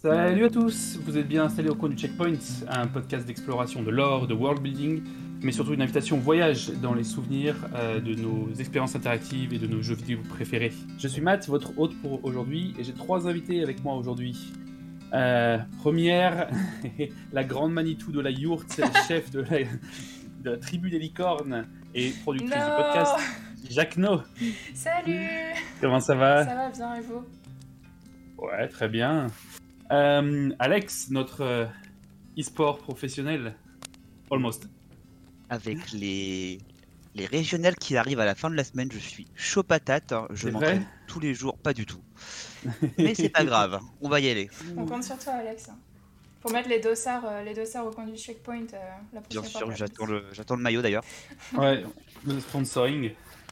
Salut à tous, vous êtes bien installés au coin du Checkpoint, un podcast d'exploration de lore, de world building, mais surtout une invitation au voyage dans les souvenirs de nos expériences interactives et de nos jeux vidéo préférés. Je suis Matt, votre hôte pour aujourd'hui, et j'ai 3 invités avec moi aujourd'hui. Première, la grande Manitou de la yourte, chef de la tribu des licornes et productrice du podcast, Jacques No. Salut. Comment ça va? Ça va bien et vous? Ouais, très bien. Alex, notre e-sport professionnel, almost. Avec les régionales qui arrivent à la fin de la semaine, je suis chaud patate. Je C'est m'entraîne vrai tous les jours, pas du tout. Mais c'est pas grave, on va y aller. On compte sur toi, Alex. Faut mettre les dossards au coin du checkpoint la prochaine Bien fois. sûr, j'attends le maillot d'ailleurs. Ouais, le sponsoring.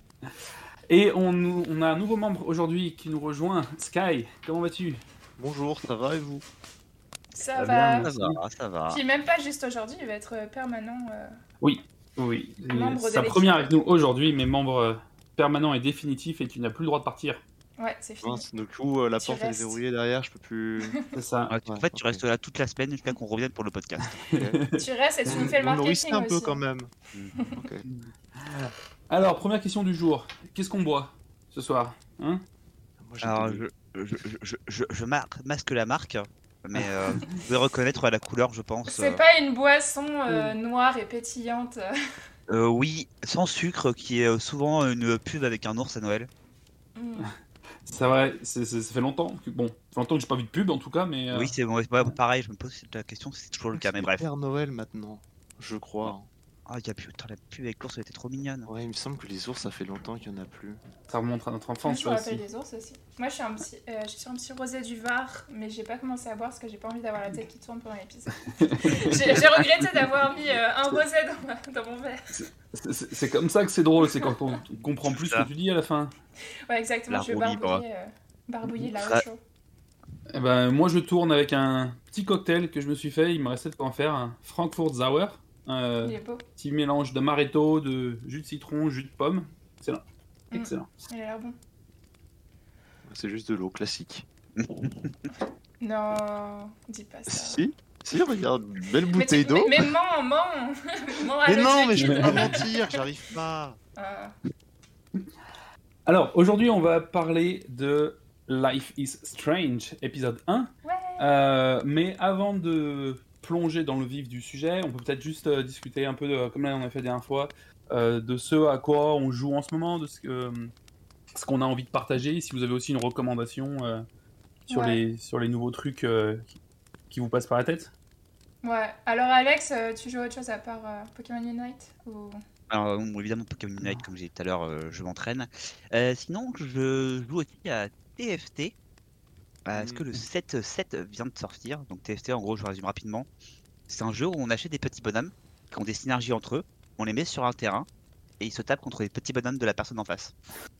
Et on a un nouveau membre aujourd'hui qui nous rejoint, Sky. Comment vas-tu? Bonjour, ça va et vous? Ça bien, va. Ça va. Puis même pas juste aujourd'hui, il va être permanent. Oui. Membre de Sa l'équipe. première avec nous aujourd'hui, mais membre permanent et définitif, et tu n'as plus le droit de partir. Ouais, c'est fini. Mince, du coup, la Tu porte elle est restes. verrouillée derrière, je peux plus. C'est ça. Ouais, en fait, tu restes là toute la semaine jusqu'à qu'on revienne pour le podcast. Tu restes et tu nous fais le Vous me nourrissez marketing un peu aussi. quand même. Ok. Alors, première question du jour. Qu'est-ce qu'on boit ce soir, hein? Moi, j'ai Alors, deux. je masque la marque, mais vous pouvez reconnaître la couleur, je pense. C'est pas une boisson noire et pétillante. Oui, sans sucre, qui est souvent une pub avec un ours à Noël. C'est vrai, ça fait longtemps que, ça fait longtemps que j'ai pas vu de pub en tout cas, mais... Oui, c'est bon, ouais, pareil, je me pose la question si c'est toujours le cas, mais bref. Père Noël maintenant, je crois. Ah, il y a plus, putain, la pub avec l'ours, elle était trop mignonne. Ouais, il me semble que les ours, ça fait longtemps qu'il y en a plus. Ça remonte à notre Moi, enfance, je ça me rappelle aussi. des ours aussi. Moi, je suis sur un petit rosé du Var, mais j'ai pas commencé à boire parce que j'ai pas envie d'avoir la tête qui tourne pendant l'épisode. J'ai regretté d'avoir mis un rosé dans mon verre. C'est comme ça que c'est drôle, c'est quand on comprend plus ce que tu dis à la fin. Ouais, exactement, La je vais roue libre. barbouiller là Ça- au chaud. Eh ben, moi je tourne avec un petit cocktail que je me suis fait, il me restait de quoi en faire, un Frankfurt Sauer, un Il est beau, petit mélange d'amaretto, de jus de citron, jus de pomme, excellent, Mm. excellent. il a l'air bon. C'est juste de l'eau classique. Non, dis pas ça. Si, regarde, belle Mais, bouteille d'eau. mais mens Mens à Mais nos non, mais je équipes. peux pas mentir, j'arrive pas. Ah, Alors, aujourd'hui on va parler de Life is Strange, épisode 1. ouais. Mais avant de plonger dans le vif du sujet, on peut peut-être juste discuter un peu, comme là on a fait la dernière fois, de ce à quoi on joue en ce moment, de ce qu'on a envie de partager. Si vous avez aussi une recommandation sur, Ouais. sur les nouveaux trucs qui vous passent par la tête. Ouais. Alors Alex, tu joues à autre chose à part Pokémon Unite ou... Alors, bon, évidemment, Pokémon Unite, comme j'ai dit tout à l'heure, je m'entraîne. Sinon, je joue aussi à TFT. Parce que le 7 vient de sortir. Donc, TFT, en gros, je résume rapidement. C'est un jeu où on achète des petits bonhommes qui ont des synergies entre eux. On les met sur un terrain et ils se tapent contre les petits bonhommes de la personne en face.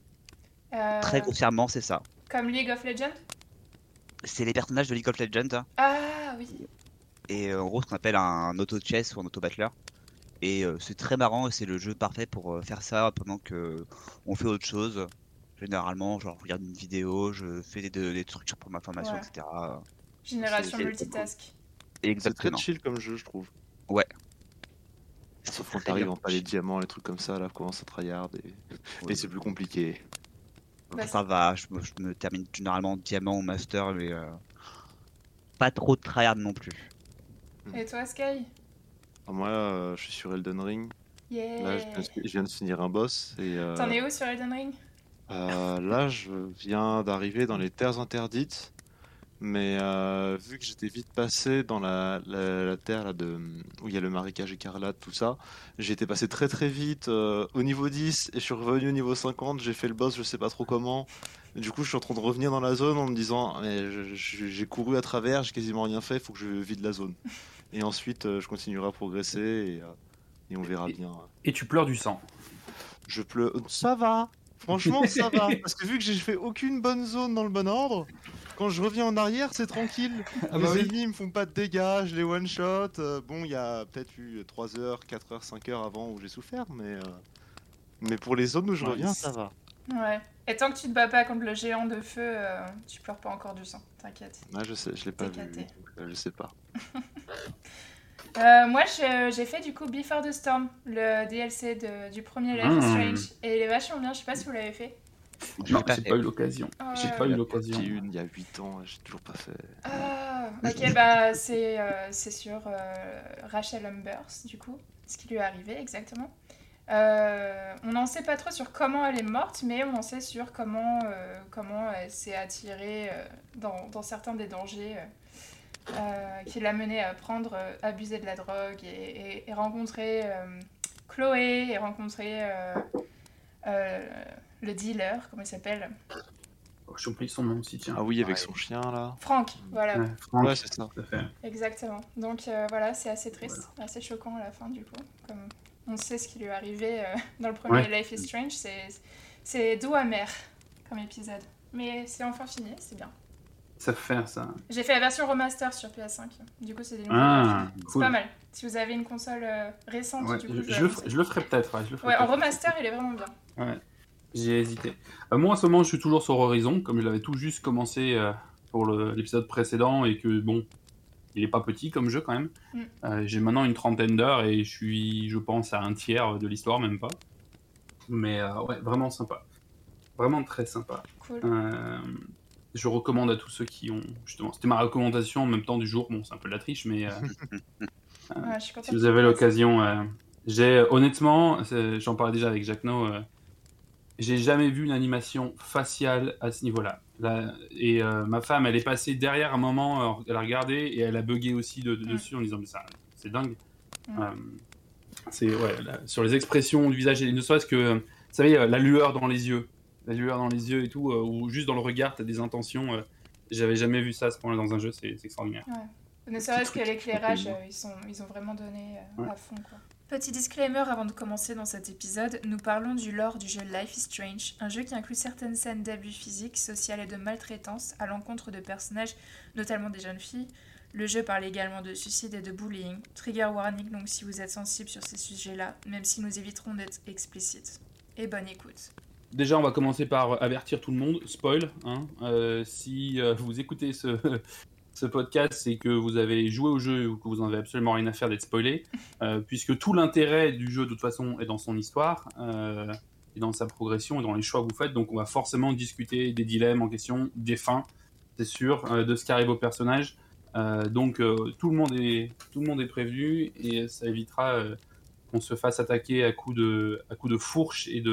Très grossièrement, c'est ça. Comme League of Legends? C'est les personnages de League of Legends. Ah oui. Et en gros, ce qu'on appelle un auto-chess ou un auto-battler. Et c'est très marrant et c'est le jeu parfait pour faire ça pendant que on fait autre chose. Généralement, genre je regarde une vidéo, je fais des structures pour ma formation, Ouais. etc. Génération C'est- multitask. C'est très Exactement. chill comme jeu, je trouve. Ouais. Sauf quand Très t'arrives bien. en pas les diamants, les trucs comme ça, là, commence à tryhard et c'est plus compliqué. Bah, Ça va, je me termine généralement diamant ou master, mais pas trop de tryhard non plus. Et toi, Sky? Alors moi, je suis sur Elden Ring. Yeah. Là, je viens de finir un boss et T'en es où sur Elden Ring? là, je viens d'arriver dans les terres interdites, mais vu que j'étais vite passé dans la terre là, où il y a le marécage écarlate, tout ça, j'ai été passé très très vite au niveau 10 et je suis revenu au niveau 50, j'ai fait le boss, je sais pas trop comment. Du coup, je suis en train de revenir dans la zone en me disant, mais j'ai couru à travers, j'ai quasiment rien fait, il faut que je vide la zone. Et ensuite, je continuerai à progresser et on verra bien. Et tu pleures du sang. Je pleure. Ça va. Franchement, ça va. Parce que vu que j'ai fait aucune bonne zone dans le bon ordre, quand je reviens en arrière, c'est tranquille. Ah Les bah oui. ennemis me font pas de dégâts, je les one-shot. Bon, il y a peut-être eu 3 heures, 4 heures, 5 heures avant où j'ai souffert, mais pour les zones où je reviens, Nice. ça va. Ouais. Et tant que tu te bats pas contre le géant de feu, tu pleures pas encore du sang, t'inquiète. Ouais, je sais, je l'ai pas vu. T'es Donc, je sais pas. Moi, j'ai fait du coup Before the Storm, le DLC du premier Life is Strange. Et il est vachement bien, je sais pas si vous l'avez fait. Je Non, l'ai pas j'ai fait. pas eu l'occasion. J'ai pas eu l'occasion. J'ai eu une il y a 8 ans, j'ai toujours pas fait. Ah, ok, bah c'est sur Rachel Humbers, du coup, ce qui lui est arrivé exactement. On n'en sait pas trop sur comment elle est morte, mais on en sait sur comment elle s'est attirée dans certains des dangers qui l'a menée à abuser de la drogue et rencontrer Chloé et rencontrer le dealer, comment il s'appelle? Oh, j'ai oublié son nom aussi, tiens. Ah oui, avec son chien là. Franck, voilà. Ouais, Franck, Ouais, c'est ça. tout à fait. Exactement. Donc voilà, c'est assez triste, assez choquant à la fin du coup. Comme on sait ce qui lui est arrivé dans le premier Life is Strange, c'est doux amer comme épisode. Mais c'est enfin fini, c'est bien. Ça fait ça. J'ai fait la version remaster sur PS5. Du coup, c'est des nouvelles Ah, graphiques. C'est cool. pas mal. Si vous avez une console récente, Ouais, du coup, je le ferai peut-être. Ouais, en remaster, il est vraiment bien. Ouais, j'ai hésité. Moi, en ce moment, je suis toujours sur Horizon, comme je l'avais tout juste commencé pour l'épisode précédent et que, bon, il est pas petit comme jeu quand même. J'ai maintenant une trentaine d'heures et je suis, je pense, à un tiers de l'histoire, même pas. Mais ouais, vraiment sympa. Vraiment très sympa. Cool. Je recommande à tous ceux qui ont... Justement, c'était ma recommandation en même temps du jour. Bon, c'est un peu de la triche, mais Ouais, je suis contente si vous avez l'occasion... honnêtement, j'en parlais déjà avec Jacques No, j'ai jamais vu une animation faciale à ce niveau-là. Et ma femme, elle est passée derrière un moment, elle a regardé et elle a bugué aussi dessus en disant mais ça, c'est dingue. C'est sur les expressions du visage, et ne serait-ce que, vous savez, la lueur dans les yeux et tout, ou juste dans le regard, t'as des intentions. J'avais jamais vu ça à ce point-là dans un jeu, c'est extraordinaire. Ouais. Ne serait-ce que l'éclairage, ils ont vraiment donné à fond, quoi. Petit disclaimer avant de commencer dans cet épisode, nous parlons du lore du jeu Life is Strange, un jeu qui inclut certaines scènes d'abus physiques, social et de maltraitance à l'encontre de personnages, notamment des jeunes filles. Le jeu parle également de suicide et de bullying. Trigger warning donc si vous êtes sensible sur ces sujets-là, même si nous éviterons d'être explicites. Et bonne écoute. Déjà, on va commencer par avertir tout le monde, spoil. Si vous écoutez ce podcast, c'est que vous avez joué au jeu ou que vous n'en avez absolument rien à faire d'être spoilé, puisque tout l'intérêt du jeu, de toute façon, est dans son histoire, et dans sa progression, et dans les choix que vous faites. Donc on va forcément discuter des dilemmes en question, des fins, c'est sûr, de ce qui arrive au personnage. Donc tout le monde est prévenu, et ça évitera qu'on se fasse attaquer à coups de fourche et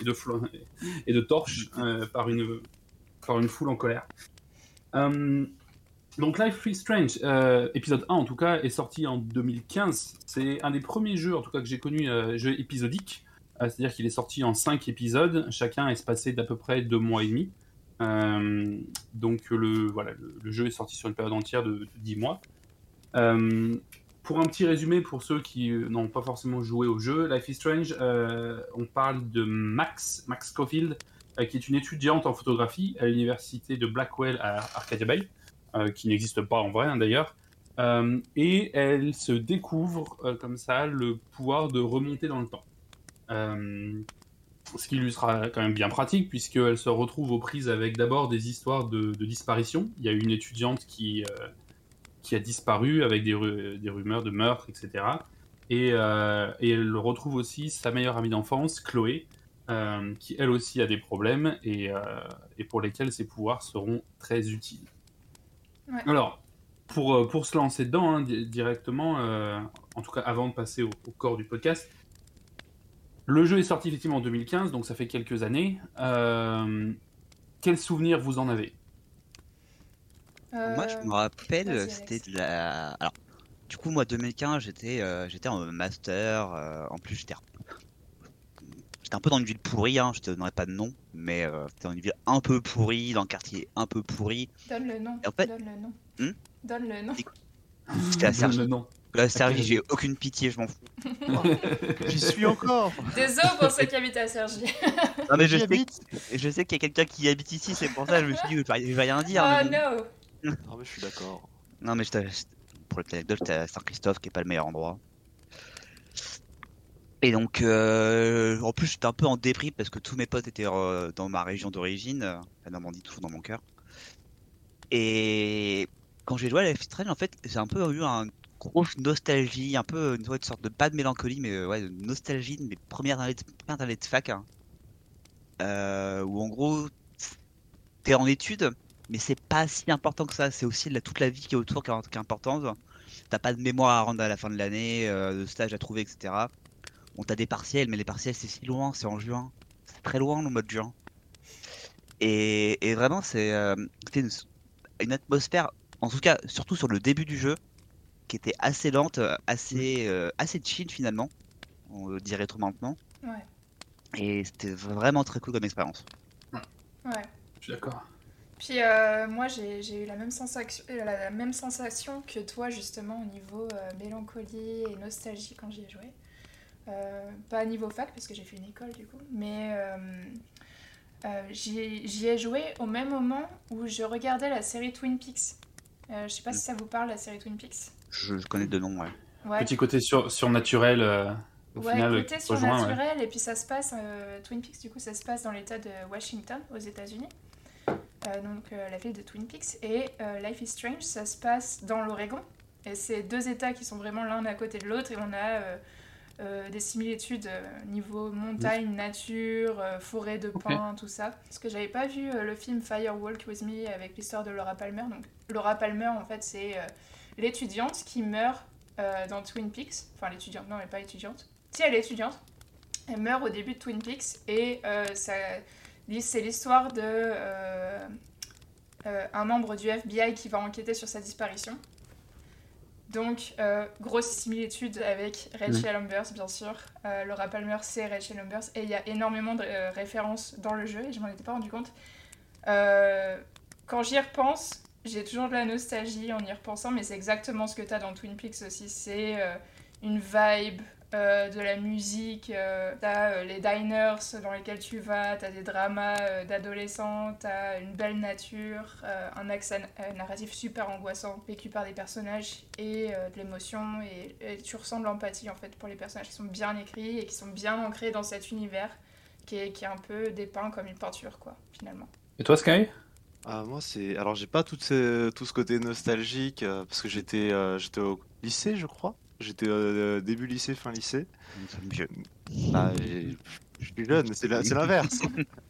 de torches par une foule en colère. Donc Life is Strange, épisode 1 en tout cas, est sorti en 2015. C'est un des premiers jeux, en tout cas que j'ai connu, jeu épisodique. C'est-à-dire qu'il est sorti en 5 épisodes, chacun espacé d'à peu près 2 mois et demi. Donc le jeu est sorti sur une période entière de 10 mois. Pour un petit résumé, pour ceux qui n'ont pas forcément joué au jeu, Life is Strange, on parle de Max Scofield, qui est une étudiante en photographie à l'université de Blackwell à Arcadia Bay. Qui n'existe pas en vrai d'ailleurs, et elle se découvre comme ça le pouvoir de remonter dans le temps. Ce qui lui sera quand même bien pratique, puisqu'elle se retrouve aux prises avec d'abord des histoires de disparition. Il y a une étudiante qui a disparu avec des rumeurs de meurtre, etc. Et elle retrouve aussi sa meilleure amie d'enfance, Chloé, qui elle aussi a des problèmes et pour lesquels ses pouvoirs seront très utiles. Ouais. Alors, pour se lancer dedans directement, en tout cas avant de passer au corps du podcast, le jeu est sorti effectivement en 2015, donc ça fait quelques années. Quels souvenirs vous en avez ? Moi, je me rappelle, c'était de la... Alors, du coup, moi, 2015, j'étais en master. En plus, j'étais un peu dans une ville pourrie, je te donnerai pas de nom, mais c'était dans une ville un peu pourrie, dans un quartier un peu pourri. Donne le nom. En fait... Donne le nom. Donne le nom. C'était à Sergi. La Sergi, Okay. j'ai aucune pitié, je m'en fous. J'y suis encore. Désolé pour ceux qui habitent à Sergi. Non, mais je sais qu'il y a quelqu'un qui habite ici, c'est pour ça que je me suis dit, je vais rien dire. Oh non. Non, mais je suis d'accord. Non, mais pour l'anecdote, j'étais à Saint-Christophe, qui est pas le meilleur endroit. Et donc, en plus, j'étais un peu en déprime parce que tous mes potes étaient dans ma région d'origine, la Normandie, toujours dans mon cœur. Et quand j'ai joué à Life is Strange, en fait, j'ai un peu eu une grosse nostalgie, un peu une sorte de pas de mélancolie, mais ouais, de nostalgie de mes premières années de fac, hein, où en gros, t'es en études, mais c'est pas si important que ça. C'est aussi toute la vie qui est autour qui est importante. T'as pas de mémoire à rendre à la fin de l'année, de stage à trouver, etc. On t'a des partiels, mais les partiels c'est si loin, c'est en juin. C'est très loin le mois de juin. Et vraiment, c'était une atmosphère, en tout cas, surtout sur le début du jeu, qui était assez lente, assez chill finalement, on le dirait trop maintenant. Ouais. Et c'était vraiment très cool comme expérience. Ouais. Je suis d'accord. Puis moi j'ai eu la même sensation que toi justement au niveau mélancolie et nostalgie quand j'y ai joué. Pas à niveau fac parce que j'ai fait une école du coup, mais j'y ai joué au même moment où je regardais la série Twin Peaks. Je sais pas si ça vous parle, la série Twin Peaks. Je connais de nom, ouais. Ouais. Petit côté surnaturel au final. Côté surnaturel, et puis ça se passe, Twin Peaks du coup ça se passe dans l'état de Washington aux États-Unis. Donc la ville de Twin Peaks, et Life is Strange ça se passe dans l'Oregon, et c'est deux états qui sont vraiment l'un à côté de l'autre, et on a des similitudes niveau montagne, nature, forêt de pins, tout ça. Parce que j'avais pas vu le film Fire Walk With Me avec l'histoire de Laura Palmer. Donc Laura Palmer en fait c'est l'étudiante qui meurt dans Twin Peaks. Enfin l'étudiante, non elle est pas étudiante. Si elle est étudiante, elle meurt au début de Twin Peaks, et c'est l'histoire de un membre du FBI qui va enquêter sur sa disparition. Donc, grosse similitude avec Rachel Ambers, bien sûr. Laura Palmer, c'est Rachel Ambers. Et il y a énormément de références dans le jeu, et je m'en étais pas rendu compte. Quand j'y repense, j'ai toujours de la nostalgie en y repensant, mais c'est exactement ce que tu as dans Twin Peaks aussi. C'est une vibe, de la musique, t'as les diners dans lesquels tu vas, t'as des dramas d'adolescents, t'as une belle nature, un axe narratif super angoissant vécu par des personnages, et de l'émotion, et tu ressens de l'empathie en fait pour les personnages qui sont bien écrits et qui sont bien ancrés dans cet univers qui est un peu dépeint comme une peinture quoi finalement. Et toi Sky? Moi, alors j'ai pas tout ce côté nostalgique parce que j'étais au lycée, je crois. J'étais début lycée, fin lycée. Vieux. Bah, je suis jeune, c'est l'inverse.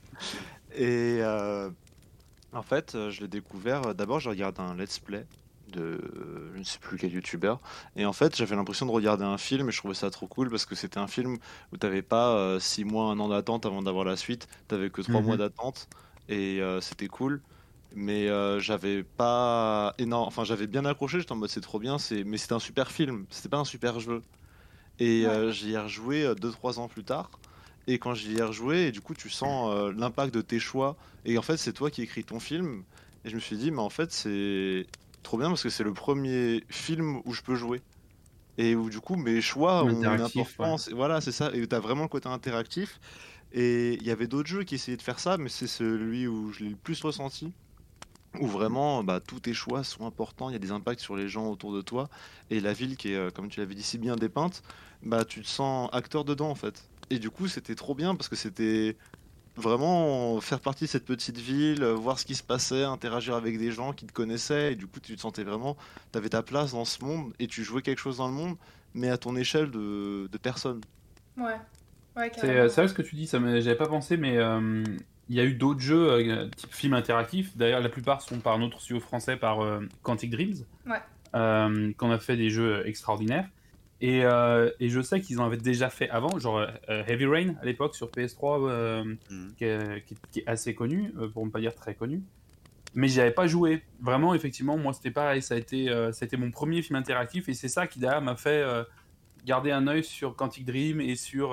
Et en fait, je l'ai découvert. D'abord, j'ai regardé un let's play de je ne sais plus quel youtubeur. Et en fait, j'avais l'impression de regarder un film, et je trouvais ça trop cool parce que c'était un film où t'avais pas 6 mois, 1 an d'attente avant d'avoir la suite. T'avais que 3 mois d'attente, et c'était cool. Mais j'avais pas énorme, enfin j'avais bien accroché, j'étais en mode c'est trop bien, mais c'était un super film, c'était pas un super jeu. Et j'y ai rejoué 2-3 ans plus tard. Et quand j'y ai rejoué, et du coup tu sens l'impact de tes choix. Et en fait c'est toi qui écris ton film. Et je me suis dit mais en fait c'est trop bien parce que c'est le premier film où je peux jouer. Et où du coup mes choix ont une importance. Voilà, c'est ça. Et t'as vraiment le côté interactif. Et il y avait d'autres jeux qui essayaient de faire ça, mais c'est celui où je l'ai le plus ressenti. Où vraiment tous tes choix sont importants, il y a des impacts sur les gens autour de toi, et la ville qui est, comme tu l'avais dit, si bien dépeinte, tu te sens acteur dedans en fait. Et du coup c'était trop bien parce que c'était vraiment faire partie de cette petite ville, voir ce qui se passait, interagir avec des gens qui te connaissaient, et du coup tu te sentais vraiment, tu avais ta place dans ce monde, et tu jouais quelque chose dans le monde, mais à ton échelle de personne. Ouais, C'est vrai ce que tu dis, j'avais pas pensé, mais il y a eu d'autres jeux type film interactif. D'ailleurs, la plupart sont par notre studio français, par Quantic Dreams, qu'on a fait des jeux extraordinaires. Et je sais qu'ils en avaient déjà fait avant, genre Heavy Rain à l'époque sur PS3, qui est assez connu, pour ne pas dire très connu. Mais j'y avais pas joué. Vraiment, effectivement, moi c'était pareil. Ça a été mon premier film interactif, et c'est ça qui derrière m'a fait garder un œil sur Quantic Dream et sur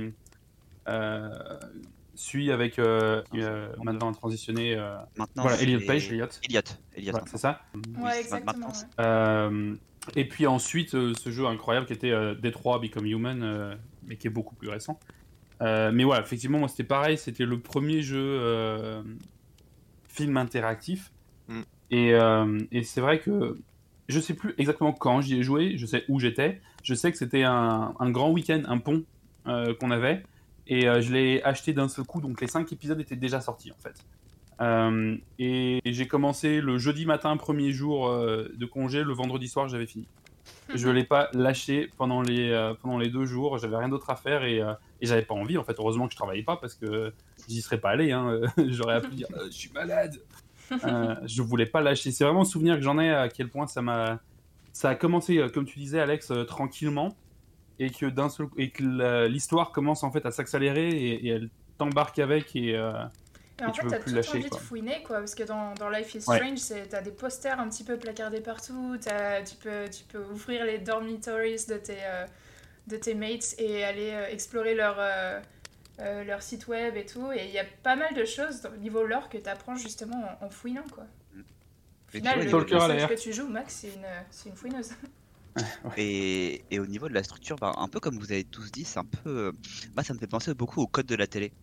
celui avec maintenant transitionné. Maintenant, voilà, Elliot Page, Elliot. Elliot, c'est ça. Ouais, exactement. Et puis ensuite, ce jeu incroyable qui était Detroit Become Human, mais qui est beaucoup plus récent. Mais voilà, effectivement, moi c'était pareil. C'était le premier jeu film interactif. Et c'est vrai que je sais plus exactement quand j'y ai joué, je sais où j'étais. Je sais que c'était un grand week-end, un pont qu'on avait. Et je l'ai acheté d'un seul coup, donc les 5 épisodes étaient déjà sortis en fait. Et j'ai commencé le jeudi matin, premier jour de congé, le vendredi soir j'avais fini. Je l'ai pas lâché pendant les 2 jours, j'avais rien d'autre à faire et j'avais pas envie en fait. Heureusement que je travaillais pas parce que j'y serais pas allé, hein. J'aurais pu dire je suis malade. Je voulais pas lâcher. C'est vraiment un souvenir que j'en ai à quel point ça a commencé, comme tu disais Alex, tranquillement et que l'histoire commence en fait à s'accélérer et elle t'embarque avec et en tu fait, peux t'as plus tout lâcher envie quoi. de fouiner, quoi, parce que dans Life is Ouais. Strange, t'as des posters un petit peu placardés partout, tu peux ouvrir les dormitories de tes mates et aller explorer leur site web et tout, et il y a pas mal de choses au niveau lore que t'apprends justement en fouinant, quoi. Au final, Et le tu vois, au niveau de- personnage que tu joues, Max, c'est une fouineuse. Et au niveau de la structure, bah, un peu comme vous avez tous dit, c'est un peu. Moi, ça me fait penser beaucoup au code de la télé.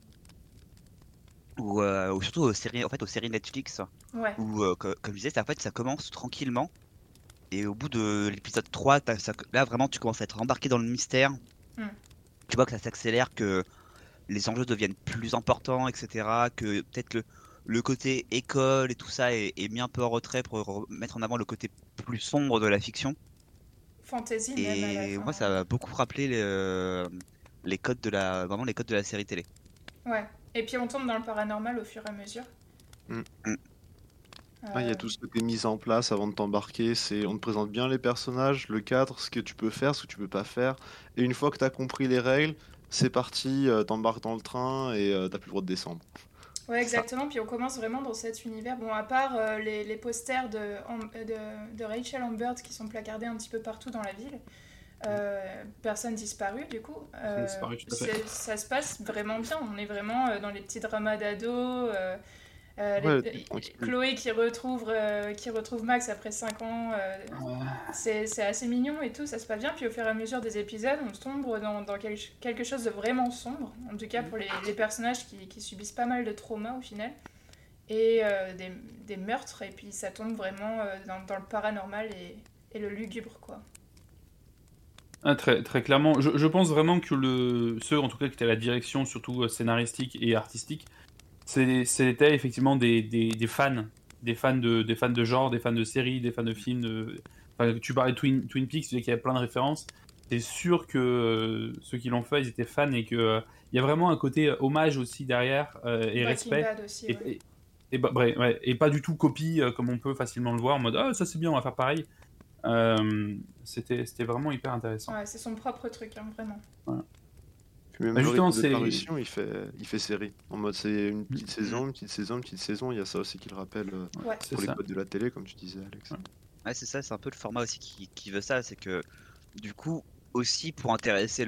Ou surtout aux séries, en fait, aux séries Netflix. Ouais. Où, comme je disais, en fait, ça commence tranquillement. Et au bout de l'épisode 3, là, vraiment, tu commences à être embarqué dans le mystère. Tu vois que ça s'accélère, que les enjeux deviennent plus importants, etc. Que peut-être le côté école et tout ça est mis un peu en retrait pour mettre en avant le côté plus sombre de la fiction. Fantasy même à la Et fin. moi, ça m'a beaucoup rappelé les codes vraiment les codes de la série télé. Ouais. Et puis on tombe dans le paranormal au fur et à mesure. Il y a tout ce côté mis en place avant de t'embarquer. On te présente bien les personnages, le cadre, ce que tu peux faire, ce que tu peux pas faire. Et une fois que tu as compris les règles, c'est parti, t'embarques dans le train et t'as plus le droit de descendre. Ouais, exactement. Puis on commence vraiment dans cet univers. Bon, à part les posters de Rachel Ambert qui sont placardés un petit peu partout dans la ville, personne disparu du coup. Disparu, tout à fait. Ça se passe vraiment bien. On est vraiment dans les petits dramas d'ados. Chloé qui retrouve Max après 5 ans, c'est assez mignon et tout, ça se passe bien. Puis au fur et à mesure des épisodes, on sombre dans quelque chose de vraiment sombre, en tout cas pour les personnages qui subissent pas mal de traumas au final, et des meurtres, et puis ça tombe vraiment dans le paranormal et le lugubre, quoi. Très, très clairement, je pense vraiment que ceux en tout cas qui étaient à la direction, surtout scénaristique et artistique, c'était effectivement des fans, des fans de genre, des fans de séries, des fans de films. Enfin, tu parlais de Twin Peaks, tu disais qu'il y avait plein de références. C'est sûr que ceux qui l'ont fait, ils étaient fans et que il y a vraiment un côté hommage aussi derrière et Breaking respect. Bad aussi, ouais. Et pas du tout copie comme on peut facilement le voir en mode ah ça c'est bien, on va faire pareil. C'était vraiment hyper intéressant. Ouais, c'est son propre truc, hein, vraiment. Voilà. Puis même Bah, le justement, rythme de parution, il fait série. En mode, c'est une petite saison, une petite saison, une petite saison. Il y a ça aussi qui le rappelle Ouais. C'est pour les ça. codes de la télé, comme tu disais, Alex. Ouais, c'est ça, c'est un peu le format aussi qui veut ça. C'est que, du coup, aussi pour intéresser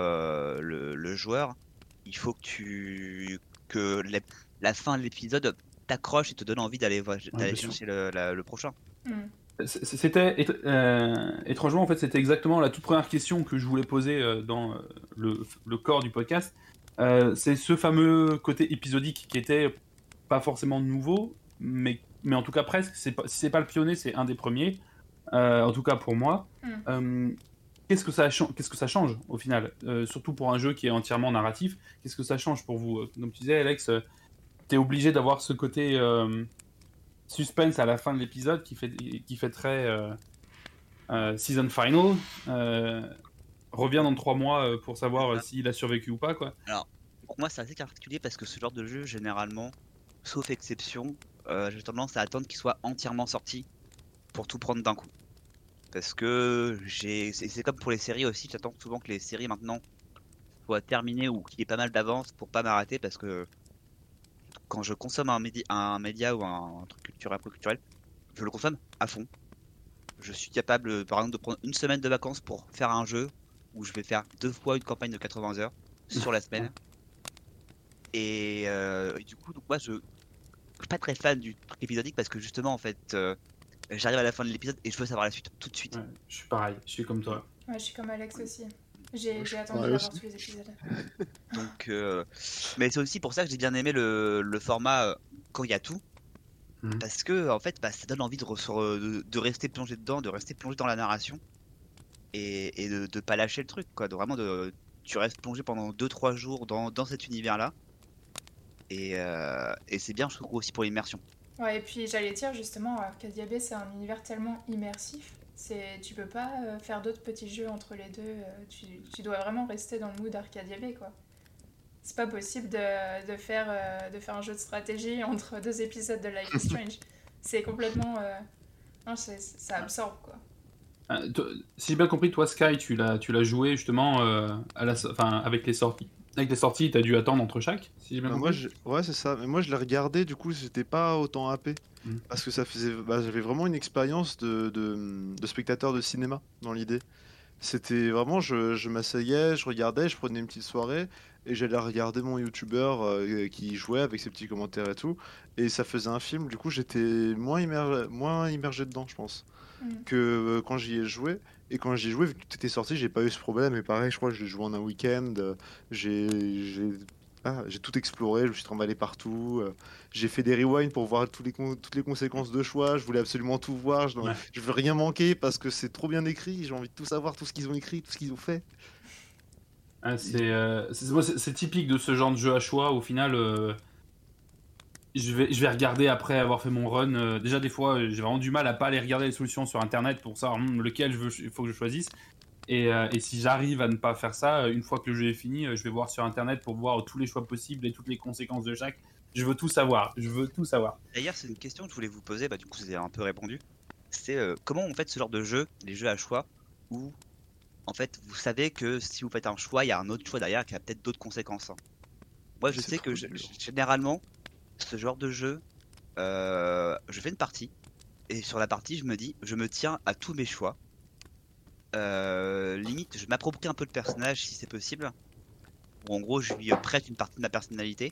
le joueur, il faut que la fin de l'épisode t'accroche et te donne envie d'aller bien sûr. chercher le prochain. C'était étrangement en fait c'était exactement la toute première question que je voulais poser dans le corps du podcast. C'est ce fameux côté épisodique qui était pas forcément nouveau, mais en tout cas presque. Si c'est pas le pionnier, c'est un des premiers. En tout cas pour moi. Qu'est-ce que ça change au final, surtout pour un jeu qui est entièrement narratif. Qu'est-ce que ça change pour vous? Comme tu disais, Alex, t'es obligé d'avoir ce côté suspense à la fin de l'épisode qui fait très season final. Revient dans 3 mois pour savoir s'il a survécu ou pas, quoi. Alors, pour moi, c'est assez particulier parce que ce genre de jeu, généralement, sauf exception, j'ai tendance à attendre qu'il soit entièrement sorti pour tout prendre d'un coup. Parce que c'est comme pour les séries aussi, j'attends souvent que les séries maintenant soient terminées ou qu'il y ait pas mal d'avance pour pas m'arrêter, parce que quand je consomme un média ou un truc culturel, je le consomme à fond. Je suis capable, par exemple, de prendre une semaine de vacances pour faire un jeu où je vais faire 2 fois une campagne de 80 heures sur la semaine. Et du coup, moi, je suis pas très fan du truc épisodique parce que justement, en fait, j'arrive à la fin de l'épisode et je veux savoir la suite tout de suite. Ouais, je suis pareil, je suis comme toi. Ouais, je suis comme Alex aussi. J'ai attendu d'avoir tous les épisodes. Donc, mais c'est aussi pour ça que j'ai bien aimé le format quand il y a tout. Parce que en fait, ça donne envie de rester plongé dedans, de rester plongé dans la narration et de pas lâcher le truc, quoi. tu restes plongé pendant 2-3 jours dans cet univers-là. Et c'est bien, je trouve, aussi pour l'immersion. Ouais, et puis j'allais dire justement, Arcadia Bay, c'est un univers tellement immersif. Tu peux pas faire d'autres petits jeux entre les deux. Tu dois vraiment rester dans le mood Arcadia Bay, quoi. C'est pas possible de faire un jeu de stratégie entre 2 épisodes de Life is Strange. C'est complètement... non, ça absorbe, quoi. Si j'ai bien compris, toi, Sky, tu l'as joué justement avec les sorties. Avec les sorties, t'as dû attendre entre chaque, si j'ai bien compris. Ouais, c'est ça. Mais moi, je l'ai regardé, du coup, j'étais pas autant happé. Parce que j'avais vraiment une expérience de spectateur de cinéma dans l'idée. C'était vraiment, je m'asseyais, je regardais, je prenais une petite soirée et j'allais regarder mon youtubeur qui jouait avec ses petits commentaires et tout. Et ça faisait un film, du coup, j'étais moins immergé dedans, je pense, que quand j'y ai joué. Et quand j'y ai joué, vu que tout était sorti, j'ai pas eu ce problème. Et pareil, je crois que je l'ai joué en un week-end. J'ai tout exploré, je me suis trimballé partout. J'ai fait des rewinds pour voir toutes les conséquences de choix. Je voulais absolument tout voir. Je veux rien manquer parce que c'est trop bien écrit. J'ai envie de tout savoir, tout ce qu'ils ont écrit, tout ce qu'ils ont fait. C'est typique de ce genre de jeu à choix. Au final, je vais regarder après avoir fait mon run. Déjà, des fois, j'ai vraiment du mal à pas aller regarder les solutions sur Internet pour savoir lequel il faut que je choisisse. Et si j'arrive à ne pas faire ça, une fois que le jeu est fini, je vais voir sur Internet pour voir tous les choix possibles et toutes les conséquences de chaque. Je veux tout savoir. D'ailleurs, c'est une question que je voulais vous poser, du coup, vous avez un peu répondu. C'est comment on fait ce genre de jeu, les jeux à choix, où en fait, vous savez que si vous faites un choix, il y a un autre choix derrière qui a peut-être d'autres conséquences. Moi, je sais que généralement, ce genre de jeu, je fais une partie, et sur la partie, je me tiens à tous mes choix. Limite, je m'approprie un peu le personnage si c'est possible. Ou en gros, je lui prête une partie de ma personnalité.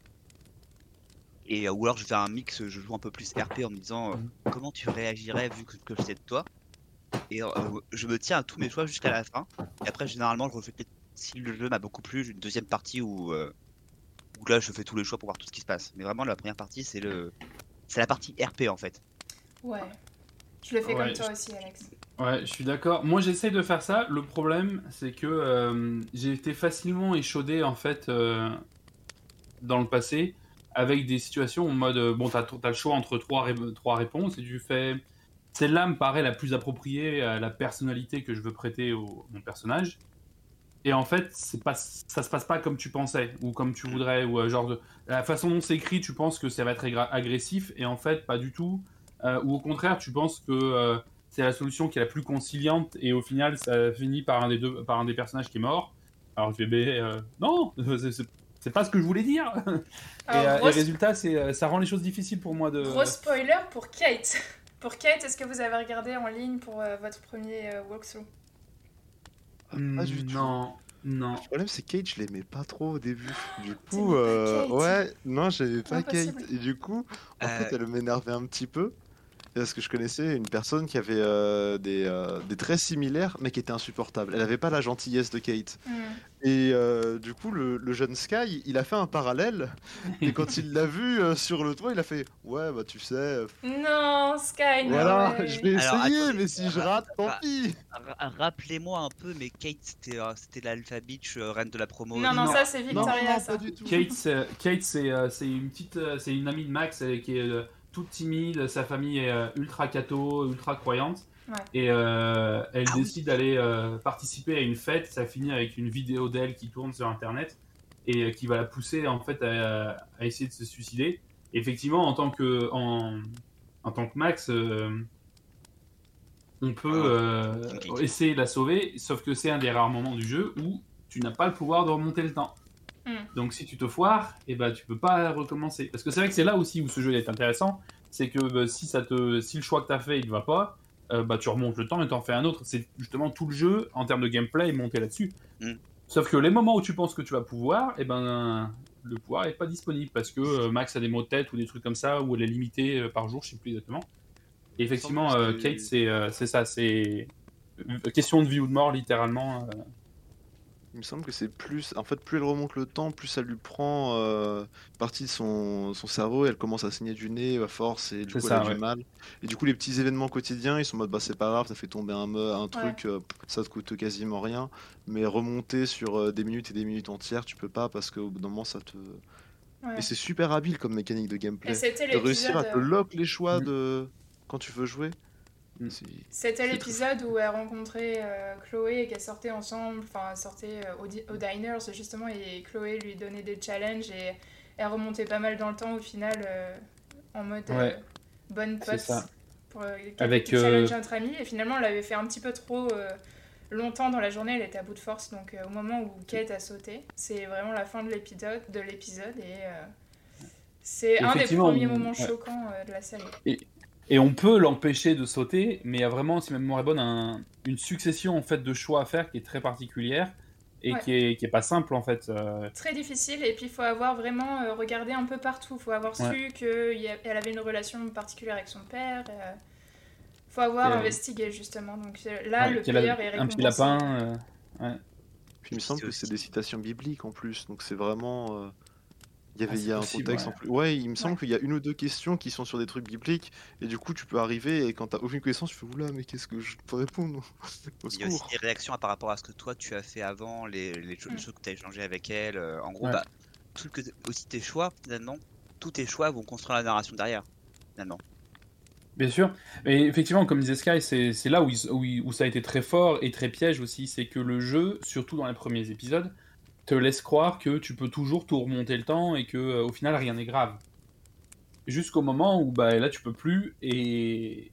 Et ou alors je fais un mix, je joue un peu plus RP en me disant comment tu réagirais vu que je sais de toi. Et je me tiens à tous mes choix jusqu'à la fin. Et après, généralement, je refais peut-être, si le jeu m'a beaucoup plu, une deuxième partie où là je fais tous les choix pour voir tout ce qui se passe. Mais vraiment, la première partie, c'est la partie RP en fait. Ouais. Tu le fais comme toi aussi, Alex. Ouais, je suis d'accord. Moi, j'essaye de faire ça. Le problème, c'est que j'ai été facilement échaudé en fait dans le passé avec des situations en mode bon, t'as le choix entre trois réponses et tu fais celle-là me paraît la plus appropriée à la personnalité que je veux prêter mon personnage. Et en fait, ça se passe pas comme tu pensais ou comme tu voudrais ou la façon dont c'est écrit, tu penses que ça va être agressif et en fait pas du tout. Ou au contraire, tu penses que c'est la solution qui est la plus conciliante et au final, ça finit par un des personnages qui est mort. Alors je vais non, c'est pas ce que je voulais dire. Alors, et résultat, ça rend les choses difficiles pour moi de. Gros spoiler pour Kate. Pour Kate, est-ce que vous avez regardé en ligne pour votre premier walkthrough? Pas du tout. Non. Le problème, c'est Kate, je l'aimais pas trop au début. Du coup, ouais, non, j'aimais pas Kate. Et du coup, en fait, elle m'énervait un petit peu. Parce que je connaissais une personne qui avait des traits similaires, mais qui était insupportable. Elle avait pas la gentillesse de Kate. Et du coup, le jeune Sky, il a fait un parallèle. Et quand il l'a vu sur le toit, il a fait « Ouais, bah tu sais... » Non, Sky, voilà, ouais. Je vais essayer, mais si je rate, tant pis. Rappelez-moi un peu, mais Kate, c'était l'Alpha Beach, reine de la promo. Non, ça c'est Victoria, non, pas du tout. Kate, c'est une amie de Max qui est toute timide, sa famille est ultra catho, ultra croyante. Ouais. Et elle décide d'aller participer à une fête. Ça finit avec une vidéo d'elle qui tourne sur internet et qui va la pousser en fait à essayer de se suicider. Et effectivement, en tant que Max, on peut essayer de la sauver, sauf que c'est un des rares moments du jeu où tu n'as pas le pouvoir de remonter le temps. Donc si tu te foires, tu peux pas recommencer. Parce que c'est vrai que c'est là aussi où ce jeu est intéressant, c'est que si le choix que tu as fait il ne va pas, tu remontes le temps et t'en fais un autre. C'est justement tout le jeu en termes de gameplay est monté là-dessus. Sauf que les moments où tu penses que tu vas pouvoir, le pouvoir n'est pas disponible parce que Max a des maux de tête ou des trucs comme ça, ou elle est limitée par jour, je sais plus exactement. Et effectivement, Kate, c'est ça, c'est question de vie ou de mort littéralement. Il me semble que c'est plus. En fait, plus elle remonte le temps, plus ça lui prend partie de son cerveau et elle commence à saigner du nez à force et du coup elle a du mal. Et du coup, les petits événements quotidiens, ils sont en mode bah c'est pas grave, ça fait tomber un truc, ça te coûte quasiment rien. Mais remonter sur des minutes et des minutes entières, tu peux pas parce qu'au bout d'un moment ça te. Et c'est super habile comme mécanique de gameplay. Et c'était de réussir à te lock les choix de quand tu veux jouer. C'était l'épisode où elle rencontrait Chloé et qu'elle sortait ensemble, enfin elle sortait au diners justement et Chloé lui donnait des challenges et elle remontait pas mal dans le temps au final en mode bonne pote pour avec challenge entre amis et finalement elle l'avait fait un petit peu trop longtemps dans la journée, elle était à bout de force donc au moment où Kate a sauté, c'est vraiment la fin de l'épisode et c'est un des premiers moments choquants de la série. Et on peut l'empêcher de sauter, mais il y a vraiment, si ma mémoire est bonne, une succession en fait de choix à faire qui est très particulière et qui est pas simple en fait. Très difficile, et puis il faut avoir vraiment regardé un peu partout. Il faut avoir su qu'elle avait une relation particulière avec son père. Faut avoir investigué justement. Donc là, le player est récompensé. Un petit lapin. Puis il me semble que c'est des citations bibliques en plus, donc c'est vraiment. Il y a un contexte en plus. Ouais, il me semble qu'il y a une ou deux questions qui sont sur des trucs bibliques, et du coup, tu peux arriver, et quand t'as aucune connaissance, tu fais oula, mais qu'est-ce que je peux répondre? Il y a aussi des réactions par rapport à ce que toi tu as fait avant, les choses que tu as échangé avec elle. En gros, aussi tes choix, finalement, tous tes choix vont construire la narration derrière, finalement. Bien sûr, mais effectivement, comme disait Sky, c'est là où ça a été très fort et très piège aussi, c'est que le jeu, surtout dans les premiers épisodes, te laisse croire que tu peux toujours tout remonter le temps et que au final rien n'est grave. Jusqu'au moment où là tu peux plus et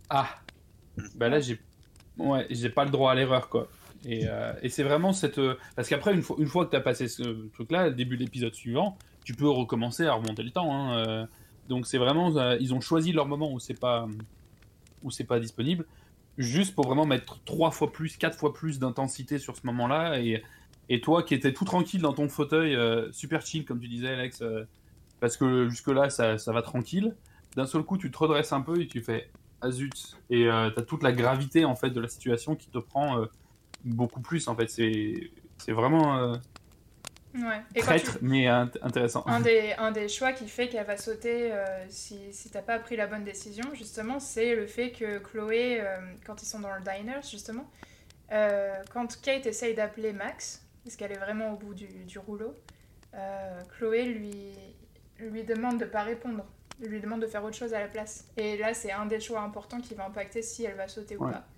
là j'ai pas le droit à l'erreur quoi. Et c'est vraiment parce qu'après une fois que tu as passé ce truc là, le début de l'épisode suivant, tu peux recommencer à remonter le temps donc c'est vraiment ils ont choisi leur moment où c'est pas disponible juste pour vraiment mettre 3 fois plus, 4 fois plus d'intensité sur ce moment-là et toi qui étais tout tranquille dans ton fauteuil, super chill comme tu disais Alex, parce que jusque-là ça va tranquille, d'un seul coup tu te redresses un peu et tu fais ah zut, et t'as toute la gravité en fait de la situation qui te prend beaucoup plus en fait, c'est vraiment traître mais intéressant. Un des choix qui fait qu'elle va sauter si t'as pas pris la bonne décision justement, c'est le fait que Chloé, quand ils sont dans le diner justement, quand Kate essaye d'appeler Max parce qu'elle est vraiment au bout du rouleau, Chloé lui demande de pas répondre, lui demande de faire autre chose à la place. Et là, c'est un des choix importants qui va impacter si elle va sauter ou pas.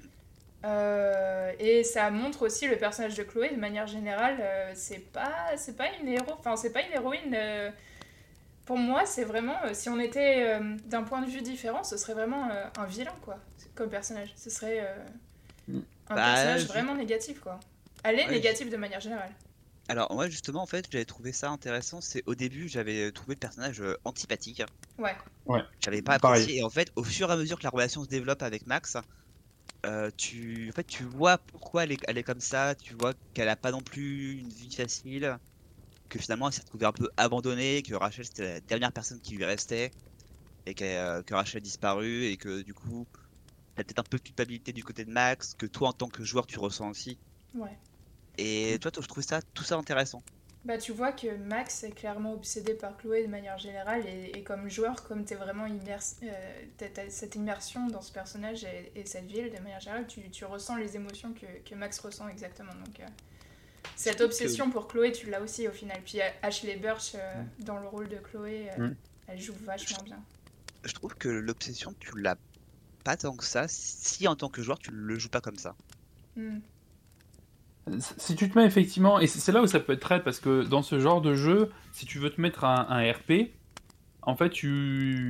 Et ça montre aussi le personnage de Chloé de manière générale. C'est pas une héroïne. Pour moi, c'est vraiment, si on était d'un point de vue différent, ce serait vraiment un vilain quoi, comme personnage. Ce serait un personnage vraiment négatif quoi. Elle est négative de manière générale. Alors moi justement en fait j'avais trouvé ça intéressant, c'est au début j'avais trouvé le personnage antipathique. Ouais. J'avais pas apprécié et en fait au fur et à mesure que la relation se développe avec Max, tu vois pourquoi elle est comme ça, tu vois qu'elle a pas non plus une vie facile, que finalement elle s'est retrouvée un peu abandonnée, que Rachel c'était la dernière personne qui lui restait et que Rachel a disparu et que du coup t'as peut-être un peu de culpabilité du côté de Max, que toi en tant que joueur tu ressens aussi. Ouais. Et toi, je trouvais tout ça intéressant. Bah, tu vois que Max est clairement obsédé par Chloé de manière générale, et comme joueur, comme t'es vraiment t'as cette immersion dans ce personnage et cette ville de manière générale, tu ressens les émotions que Max ressent exactement. Donc, cette obsession pour Chloé, tu l'as aussi au final. Puis Ashley Burch, dans le rôle de Chloé, elle joue vachement bien. Je trouve que l'obsession, tu l'as pas tant que ça, si en tant que joueur, tu le joues pas comme ça. Si tu te mets effectivement, et c'est là où ça peut être traite, parce que dans ce genre de jeu, si tu veux te mettre un RP, en fait tu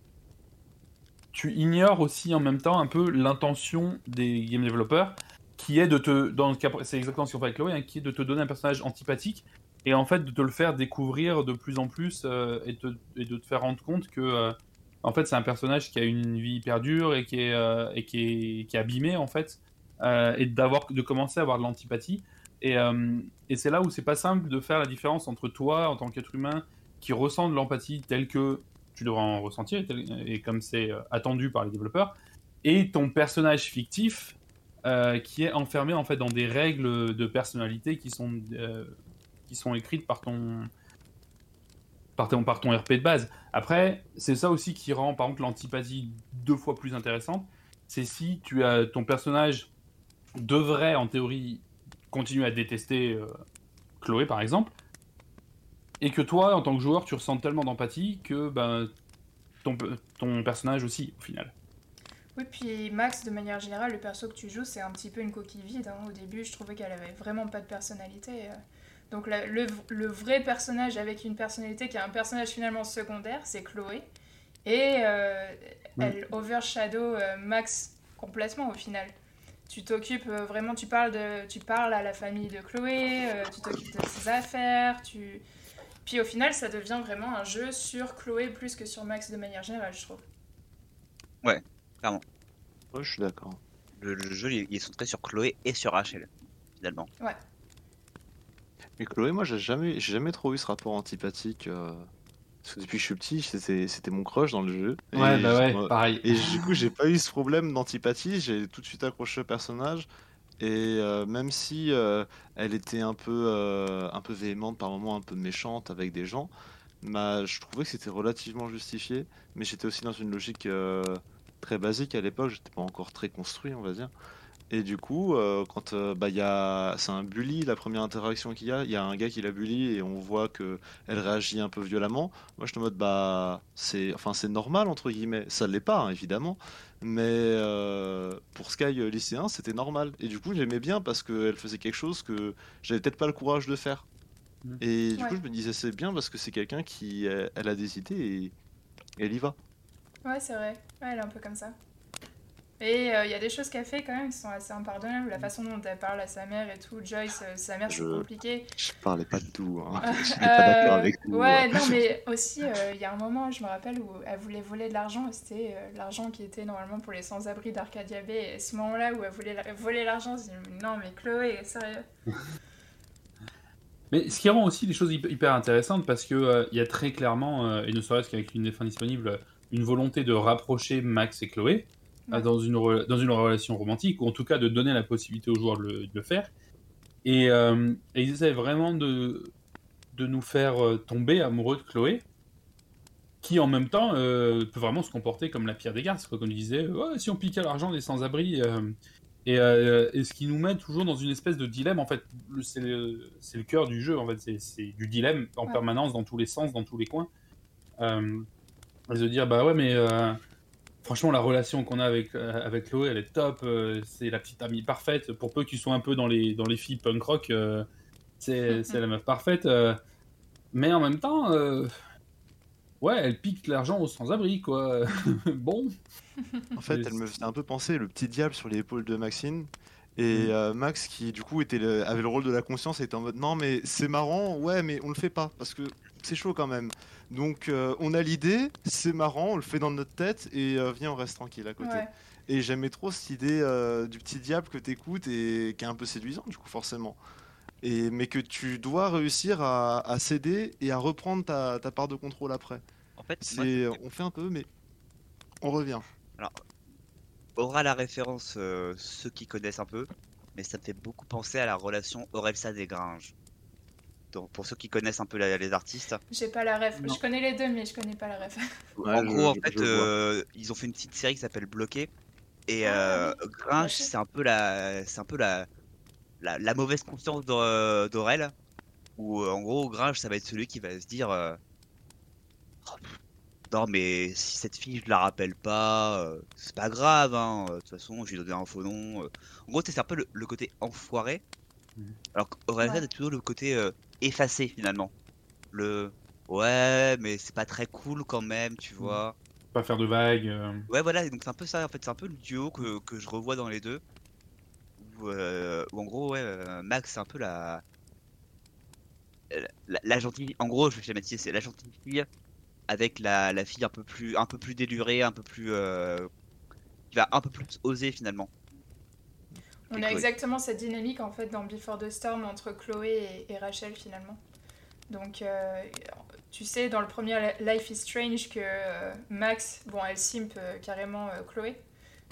ignores aussi en même temps un peu l'intention des game developers, qui est dans le cas, c'est exactement ce qu'on fait avec Chloé, qui est de te donner un personnage antipathique, et en fait de te le faire découvrir de plus en plus, et de te faire rendre compte que en fait c'est un personnage qui a une vie hyper dure et qui est abîmé en fait. Et de commencer à avoir de l'antipathie et c'est là où c'est pas simple de faire la différence entre toi en tant qu'être humain qui ressent de l'empathie telle que tu devrais en ressentir et comme c'est attendu par les développeurs et ton personnage fictif qui est enfermé en fait dans des règles de personnalité qui sont écrites par ton RP de base. Après, c'est ça aussi qui rend par exemple l'antipathie 2 fois plus intéressante. C'est si ton personnage devrait en théorie continuer à détester Chloé par exemple, et que toi en tant que joueur tu ressens tellement d'empathie que ton personnage aussi au final. Oui, puis Max, de manière générale, le perso que tu joues, c'est un petit peu une coquille vide. Au début, je trouvais qu'elle avait vraiment pas de personnalité. Donc le vrai personnage avec une personnalité qui est un personnage finalement secondaire, c'est Chloé. Et elle overshadow Max complètement au final. Tu t'occupes vraiment, tu parles à la famille de Chloé, tu t'occupes de ses affaires, Puis au final, ça devient vraiment un jeu sur Chloé plus que sur Max de manière générale, je trouve. Ouais, clairement. Ouais, je suis d'accord. Le jeu, il est centré sur Chloé et sur Rachel, finalement. Ouais. Mais Chloé, moi, j'ai jamais trop eu ce rapport antipathique. Parce que depuis que je suis petit, c'était mon crush dans le jeu. Ouais, pareil. Et du coup, j'ai pas eu ce problème d'antipathie. J'ai tout de suite accroché au personnage. Et même si elle était un peu véhémente, par moments un peu méchante avec des gens, je trouvais que c'était relativement justifié. Mais j'étais aussi dans une logique très basique à l'époque. J'étais pas encore très construit, on va dire. Et du coup, quand c'est un bully, la première interaction qu'il y a un gars qui la bully et on voit que elle réagit un peu violemment. Moi, je suis en mode c'est normal entre guillemets. Ça l'est pas, hein, évidemment, mais pour Sky lycéen, c'était normal. Et du coup, j'aimais bien parce qu'elle faisait quelque chose que j'avais peut-être pas le courage de faire. Et du coup, je me disais c'est bien parce que c'est quelqu'un qui elle a des idées et elle y va. Ouais, c'est vrai. Ouais, elle est un peu comme ça. Et il y a des choses qu'elle fait quand même qui sont assez impardonnables. La façon dont elle parle à sa mère et tout. Joyce, sa mère, c'est compliqué. Je parlais pas de tout. Hein. Je suis pas d'accord avec tout. Ouais, non, mais aussi, il y a un moment, je me rappelle, où elle voulait voler de l'argent. Et c'était l'argent qui était normalement pour les sans-abri d'Arcadia Bay. Et ce moment-là où elle voulait voler l'argent, je me dis non, mais Chloé, sérieux. Mais ce qui rend aussi les choses hyper intéressantes parce que il y a très clairement, et ne serait-ce qu'avec une des fins disponibles, une volonté de rapprocher Max et Chloé. Dans une relation romantique, ou en tout cas de donner la possibilité aux joueurs de le faire. Et ils essaient vraiment de nous faire tomber amoureux de Chloé, qui en même temps peut vraiment se comporter comme la pire des garces, comme il disait, si on piquait l'argent des sans-abri, et ce qui nous met toujours dans une espèce de dilemme, en fait, c'est le cœur du jeu, en fait, c'est du dilemme en permanence, dans tous les sens, dans tous les coins. Et de dire, mais... franchement, la relation qu'on a avec Chloé, elle est top. C'est la petite amie parfaite. Pour peu qu'ils soient un peu dans les filles punk rock, c'est la meuf parfaite. Mais en même temps, elle pique l'argent aux sans-abri, quoi. Bon. En fait, elle me faisait un peu penser le petit diable sur l'épaule de Maxine. Et Max, qui du coup avait le rôle de la conscience, était en mode non, mais c'est marrant, ouais, mais on le fait pas parce que c'est chaud quand même. Donc on a l'idée, c'est marrant, on le fait dans notre tête et viens, on reste tranquille à côté. Ouais. Et j'aimais trop cette idée du petit diable que t'écoutes et qui est un peu séduisant du coup forcément. Mais que tu dois réussir à céder et à reprendre ta part de contrôle après. En fait, on fait un peu, mais on revient. Alors, aura la référence ceux qui connaissent un peu, mais ça me fait beaucoup penser à la relation Orelsa Desgranges. Donc, pour ceux qui connaissent un peu les artistes. J'ai pas la ref. Je connais les deux, mais je connais pas la ref. En gros, ils ont fait une petite série qui s'appelle Bloqué. Et Gringe, c'est un peu la mauvaise conscience d'Aurel. Où en gros, Gringe, ça va être celui qui va se dire non, mais si cette fille, je la rappelle pas, c'est pas grave, hein. De toute façon, je lui ai donné un faux nom. En gros, c'est un peu le côté enfoiré. Alors qu'Aurel c'est toujours le côté effacé finalement. Ouais, mais c'est pas très cool quand même, tu vois. Pas faire de vagues. Ouais, voilà, donc c'est un peu ça en fait, c'est un peu le duo que je revois dans les deux. Où en gros, Max, c'est un peu la gentille. En gros, je vais schématiser, c'est la gentille fille avec la fille un peu plus délurée, un peu plus qui va un peu plus oser finalement. On a exactement cette dynamique en fait dans Before the Storm entre Chloé et Rachel finalement. Donc tu sais dans le premier Life is Strange que Max, elle simp carrément Chloé.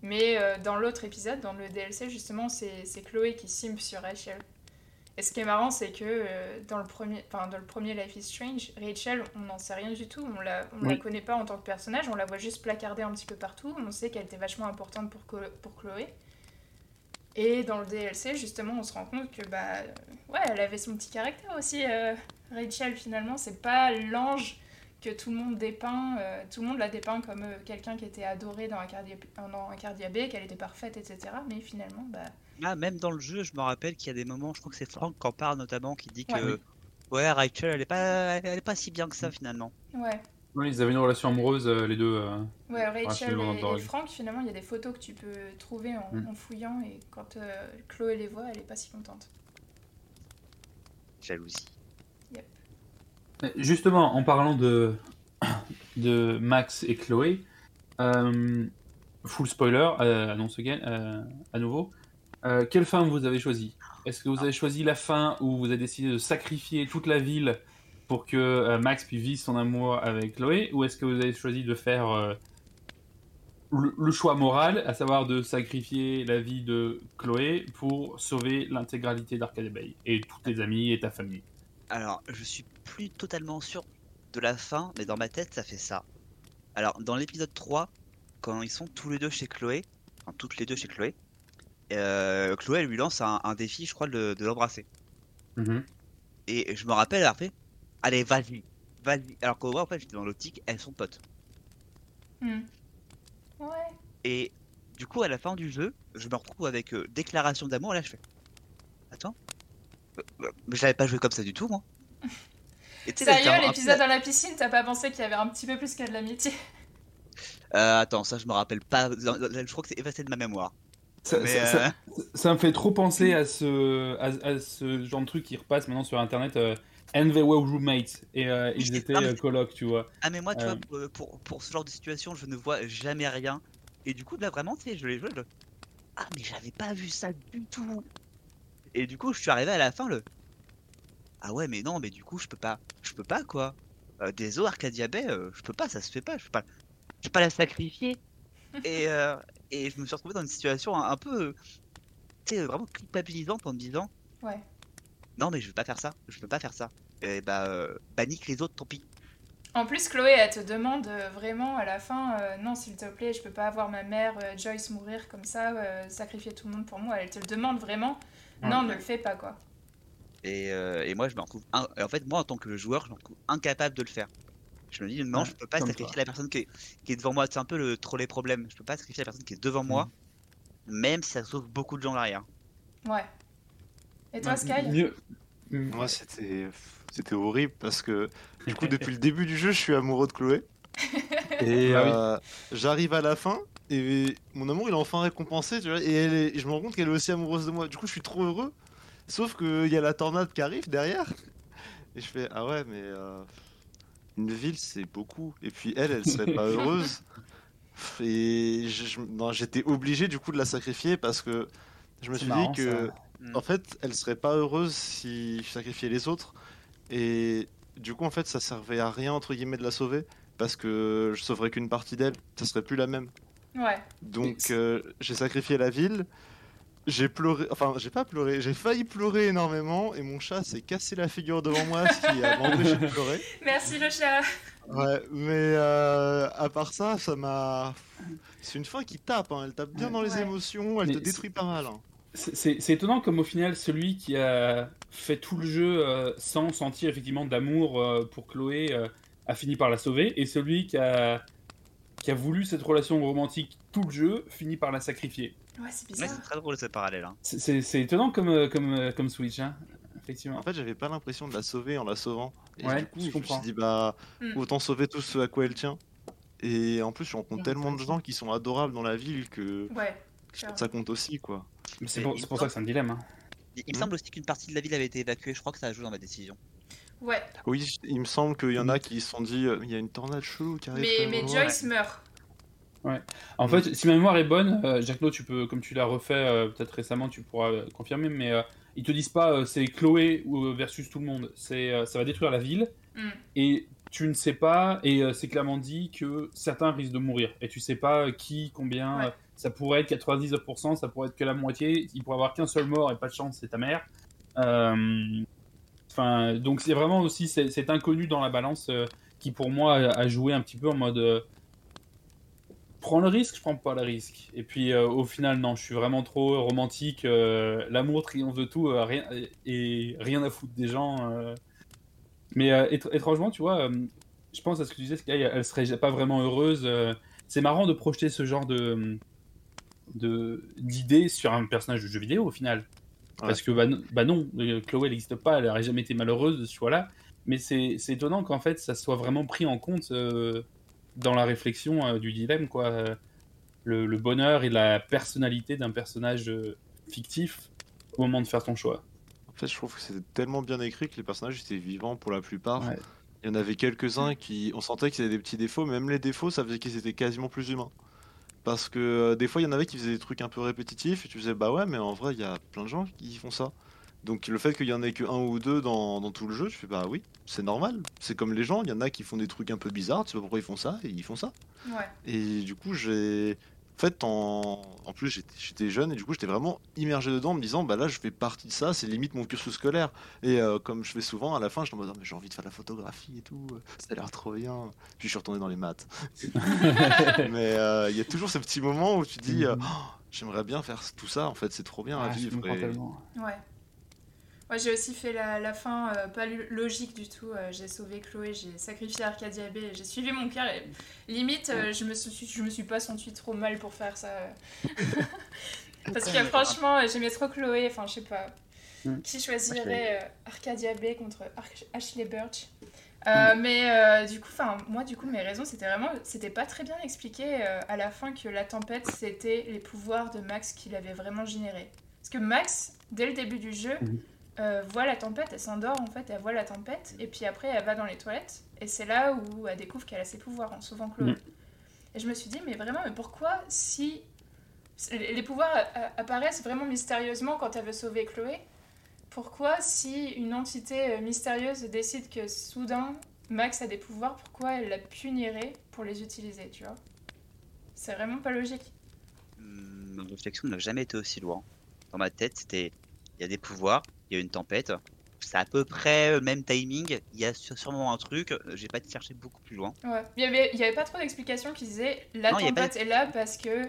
Mais dans l'autre épisode, dans le DLC, justement, c'est Chloé qui simp sur Rachel. Et ce qui est marrant, c'est que dans le premier Life is Strange, Rachel, on n'en sait rien du tout. On la connaît pas en tant que personnage, on la voit juste placardée un petit peu partout. On sait qu'elle était vachement importante pour Chloé. Et dans le DLC, justement, on se rend compte que elle avait son petit caractère aussi. Rachel, finalement, c'est pas l'ange que tout le monde dépeint. Tout le monde la dépeint comme quelqu'un qui était adoré dans Arcadia Bay, qu'elle était parfaite, etc. Mais finalement, même dans le jeu, je me rappelle qu'il y a des moments, je crois que c'est Franck qui en parle notamment, qui dit que Rachel, elle est pas si bien que ça finalement. Ouais. Oui, ils avaient une relation amoureuse, les deux. Rachel et Franck, finalement, il y a des photos que tu peux trouver en fouillant, et quand Chloé les voit, elle est pas si contente. Jalousie. Yep. Justement, en parlant de Max et Chloé, full spoiler, annonce again, à nouveau, quelle fin vous avez choisi ? Est-ce que vous avez choisi la fin où vous avez décidé de sacrifier toute la ville pour que Max puisse vivre son amour avec Chloé, ou est-ce que vous avez choisi de faire le choix moral, à savoir de sacrifier la vie de Chloé pour sauver l'intégralité d'Arcadia Bay et tous tes amis et ta famille ? Alors, je suis plus totalement sûr de la fin, mais dans ma tête, ça fait ça. Alors, dans l'épisode 3, quand ils sont tous les deux chez Chloé, enfin toutes les deux chez Chloé, Chloé, elle lui lance un défi, je crois, de l'embrasser. Mm-hmm. Et je me rappelle, elle a fait « Allez, vas-y. Alors qu'au moins, en fait, j'étais dans l'optique, elles sont potes. Ouais. Et du coup, à la fin du jeu, je me retrouve avec déclaration d'amour, et là, je fais « Attends, mais j'avais pas joué comme ça du tout, moi. » Sérieux, l'épisode dans la piscine, t'as pas pensé qu'il y avait un petit peu plus que de l'amitié ? Attends, ça, je me rappelle pas. Je crois que c'est effacé de ma mémoire. Ça me fait trop penser à ce genre de truc qui repasse maintenant sur internet. And they were roommates. Et ils étaient colocs, tu vois. Ah, mais moi, tu vois, pour ce genre de situation, je ne vois jamais rien. Et du coup, là, vraiment, tu sais, je l'ai joué. Ah, mais j'avais pas vu ça du tout. Et du coup, je suis arrivé à la fin, Ah ouais, mais non, mais du coup, je peux pas quoi. Désolé, Arcadia Bay, je peux pas, ça se fait pas. Je vais pas la sacrifier. Et je me suis retrouvé dans une situation un peu, tu sais, vraiment culpabilisante en me disant, non, mais je peux pas faire ça. Et nique les autres, tant pis. En plus, Chloé, elle te demande vraiment à la fin, non, s'il te plaît, je peux pas avoir ma mère Joyce mourir comme ça, sacrifier tout le monde pour moi. Elle te le demande vraiment. Non, ne le fais pas, quoi. Et moi, je me retrouve, en fait, moi, en tant que joueur, je me retrouve incapable de le faire. Je me dis, non, je peux pas sacrifier la personne qui est devant moi. C'est un peu le troller problème. Je peux pas sacrifier la personne qui est devant moi, même si ça sauve beaucoup de gens derrière. Ouais. Et toi, Sky ? Moi, c'était horrible parce que, du coup, depuis le début du jeu, je suis amoureux de Chloé. Et j'arrive à la fin, et mon amour, il est enfin récompensé, tu vois. Et je me rends compte qu'elle est aussi amoureuse de moi. Du coup, je suis trop heureux. Sauf qu'il y a la tornade qui arrive derrière. Et je fais, ah ouais, mais une ville, c'est beaucoup. Et puis elle serait pas heureuse. Et j'étais obligé du coup de la sacrifier parce que je me suis dit que, en fait, elle serait pas heureuse si je sacrifiais les autres. Et du coup, en fait, ça servait à rien, entre guillemets, de la sauver. Parce que je sauverais qu'une partie d'elle, ça serait plus la même. Ouais. Donc, j'ai sacrifié la ville. J'ai pleuré, enfin j'ai pas pleuré, j'ai failli pleurer énormément et mon chat s'est cassé la figure devant moi, ce qui m'a empêché de pleurer. Merci le chat. Ouais, mais à part ça, c'est une fin qui tape, hein. Elle tape bien dans les émotions, elle te détruit pas mal. Hein. C'est étonnant comme au final celui qui a fait tout le jeu sans sentir effectivement d'amour pour Chloé a fini par la sauver, et celui qui a voulu cette relation romantique tout le jeu finit par la sacrifier. Ouais, c'est bizarre. Ouais, c'est très drôle ce parallèle. Hein. C'est étonnant comme switch, hein, effectivement. En fait, j'avais pas l'impression de la sauver en la sauvant. Et ouais, du coup, je me suis dit, autant sauver tout ce à quoi elle tient. Et en plus, je rencontre tellement de gens qui sont adorables dans la ville que ça compte aussi, quoi. C'est pour ça que c'est un dilemme. Hein. Il me semble aussi qu'une partie de la ville avait été évacuée. Je crois que ça a joué dans ma décision. Ouais. Oui, il me semble qu'il y en a qui se sont dit, il y a une tornade chelou qui arrive. Mais Joyce meurt. Ouais. En fait, si ma mémoire est bonne, Jacques-No, tu peux, comme tu l'as refait peut-être récemment, tu pourras confirmer, mais ils te disent pas c'est Chloé versus tout le monde. Ça va détruire la ville, et tu ne sais pas, et c'est clairement dit que certains risquent de mourir, et tu sais pas qui, combien. ça pourrait être 99%, ça pourrait être que la moitié, il pourrait avoir qu'un seul mort et pas de chance, c'est ta mère. Donc c'est vraiment aussi cet inconnu dans la balance qui pour moi a joué un petit peu en mode prends le risque, je prends pas le risque. Et puis au final, non, je suis vraiment trop romantique. L'amour triomphe de tout, rien à foutre des gens. Mais étrangement, tu vois, je pense à ce que tu disais, Sky, elle serait pas vraiment heureuse. C'est marrant de projeter ce genre d'idées sur un personnage de jeu vidéo au final. Ouais. Parce que non, Chloé elle n'existe pas, elle n'aurait jamais été malheureuse de ce choix-là. Mais c'est étonnant qu'en fait ça soit vraiment pris en compte dans la réflexion du dilemme, quoi. Le bonheur et la personnalité d'un personnage fictif au moment de faire ton choix. En fait, je trouve que c'était tellement bien écrit que les personnages étaient vivants pour la plupart. Ouais. Il y en avait quelques-uns qui, on sentait qu'ils avaient des petits défauts, mais même les défauts, ça faisait qu'ils étaient quasiment plus humains. Parce que des fois, il y en avait qui faisaient des trucs un peu répétitifs, et tu faisais, bah ouais, mais en vrai, il y a plein de gens qui font ça. Donc le fait qu'il y en ait que un ou deux dans tout le jeu, tu fais, bah oui, c'est normal. C'est comme les gens, il y en a qui font des trucs un peu bizarres, tu sais pas pourquoi ils font ça, et ils font ça. Ouais. Et du coup, En fait, en plus, j'étais jeune et du coup, j'étais vraiment immergé dedans en me disant, bah là, je fais partie de ça, c'est limite mon cursus scolaire. Et comme je fais souvent, à la fin, je me dis, mais j'ai envie de faire de la photographie et tout, ça a l'air trop bien. Puis je suis retourné dans les maths. Mais il y a toujours ce petit moment où tu dis, j'aimerais bien faire tout ça, en fait, c'est trop bien à vivre. Ouais. Moi, j'ai aussi fait la fin pas logique du tout. J'ai sauvé Chloé, j'ai sacrifié Arcadia B, j'ai suivi mon cœur. Et limite, je me suis pas sentie trop mal pour faire ça. Parce que franchement, j'aimais trop Chloé. Enfin, je sais pas. Qui choisirait Arcadia B contre Ashley Birch mais du coup, mes raisons, c'était pas très bien expliqué à la fin que la tempête, c'était les pouvoirs de Max qu'il avait vraiment générés. Parce que Max, dès le début du jeu, voit la tempête, elle s'endort en fait, elle voit la tempête, et puis après elle va dans les toilettes, et c'est là où elle découvre qu'elle a ses pouvoirs en sauvant Chloé. Et je me suis dit, mais pourquoi si les pouvoirs apparaissent vraiment mystérieusement quand elle veut sauver Chloé, pourquoi si une entité mystérieuse décide que soudain Max a des pouvoirs, pourquoi elle la punirait pour les utiliser, tu vois? C'est vraiment pas logique. Ma réflexion n'a jamais été aussi loin. Dans ma tête, c'était, il y a des pouvoirs, il y a une tempête, c'est à peu près le même timing, il y a sûrement un truc, j'ai pas cherché beaucoup plus loin. Ouais, il y avait pas trop d'explications qui disaient la tempête est là parce que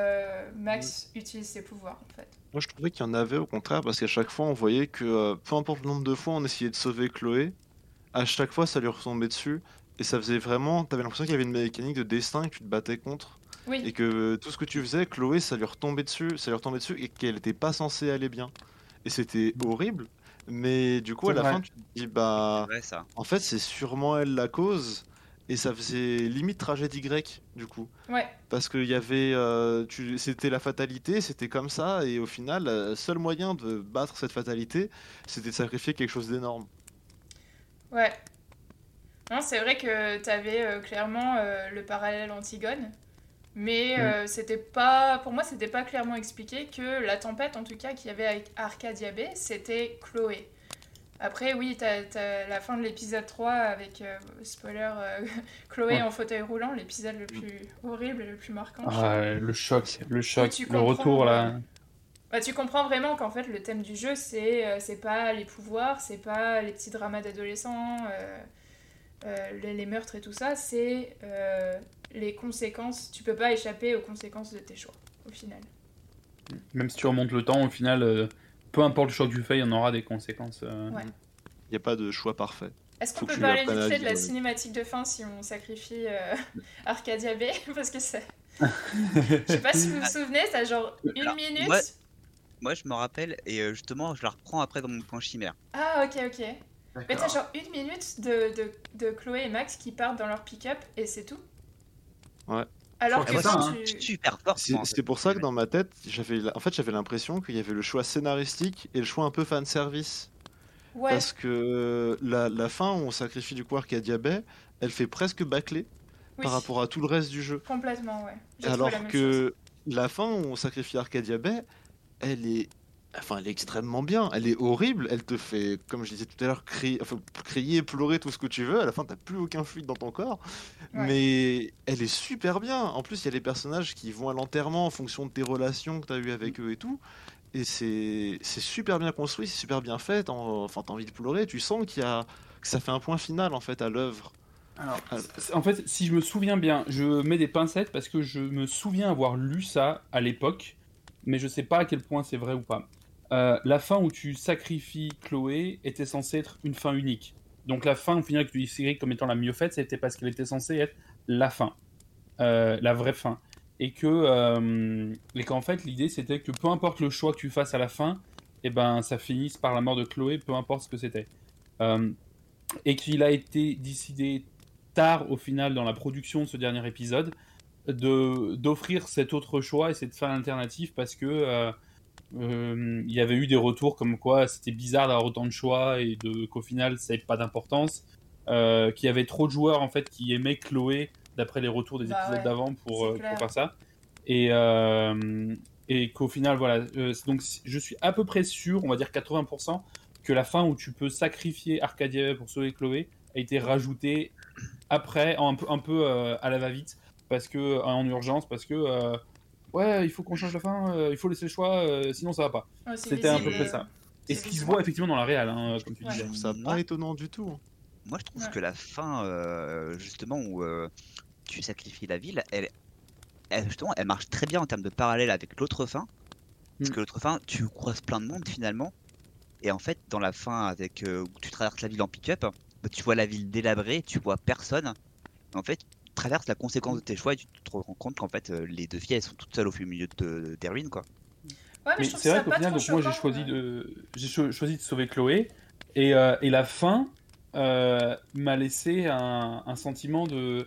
Max utilise ses pouvoirs en fait. Moi je trouvais qu'il y en avait au contraire parce qu'à chaque fois on voyait que peu importe le nombre de fois on essayait de sauver Chloé, à chaque fois ça lui retombait dessus et ça faisait vraiment, t'avais l'impression qu'il y avait une mécanique de destin que tu te battais contre. Oui. Et que tout ce que tu faisais, Chloé ça lui retombait dessus et qu'elle était pas censée aller bien. Et c'était horrible. Mais du coup, à la fin, tu te dis, bah, en fait, c'est sûrement elle la cause. Et ça faisait limite tragédie grecque, du coup. Ouais. Parce qu'il y avait. C'était la fatalité, c'était comme ça. Et au final, le seul moyen de battre cette fatalité, c'était de sacrifier quelque chose d'énorme. Ouais. Non, c'est vrai que t'avais clairement le parallèle Antigone. Mais c'était pas, pour moi, c'était pas clairement expliqué que la tempête, en tout cas, qu'il y avait avec Arcadia B, c'était Chloé. Après, oui, t'as la fin de l'épisode 3 avec, spoiler, Chloé en fauteuil roulant, l'épisode le plus horrible et le plus marquant. Le choc, le retour là. Bah, tu comprends vraiment qu'en fait, le thème du jeu, c'est pas les pouvoirs, c'est pas les petits dramas d'adolescents, les meurtres et tout ça, c'est les conséquences. Tu peux pas échapper aux conséquences de tes choix, au final. Même si tu remontes le temps, au final, peu importe le choix que tu fais, il y en aura des conséquences. Ouais. Il n'y a pas de choix parfait. Est-ce qu'on peut parler vite fait de la cinématique de fin si on sacrifie Arcadia B? Parce que c'est... Je sais pas si vous vous souvenez, ça genre une minute. Moi, je me rappelle, et justement, je la reprends après dans mon point chimère. Ah, ok. Mais t'as genre une minute de Chloé et Max qui partent dans leur pick-up et c'est tout. Ouais. Alors que super fort. C'est pour ça que dans ma tête, j'avais l'impression qu'il y avait le choix scénaristique et le choix un peu fanservice. Ouais. Parce que la fin où on sacrifie du coup Arcadia Bay, elle fait presque bâclée par rapport à tout le reste du jeu. Complètement, ouais. Alors que la fin où on sacrifie Arcadia Bay, elle est Enfin, elle est extrêmement bien. Elle est horrible. Elle te fait, comme je disais tout à l'heure, crier, pleurer, tout ce que tu veux. À la fin, t'as plus aucun fluide dans ton corps. Ouais. Mais elle est super bien. En plus, il y a les personnages qui vont à l'enterrement en fonction de tes relations que t'as eues avec eux et tout. Et c'est super bien construit, c'est super bien fait. Enfin, t'as envie de pleurer. Tu sens que ça fait un point final en fait à l'œuvre. Alors, Ah, en fait, si je me souviens bien, je mets des pincettes parce que je me souviens avoir lu ça à l'époque, mais je sais pas à quel point c'est vrai ou pas. La fin où tu sacrifies Chloé était censée être une fin unique. Donc la fin au final que tu décrivais comme étant la mieux faite, c'était parce qu'elle était censée être la fin, la vraie fin. Et qu'en fait l'idée c'était que peu importe le choix que tu fasses à la fin, et ben ça finisse par la mort de Chloé, peu importe ce que c'était. Euh, et qu'il a été décidé tard au final dans la production de ce dernier épisode d'offrir cet autre choix et cette fin alternative parce que il y avait eu des retours comme quoi c'était bizarre d'avoir autant de choix et qu'au final ça n'avait pas d'importance, qu'il y avait trop de joueurs en fait qui aimaient Chloé d'après les retours des épisodes d'avant pour faire ça et qu'au final voilà, donc je suis à peu près sûr, on va dire 80%, que la fin où tu peux sacrifier Arcadia pour sauver Chloé a été rajoutée après un peu à la va-vite parce que en urgence parce que ouais, il faut qu'on change la fin, il faut laisser le choix, sinon ça va pas. Ouais, C'était à peu près ça. Et ce qui se voit effectivement dans la réal, hein, comme tu Ouais. disais. Je trouve ça pas étonnant du tout. Moi, je trouve que la fin, justement, où tu sacrifies la ville, justement, elle marche très bien en termes de parallèle avec l'autre fin. Parce que l'autre fin, tu croises plein de monde finalement. Et en fait, dans la fin, où tu traverses la ville en pick-up, bah, tu vois la ville délabrée, tu vois personne. Et en fait, tu traverses la conséquence de tes choix et tu te rends compte qu'en fait, les deux filles, elles sont toutes seules au milieu des ruines, quoi. Ouais, mais c'est vrai qu'au final, donc moi j'ai choisi de sauver Chloé et la fin m'a laissé un sentiment de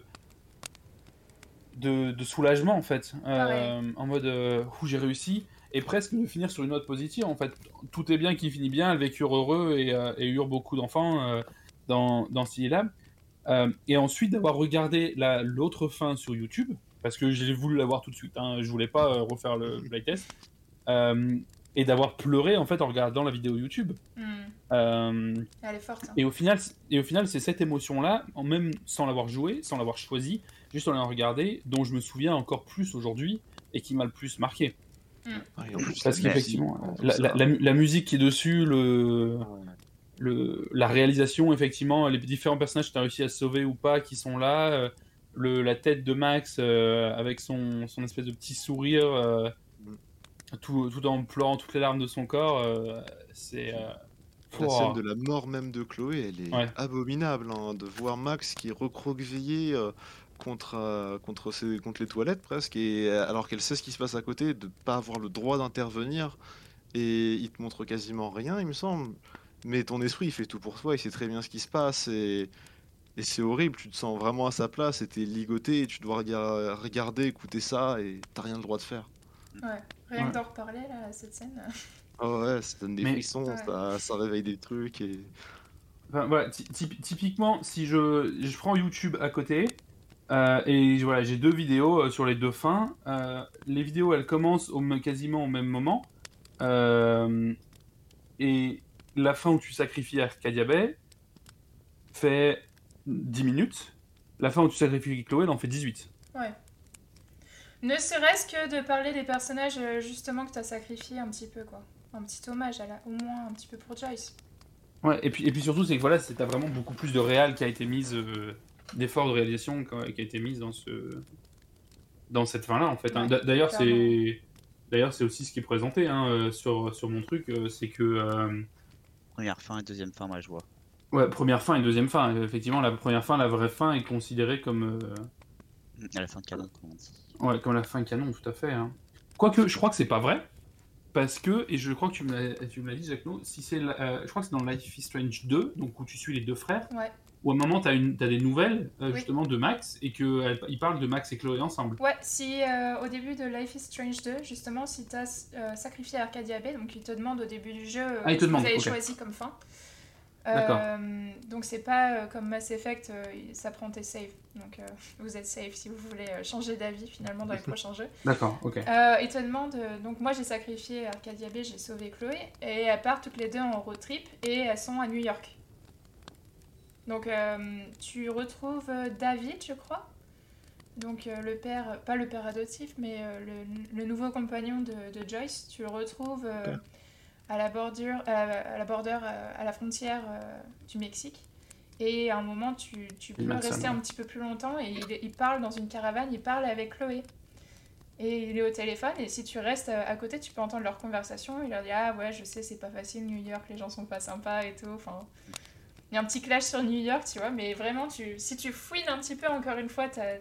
soulagement en fait, en mode j'ai réussi et presque de finir sur une note positive en fait. Tout est bien qui finit bien, elles vécurent heureux et eurent beaucoup d'enfants dans Silly et ensuite d'avoir regardé l'autre fin sur YouTube parce que j'ai voulu la voir tout de suite, hein, je voulais pas refaire le playtest. Et d'avoir pleuré en fait en regardant la vidéo YouTube. Elle est forte. Hein. Et au final, c'est cette émotion-là, même sans l'avoir joué, sans l'avoir choisi, juste en la regardé, dont je me souviens encore plus aujourd'hui et qui m'a le plus marqué. Parce qu'effectivement, la musique qui est dessus, la réalisation, effectivement, les différents personnages que tu as réussi à sauver ou pas qui sont là, la tête de Max avec son espèce de petit sourire. Tout en pleurant toutes les larmes de son corps, c'est... La scène de la mort même de Chloé, elle est abominable, hein, de voir Max qui est recroquevillé contre les toilettes presque, et alors qu'elle sait ce qui se passe à côté, de pas avoir le droit d'intervenir, et il te montre quasiment rien, il me semble. Mais ton esprit, il fait tout pour toi, il sait très bien ce qui se passe, et c'est horrible, tu te sens vraiment à sa place, et t'es ligoté, et tu dois regarder, écouter ça, et t'as rien le droit de faire. Ouais, rien que d'en reparler là, cette scène. Oh ouais, ça donne des frissons, ça réveille des trucs et... Enfin, voilà, typiquement, si je prends YouTube à côté, et voilà, j'ai deux vidéos sur les deux fins. Les vidéos, elles commencent quasiment au même moment. Et la fin où tu sacrifies Arcadia Bay fait 10 minutes. La fin où tu sacrifies Chloé, elle en fait 18. Ouais. Ne serait-ce que de parler des personnages justement que tu as sacrifiés un petit peu, quoi. Un petit hommage, au moins un petit peu pour Joyce. Ouais, et puis surtout, c'est que voilà, t'as vraiment beaucoup plus de réal qui a été mise, d'efforts de réalisation qui a été mise dans cette fin-là, en fait. Hein. D'ailleurs, c'est aussi ce qui est présenté hein, sur mon truc, c'est que... Première fin et deuxième fin, moi je vois. Ouais, première fin et deuxième fin. Effectivement, la première fin, la vraie fin, est considérée comme... À la fin de canon, comme on dit. Ouais, comme la fin canon, tout à fait. Hein. Quoique, je crois que c'est pas vrai. Parce que, et je crois que tu me l'as dit, Jacques-No, si je crois que c'est dans Life is Strange 2, donc où tu suis les deux frères, où à un moment t'as des nouvelles justement de Max, et qu'ils parlent de Max et Chloé ensemble. Ouais, si au début de Life is Strange 2, justement, si t'as sacrifié Arcadia Bay, donc il te demande au début du jeu ce que vous avez choisi comme fin, D'accord. Donc c'est pas comme Mass Effect, ça prend tes saves. Donc vous êtes safe si vous voulez changer d'avis finalement dans les prochains jeux. D'accord, ok. Il te demande, donc moi j'ai sacrifié Arcadia Bay, j'ai sauvé Chloé, et elles partent toutes les deux en road trip et elles sont à New York. Donc tu retrouves David, je crois. Donc le père, pas le père adoptif, mais le nouveau compagnon de Joyce, tu le retrouves à la bordure, à la frontière du Mexique. Et à un moment, tu peux rester un petit peu plus longtemps et il parle dans une caravane, il parle avec Chloé. Et il est au téléphone et si tu restes à côté, tu peux entendre leur conversation. Il leur dit « Ah ouais, je sais, c'est pas facile New York, les gens sont pas sympas et tout. » Enfin, il y a un petit clash sur New York, tu vois, mais vraiment, si tu fouines un petit peu, encore une fois, t'as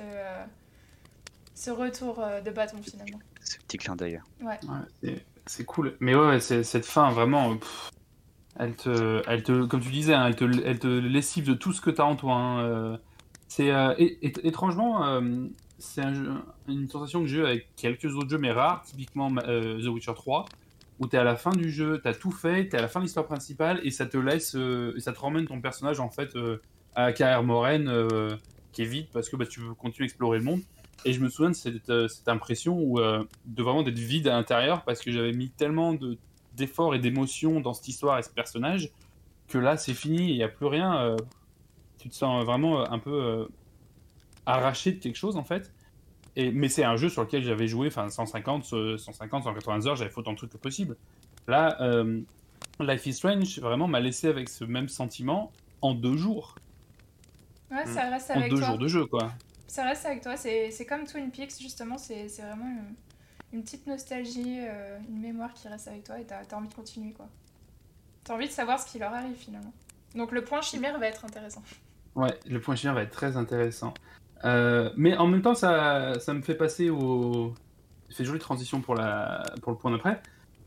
ce retour de bâton, finalement. Ce petit clin d'œil. Ouais. C'est cool. Mais ouais, cette fin, vraiment, elle te, comme tu disais, hein, elle te lessive de tout ce que t'as en toi. Hein. Étrangement, c'est une sensation que j'ai eue avec quelques autres jeux, mais rares, typiquement The Witcher 3. Où t'es à la fin du jeu, t'as tout fait, t'es à la fin de l'histoire principale et ça te laisse, ça te ramène ton personnage en fait à Kaer Morhen qui est vide parce que tu veux continuer à explorer le monde. Et je me souviens de cette impression de vraiment d'être vide à l'intérieur parce que j'avais mis tellement d'efforts et d'émotions dans cette histoire et ce personnage que là c'est fini, il n'y a plus rien. Tu te sens vraiment un peu arraché de quelque chose en fait. Mais c'est un jeu sur lequel j'avais joué 150, 180 heures, j'avais fait autant de trucs que possible. Là, Life is Strange vraiment m'a laissé avec ce même sentiment en 2 jours. Ouais, ça reste avec toi. En 2 jours de jeu, quoi. Ça reste avec toi, c'est comme Twin Peaks, justement, c'est vraiment une petite nostalgie, une mémoire qui reste avec toi et t'as envie de continuer, quoi. T'as envie de savoir ce qui leur arrive, finalement. Donc le point chimère va être intéressant. Ouais, le point chimère va être très intéressant. Mais en même temps, ça me fait passer au... Ça fait jolie transition pour le point d'après.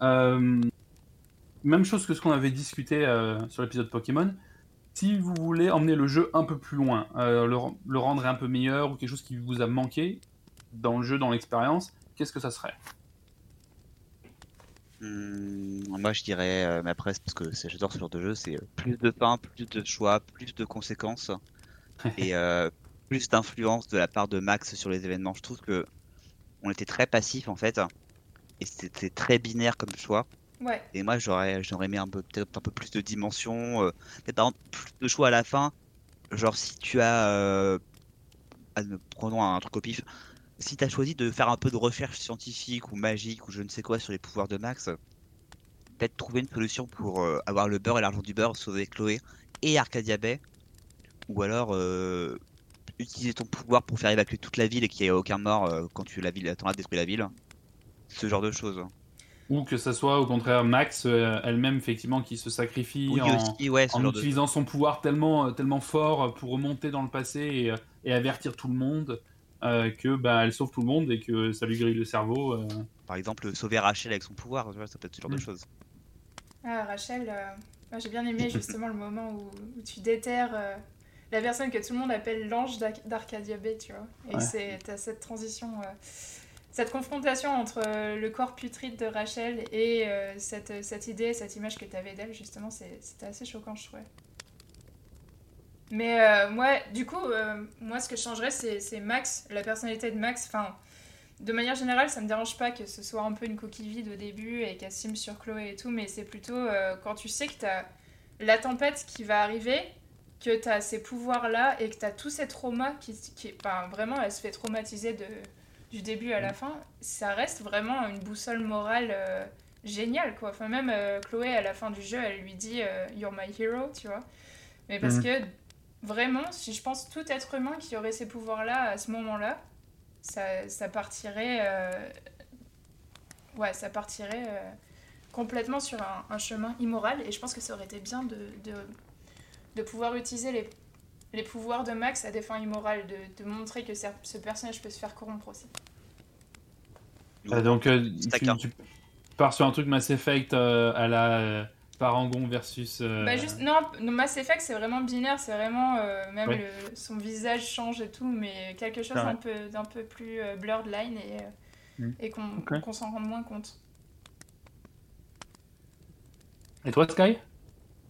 Même chose que ce qu'on avait discuté sur l'épisode Pokémon. Si vous voulez emmener le jeu un peu plus loin, le rendre un peu meilleur ou quelque chose qui vous a manqué dans le jeu, dans l'expérience, qu'est-ce que ça serait ? Moi je dirais, mais après c'est parce que j'adore ce genre de jeu, c'est plus de pain, plus de choix, plus de conséquences et plus d'influence de la part de Max sur les événements. Je trouve que on était très passif en fait et c'était très binaire comme choix. Ouais. Et moi j'aurais aimé peut-être un peu plus de dimension, peut-être par exemple plus de choix à la fin. Genre si tu as, prenons un truc au pif, si tu as choisi de faire un peu de recherche scientifique ou magique ou je ne sais quoi sur les pouvoirs de Max, peut-être trouver une solution pour avoir le beurre et l'argent du beurre, sauver Chloé et Arcadia Bay, ou alors utiliser ton pouvoir pour faire évacuer toute la ville et qu'il n'y ait aucun mort quand t'en as détruit la ville. Ce genre de choses. Ou que ça soit au contraire Max elle-même effectivement qui se sacrifie en utilisant son pouvoir tellement fort pour remonter dans le passé et avertir tout le monde que elle sauve tout le monde et que ça lui grille le cerveau. Par exemple sauver Rachel avec son pouvoir, tu vois, ça peut être ce genre de choses. Ah, Rachel, moi j'ai bien aimé justement le moment où tu déterres la personne que tout le monde appelle l'ange d'Arcadia Bay, tu vois. Et t'as cette transition... cette confrontation entre le corps putride de Rachel et cette idée, cette image que tu avais d'elle, justement, c'était assez choquant, je trouvais. Mais moi, du coup, moi, ce que je changerais, c'est Max, la personnalité de Max. Enfin, de manière générale, ça me dérange pas que ce soit un peu une coquille vide au début et qu'elle cime sur Chloé et tout, mais c'est plutôt quand tu sais que t'as la tempête qui va arriver, que t'as ces pouvoirs-là et que t'as tous ces traumas qui vraiment, elle se fait traumatiser du début à la fin, ça reste vraiment une boussole morale géniale, quoi. Enfin, même Chloé, à la fin du jeu, elle lui dit « You're my hero », tu vois. Mais parce que, vraiment, si je pense tout être humain qui aurait ces pouvoirs-là à ce moment-là, ça partirait... ça partirait complètement sur un chemin immoral. Et je pense que ça aurait été bien de pouvoir utiliser les pouvoirs de Max à des fins immorales, de montrer que ce personnage peut se faire corrompre aussi. Donc tu pars sur un truc Mass Effect à la Parangon versus... Non, Mass Effect c'est vraiment binaire, c'est vraiment son visage change et tout, mais quelque chose d'un peu plus blurred line et qu'on s'en rende moins compte. Et toi Sky ?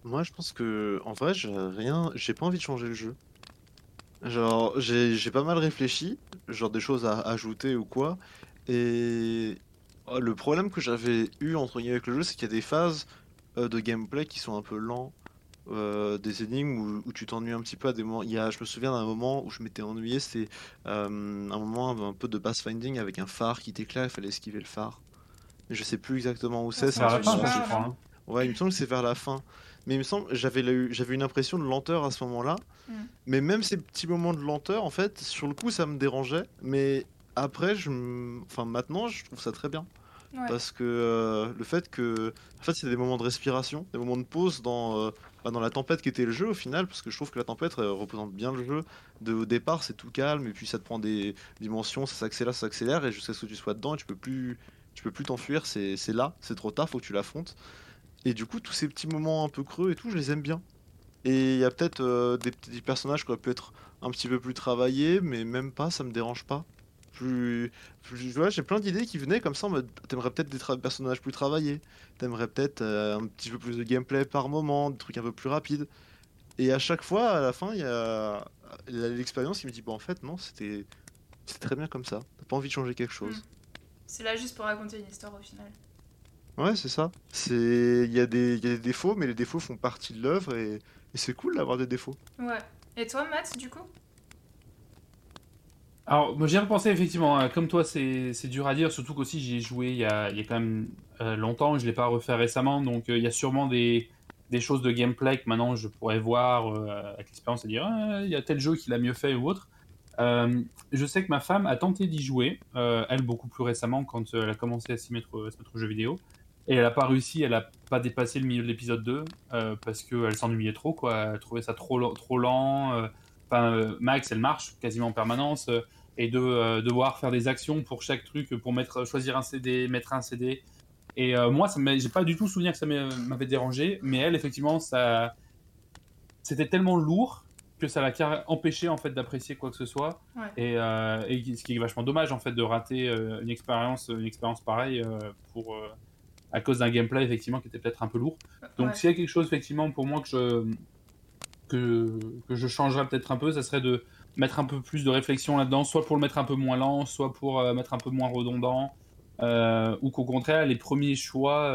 Moi, je pense que, en vrai, j'ai pas envie de changer le jeu. Genre, j'ai pas mal réfléchi, genre des choses à ajouter ou quoi. Et le problème que j'avais eu entre guillemets avec le jeu, c'est qu'il y a des phases de gameplay qui sont un peu lents, des énigmes où tu t'ennuies un petit peu à des moments. Je me souviens d'un moment où je m'étais ennuyé, c'était un moment un peu de pathfinding avec un phare qui t'éclaire, il fallait esquiver le phare. Mais je sais plus exactement où c'est, C'est Vers un la jeu fin, de ça, je chemin, crois. non? Hein. Ouais, il me semble que c'est vers la fin. Mais il me semble, j'avais une impression de lenteur à ce moment-là. Mm. Mais même ces petits moments de lenteur, en fait, sur le coup, ça me dérangeait. Mais après, enfin, maintenant, je trouve ça très bien. Ouais. Parce que le fait que, en fait, c'est des moments de respiration, des moments de pause dans la tempête qui était le jeu au final. Parce que je trouve que la tempête représente bien le jeu. Au départ, c'est tout calme, et puis ça te prend des dimensions, ça s'accélère, et jusqu'à ce que tu sois dedans, et tu peux plus t'enfuir. C'est là, c'est trop tard, faut que tu l'affrontes. Et du coup, tous ces petits moments un peu creux et tout, je les aime bien. Et il y a peut-être des petits personnages qui auraient pu être un petit peu plus travaillés, mais même pas, ça me dérange pas. Ouais, j'ai plein d'idées qui venaient comme ça en mode, t'aimerais peut-être des personnages plus travaillés, t'aimerais peut-être un petit peu plus de gameplay par moment, des trucs un peu plus rapides. Et à chaque fois, à la fin, il y a l'expérience qui me dit, bon, en fait, non, c'est très bien comme ça. T'as pas envie de changer quelque chose. C'est là juste pour raconter une histoire au final. Ouais, c'est ça. Il y a des défauts, mais les défauts font partie de l'œuvre et c'est cool d'avoir des défauts. Ouais. Et toi, Matt, du coup? Alors, moi, j'y ai repensé effectivement. Comme toi, c'est dur à dire, surtout qu'aussi j'y ai joué il y a quand même longtemps. Je l'ai pas refait récemment, donc il y a sûrement des choses de gameplay que maintenant je pourrais voir avec l'expérience et dire ah, il y a tel jeu qui l'a mieux fait ou autre. Je sais que ma femme a tenté d'y jouer, elle beaucoup plus récemment quand elle a commencé à se mettre aux jeux vidéo. Et elle a pas réussi, elle a pas dépassé le milieu de l'épisode 2 parce qu'elle s'ennuyait trop, quoi. Elle trouvait ça trop lent. Max, elle marche quasiment en permanence. Et devoir faire des actions pour chaque truc, pour choisir un CD, mettre un CD. Et moi, j'ai pas du tout souvenir que ça m'avait dérangé, mais elle, effectivement, c'était tellement lourd que ça l'a empêché en fait d'apprécier quoi que ce soit. Ouais. Et ce qui est vachement dommage en fait de rater une expérience pareille à cause d'un gameplay effectivement qui était peut-être un peu lourd. Donc Ouais. s'il y a quelque chose effectivement pour moi que je changerais peut-être un peu, ça serait de mettre un peu plus de réflexion là-dedans, soit pour le mettre un peu moins lent, soit pour mettre un peu moins redondant, ou qu'au contraire les premiers choix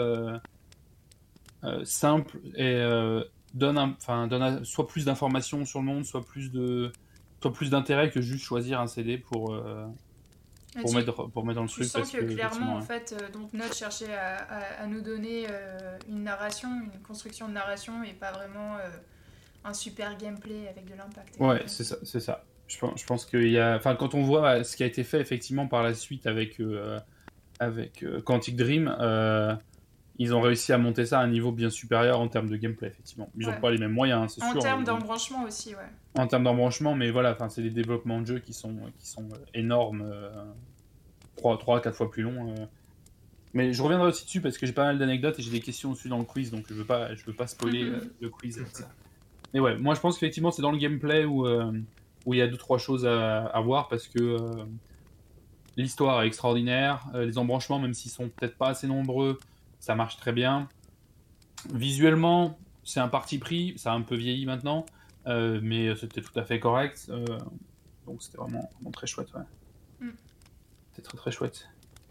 simples et donne soit plus d'informations sur le monde, soit plus d'intérêt que juste choisir un CD pour mettre dans le Tu truc. sens Parce que clairement, effectivement, en fait, donc Note cherchait à nous donner une narration, une construction de narration et pas vraiment un super gameplay avec de l'impact. ouais, c'est ça. Je pense qu'il y a, enfin, quand on voit ce qui a été fait effectivement par la suite avec Quantic Dream, ils ont réussi à monter ça à un niveau bien supérieur en termes de gameplay, effectivement. Ils n'ont Ouais. pas les mêmes moyens, hein, c'est En sûr. termes d'embranchement aussi, ouais. En termes d'embranchement, mais voilà, enfin, c'est des développements de jeux qui sont énormes, 3-4 fois plus longs. Mais je reviendrai aussi dessus parce que j'ai pas mal d'anecdotes et j'ai des questions aussi dans le quiz, donc je veux pas spoiler le quiz avec ça. Mais ouais, moi je pense qu'effectivement c'est dans le gameplay où il y a 2-3 choses à voir parce que l'histoire est extraordinaire, les embranchements, même s'ils sont peut-être pas assez nombreux, ça marche très bien. Visuellement, c'est un parti pris, ça a un peu vieilli maintenant, mais c'était tout à fait correct. Donc c'était vraiment très chouette, ouais. C'était très très chouette.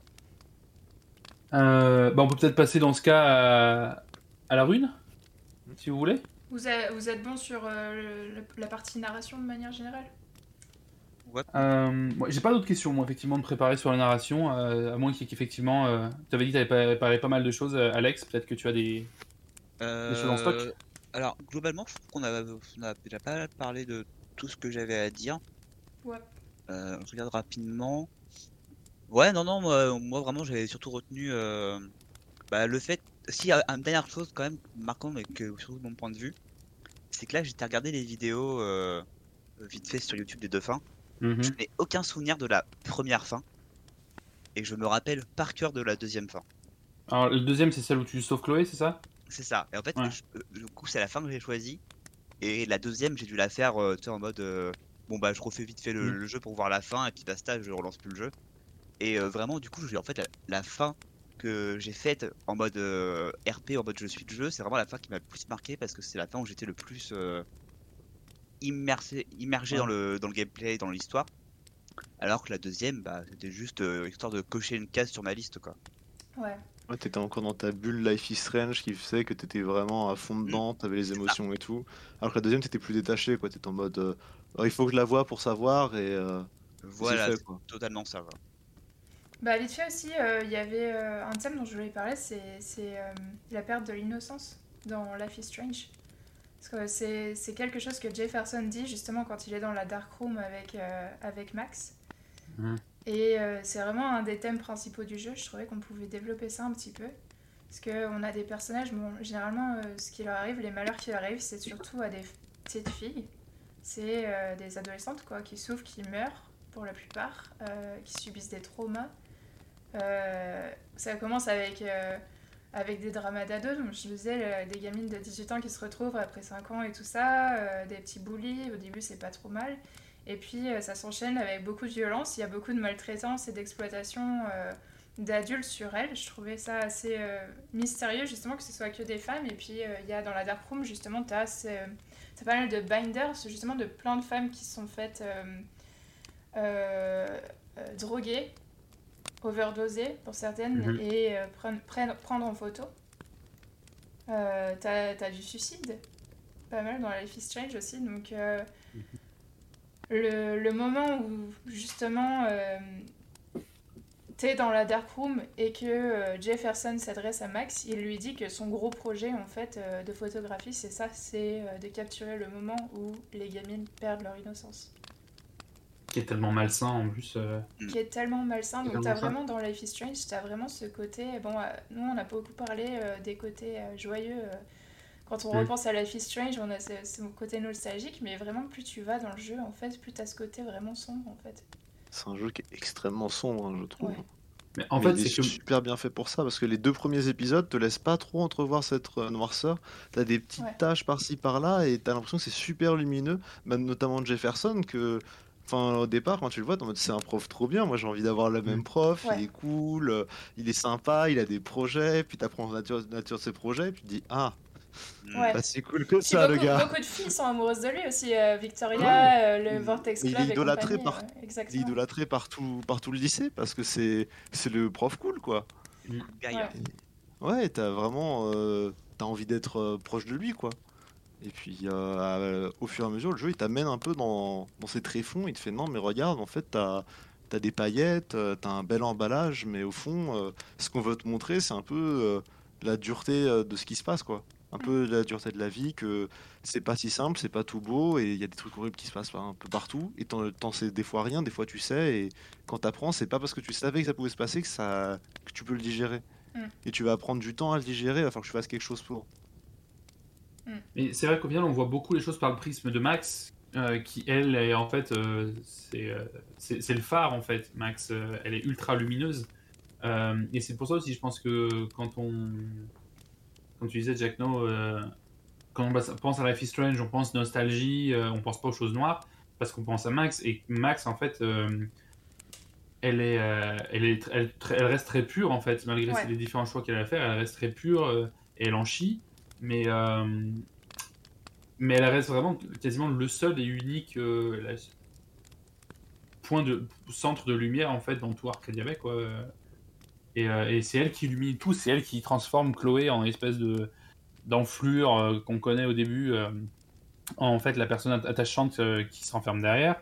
On peut peut-être passer dans ce cas à la rune, si vous voulez. Vous êtes bon sur la partie narration de manière générale? Ouais. J'ai pas d'autres questions, moi, effectivement, de préparer sur la narration, à moins qu'effectivement, tu avais dit que tu avais préparé pas mal de choses, Alex, peut-être que tu as des choses en stock. Alors, globalement, je trouve qu'on a déjà pas mal parlé de tout ce que j'avais à dire. Ouais. Je regarde rapidement. Ouais, non, moi vraiment, j'avais surtout retenu le fait. Si, une dernière chose quand même marquant, mais que surtout de mon point de vue, c'est que là, j'étais regardé les vidéos vite fait sur YouTube des deux fins. Je n'ai aucun souvenir de la première fin. Et je me rappelle par cœur de la deuxième fin. Alors, le deuxième, c'est celle où tu sauves Chloé, c'est ça? C'est ça. Et en fait, Ouais. du coup, c'est la fin que j'ai choisie. Et la deuxième, j'ai dû la faire tu sais, en mode je refais vite fait le jeu pour voir la fin. Et puis basta, je relance plus le jeu. Et vraiment, du coup, en fait, la fin que j'ai faite en mode RP, en mode je suis le jeu, c'est vraiment la fin qui m'a le plus marqué parce que c'est la fin où j'étais le plus immergé dans le gameplay, dans l'histoire. Alors que la deuxième, bah, c'était juste histoire de cocher une case sur ma liste, quoi. Ouais. Ouais, t'étais encore dans ta bulle Life is Strange qui faisait que t'étais vraiment à fond dedans, t'avais les émotions et tout. Alors que la deuxième, t'étais plus détaché, quoi. T'étais en mode il faut que je la voie pour savoir et Voilà, c'est fait, c'est quoi. totalement ça, quoi. Bah, vite fait aussi, il y avait un thème dont je voulais parler, c'est la perte de l'innocence dans Life is Strange. Parce que c'est quelque chose que Jefferson dit justement quand il est dans la dark room avec Max. Et c'est vraiment un des thèmes principaux du jeu. Je trouvais qu'on pouvait développer ça un petit peu. Parce qu'on a des personnages, bon, généralement, ce qui leur arrive, les malheurs qui leur arrivent, c'est surtout à des petites filles. C'est des adolescentes, quoi, qui souffrent, qui meurent, pour la plupart, qui subissent des traumas. Ça commence avec des dramas d'ados, donc je disais, des gamines de 18 ans qui se retrouvent après 5 ans et tout ça, des petits bullies, au début c'est pas trop mal. Et puis ça s'enchaîne avec beaucoup de violence, il y a beaucoup de maltraitance et d'exploitation d'adultes sur elles. Je trouvais ça assez mystérieux justement que ce soit que des femmes. Et puis il y a dans la Dark Room justement, t'as pas mal de binders, justement de plein de femmes qui se sont faites droguer, overdoser pour certaines, et prendre en photo. T'as du suicide, pas mal dans Life is Strange aussi, donc le moment où justement t'es dans la dark room et que Jefferson s'adresse à Max, il lui dit que son gros projet en fait de photographie, c'est ça, c'est de capturer le moment où les gamines perdent leur innocence. Qui est tellement malsain en plus. Qui est tellement malsain. Donc t'as vraiment dans Life is Strange, t'as vraiment ce côté. Bon, nous on a beaucoup parlé des côtés joyeux. Quand on repense à Life is Strange, on a ce côté nostalgique, mais vraiment plus tu vas dans le jeu, en fait, plus t'as ce côté vraiment sombre, en fait. C'est un jeu qui est extrêmement sombre, hein, je trouve. Ouais. Mais en fait, c'est super bien fait pour ça, parce que les 2 premiers épisodes te laissent pas trop entrevoir cette noirceur. T'as des petites taches par-ci par-là, et t'as l'impression que c'est super lumineux, même notamment Jefferson, que... Enfin, au départ, quand tu le vois, t'es en mode c'est un prof trop bien. Moi, j'ai envie d'avoir le même prof. Il est cool, il est sympa, il a des projets. Puis t'apprends la nature de ses projets. Puis tu te dis bah, c'est cool que ça, le gars. Beaucoup de filles sont amoureuses de lui aussi. Victoria, le Vortex Club. Il est idolâtré exactement. Il est idolâtré par tout le lycée parce que c'est le prof cool, quoi. Ouais, t'as vraiment t'as envie d'être proche de lui, quoi. Et puis au fur et à mesure, le jeu il t'amène un peu dans ses tréfonds. Il te fait non, mais regarde, en fait, t'as des paillettes, t'as un bel emballage, mais au fond, ce qu'on veut te montrer, c'est un peu la dureté de ce qui se passe, quoi. Un peu la dureté de la vie, que c'est pas si simple, c'est pas tout beau, et il y a des trucs horribles qui se passent un peu partout. Et t'en sais des fois rien, des fois tu sais, et quand t'apprends, c'est pas parce que tu savais que ça pouvait se passer que tu peux le digérer. Et tu vas prendre du temps à le digérer, il va falloir que tu fasses quelque chose pour. Mais c'est vrai qu'au final, on voit beaucoup les choses par le prisme de Max, qui elle est en fait, c'est le phare en fait. Max, elle est ultra lumineuse, et c'est pour ça aussi, je pense que quand tu disais Jack No, quand on pense à Life is Strange, on pense nostalgie, on pense pas aux choses noires, parce qu'on pense à Max, et Max en fait, elle reste très pure en fait, malgré les différents choix qu'elle a à faire, elle reste très pure, et elle en chie. Mais elle reste vraiment quasiment le seul et unique centre de lumière en fait dans tout Arcadia, quoi. Et c'est elle qui illumine tout, c'est elle qui transforme Chloé en espèce d'enflure qu'on connaît au début, en fait la personne attachante qui s'enferme derrière.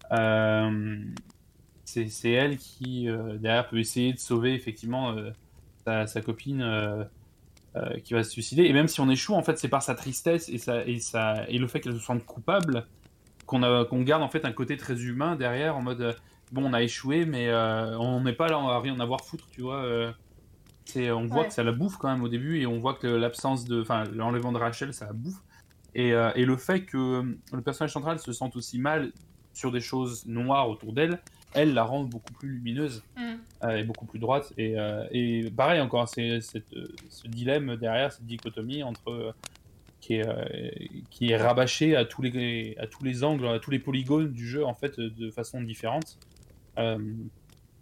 C'est elle qui derrière peut essayer de sauver effectivement sa copine. Qui va se suicider, et même si on échoue, en fait, c'est par sa tristesse et le fait qu'elle se sente coupable qu'on garde en fait un côté très humain derrière, en mode bon, on a échoué, mais on n'est pas là à rien en avoir foutre, tu vois. On voit que ça la bouffe quand même au début, et on voit que l'enlèvement de Rachel, ça la bouffe, et le fait que le personnage central se sente aussi mal sur des choses noires autour d'elle, elle la rend beaucoup plus lumineuse et beaucoup plus droite. Et pareil, encore, c'est ce dilemme derrière, cette dichotomie entre qui est rabâché à tous les angles, à tous les polygones du jeu, en fait, de façon différente.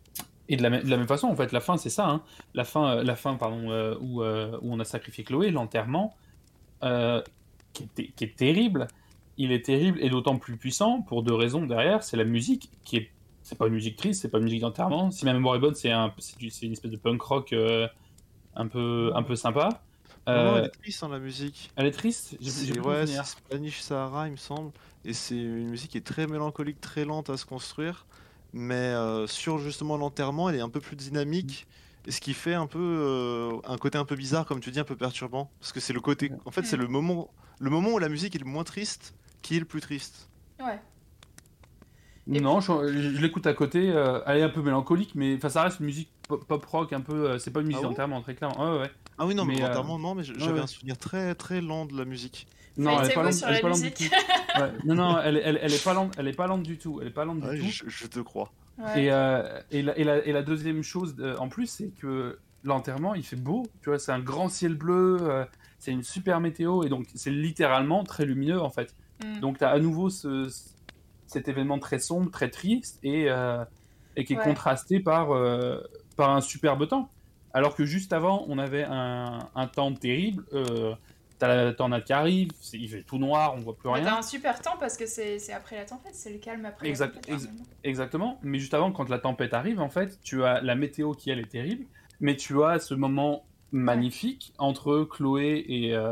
Et de la même façon, en fait, la fin, c'est ça. Hein. La fin, pardon, où on a sacrifié Chloé, l'enterrement, qui est terrible. Il est terrible et d'autant plus puissant pour 2 raisons derrière. C'est la musique c'est pas une musique triste, c'est pas une musique d'enterrement. Si ma mémoire est bonne, c'est une espèce de punk rock un peu sympa. Non, elle est triste, la musique. Elle est triste. C'est Spanish Sahara, il me semble, et c'est une musique qui est très mélancolique, très lente à se construire, mais sur justement l'enterrement, elle est un peu plus dynamique. Et ce qui fait un peu un côté un peu bizarre, comme tu dis, un peu perturbant, parce que c'est le côté, en fait, c'est le moment où la musique est le moins triste qui est le plus triste. Ouais. Non, je l'écoute à côté. Elle est un peu mélancolique, mais ça reste une musique pop rock un peu. C'est pas une musique d'enterrement, très clairement. Ouais. Ah oui, non, mais l'enterrement, non, mais j'avais un souvenir très très lent de la musique. Non, elle est pas lente du tout. Ouais. Non, elle est pas lente. Elle est pas lente du tout. Elle est pas lente du tout. Je te crois. Ouais. Et la deuxième chose en plus, c'est que l'enterrement, il fait beau. Tu vois, c'est un grand ciel bleu. C'est une super météo et donc c'est littéralement très lumineux en fait. Donc t'as à nouveau cet événement très sombre, très triste et qui est contrasté par un superbe temps. Alors que juste avant, on avait un temps terrible. T'as la tornade qui arrive, il fait tout noir, on voit plus rien. T'as un super temps parce que c'est après la tempête, c'est le calme après la tempête. Exactement, mais juste avant, quand la tempête arrive, en fait, tu as la météo qui, elle, est terrible, mais tu as ce moment magnifique entre Chloé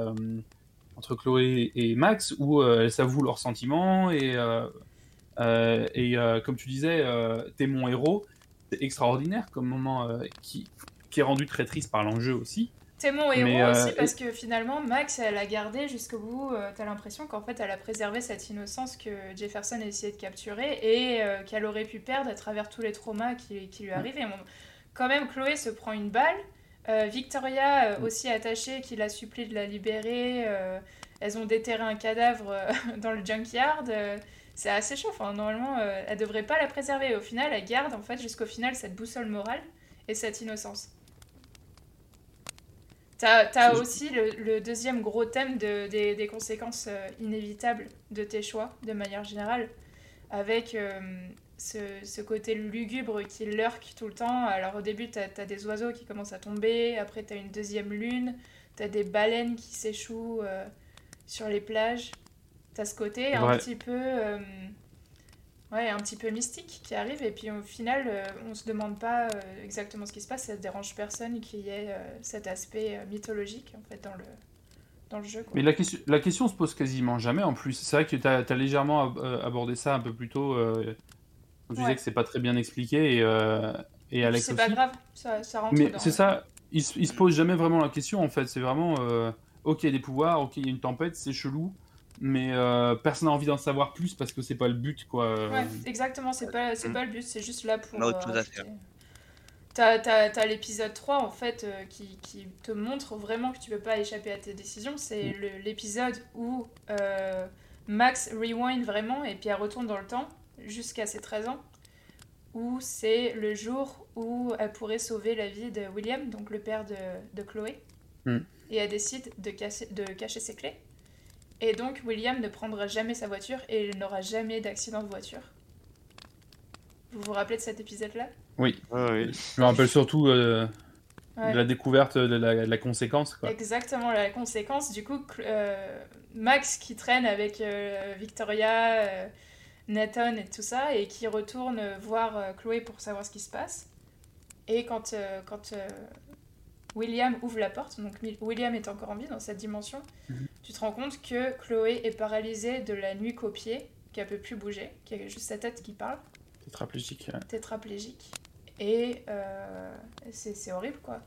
et Max où elles s'avouent leurs sentiments et comme tu disais, t'es mon héros. C'est extraordinaire comme moment qui est rendu très triste par l'enjeu aussi. T'es mon héros aussi parce que finalement Max elle a gardé jusqu'au bout, t'as l'impression qu'en fait elle a préservé cette innocence que Jefferson a essayé de capturer et qu'elle aurait pu perdre à travers tous les traumas qui lui arrivent. Et quand même Chloé se prend une balle, Victoria aussi attachée qui la supplie de la libérer, elles ont déterré un cadavre dans le junkyard, c'est assez chaud, enfin, normalement elle devrait pas la préserver, au final elle garde en fait jusqu'au final cette boussole morale et cette innocence. T'as aussi le deuxième gros thème des conséquences inévitables de tes choix, de manière générale, avec ce côté lugubre qui lurque tout le temps. Alors au début, t'as des oiseaux qui commencent à tomber, après t'as une deuxième lune, t'as des baleines qui s'échouent sur les plages. T'as ce côté un petit peu... un petit peu mystique qui arrive et puis au final on se demande pas exactement ce qui se passe, ça dérange personne qu'il y ait cet aspect mythologique en fait dans le jeu quoi. Mais la question se pose quasiment jamais en plus. C'est vrai que t'as légèrement abordé ça un peu plus tôt quand tu disais que c'est pas très bien expliqué et Alex c'est aussi. pas grave, ça rentre mais dans... c'est ça, il se pose jamais vraiment la question en fait, c'est vraiment ok, il y a des pouvoirs, ok, il y a une tempête, c'est chelou. Mais personne n'a envie d'en savoir plus parce que c'est pas le but quoi. Ouais, exactement, c'est pas le but, c'est juste là pour... autre chose à faire. T'as l'épisode 3 en fait qui te montre vraiment que tu peux pas échapper à tes décisions. C'est l'épisode où Max rewind vraiment et puis elle retourne dans le temps jusqu'à ses 13 ans. Où c'est le jour où elle pourrait sauver la vie de William, donc le père de Chloé. Et elle décide de cacher ses clés. Et donc William ne prendra jamais sa voiture et il n'aura jamais d'accident de voiture. Vous vous rappelez de cet épisode-là ? Oui. Oui. Je me rappelle surtout de la découverte de la conséquence. Quoi. Exactement, la conséquence. Du coup, Max qui traîne avec Victoria, Nathan et tout ça, et qui retourne voir Chloé pour savoir ce qui se passe. Et quand William ouvre la porte, donc William est encore en vie dans cette dimension, tu te rends compte que Chloé est paralysée de la nuque aux pieds, qu'elle peut plus bouger, qu'il y a juste sa tête qui parle. Tétraplégique. Ouais. Tétraplégique. Et c'est horrible, quoi.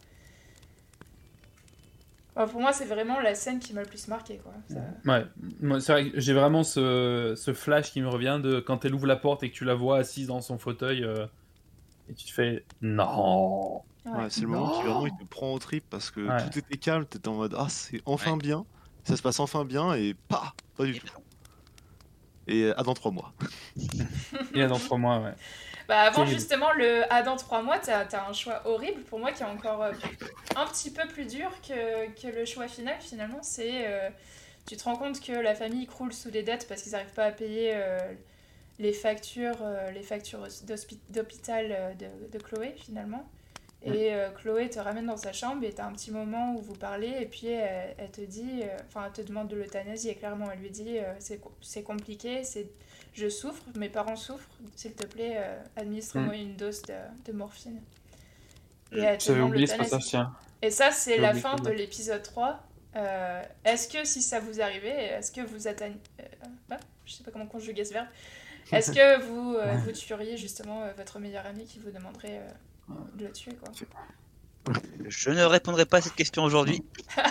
Enfin, pour moi, c'est vraiment la scène qui m'a le plus marqué, quoi. Ouais, moi, c'est vrai que j'ai vraiment ce flash qui me revient de quand elle ouvre la porte et que tu la vois assise dans son fauteuil et tu te fais non. Ouais, c'est le moment qui vraiment il te prend au trip parce que tout était calme, t'étais en mode c'est enfin bien, ça se passe enfin bien et pas du tout. Et dans 3 mois. Et dans 3 mois, ouais. Bah avant justement le dans 3 mois, t'as un choix horrible pour moi qui est encore un petit peu plus dur que le choix final finalement. C'est tu te rends compte que la famille croule sous des dettes parce qu'ils n'arrivent pas à payer les factures d'hôpital de Chloé finalement. Et Chloé te ramène dans sa chambre et t'as un petit moment où vous parlez et puis elle te dit, elle te demande de l'euthanasie et clairement elle lui dit c'est compliqué, je souffre, mes parents souffrent, s'il te plaît administre-moi une dose de morphine. Et elle te demande l'euthanasie. Et ça c'est la fin de l'épisode 3. Est-ce que si ça vous arrivait, est-ce que vous atteignez... je sais pas comment conjuguer ce verbe. Est-ce que vous tueriez justement votre meilleur ami qui vous demanderait de le tuer, quoi? Je ne répondrai pas à cette question aujourd'hui.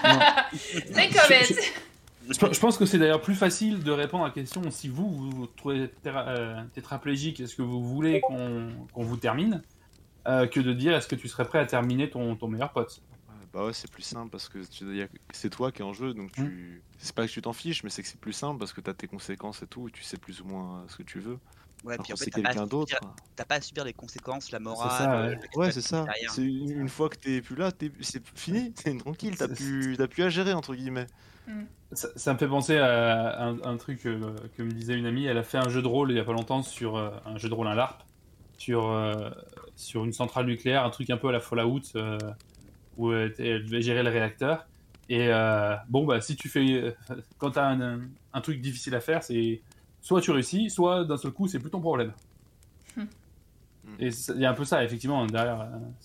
Je pense que c'est d'ailleurs plus facile de répondre à la question si vous trouvez tétraplégique, est-ce que vous voulez qu'on vous termine, que de dire est-ce que tu serais prêt à terminer ton meilleur pote. Bah ouais, c'est plus simple parce que c'est toi qui es en jeu, donc c'est pas que tu t'en fiches, mais c'est que c'est plus simple parce que t'as tes conséquences et tout, et tu sais plus ou moins ce que tu veux. Ouais, puis en fait, c'est quelqu'un d'autre. T'as pas à subir les conséquences, la morale. C'est ça. C'est une fois que t'es plus là, c'est fini, t'es tranquille, t'as plus à gérer entre guillemets. Ça me fait penser à un truc que me disait une amie. Elle a fait un jeu de rôle il y a pas longtemps sur un jeu de rôle, un LARP, sur une centrale nucléaire, un truc un peu à la Fallout. Où elle devait gérer le réacteur. Et si tu fais... quand t'as un truc difficile à faire, c'est soit tu réussis, soit d'un seul coup, c'est plus ton problème. Et il y a un peu ça, effectivement, derrière.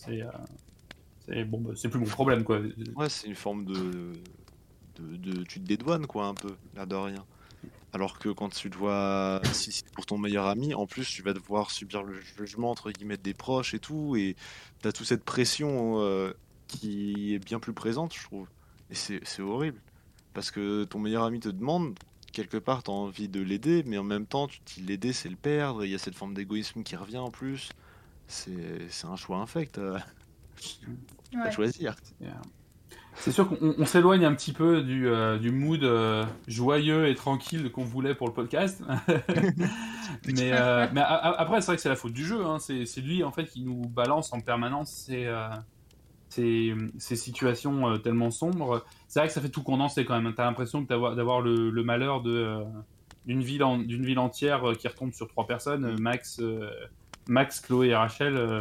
C'est plus mon problème, quoi. Ouais, c'est une forme de tu te dédouanes, quoi, un peu, l'air de rien. Alors que quand tu dois... Si c'est pour ton meilleur ami, en plus, tu vas devoir subir le jugement, entre guillemets, des proches et tout, et t'as toute cette pression... qui est bien plus présente, je trouve. Et c'est horrible. Parce que ton meilleur ami te demande, quelque part, t'as envie de l'aider, mais en même temps, tu te dis l'aider, c'est le perdre. Il y a cette forme d'égoïsme qui revient en plus. C'est un choix infect. À choisir. C'est sûr qu'on s'éloigne un petit peu du mood joyeux et tranquille qu'on voulait pour le podcast. mais après, c'est vrai que c'est la faute du jeu. Hein. C'est lui, en fait, qui nous balance en permanence ces situations tellement sombres. C'est vrai que ça fait tout condenser quand même. T'as l'impression d'avoir le malheur d'une ville entière qui retombe sur 3 personnes, Max, Chloé et Rachel.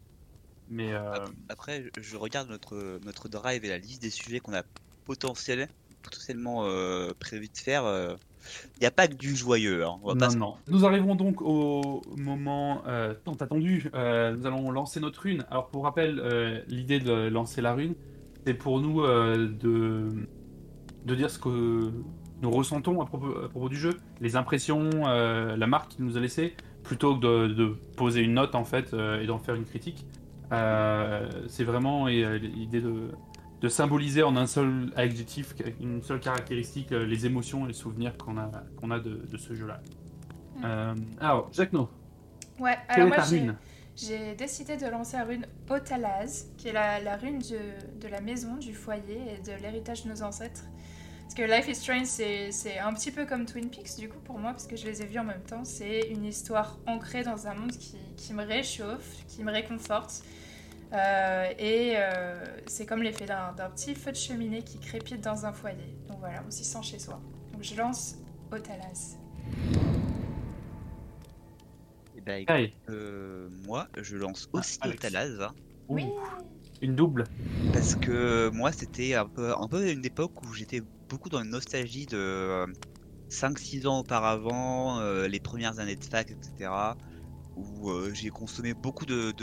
Après, je regarde notre drive et la liste des sujets qu'on a potentiellement prévu de faire. Il n'y a pas que du joyeux. Hein. Non. Nous arrivons donc au moment tant attendu. Nous allons lancer notre rune. Alors pour rappel, l'idée de lancer la rune, c'est pour nous de dire ce que nous ressentons à propos du jeu, les impressions, la marque qu'il nous a laissée, plutôt que de poser une note en fait et d'en faire une critique. C'est vraiment l'idée de symboliser en un seul adjectif, une seule caractéristique, les émotions et les souvenirs qu'on a de ce jeu-là. Alors, Jacno, ouais, quelle est ta rune? J'ai décidé de lancer la rune Otalaz, qui est la rune de la maison, du foyer et de l'héritage de nos ancêtres. Parce que Life is Strange, c'est un petit peu comme Twin Peaks, du coup, pour moi, parce que je les ai vus en même temps. C'est une histoire ancrée dans un monde qui me réchauffe, qui me réconforte. C'est comme l'effet d'un petit feu de cheminée qui crépite dans un foyer. Donc voilà, on s'y sent chez soi. Donc je lance Otalaz. Moi, je lance aussi Otalaz. Hein. Oui. Une double. Parce que moi, c'était un peu une époque où j'étais beaucoup dans une nostalgie de 5-6 ans auparavant, les premières années de fac, etc. Où j'ai consommé beaucoup de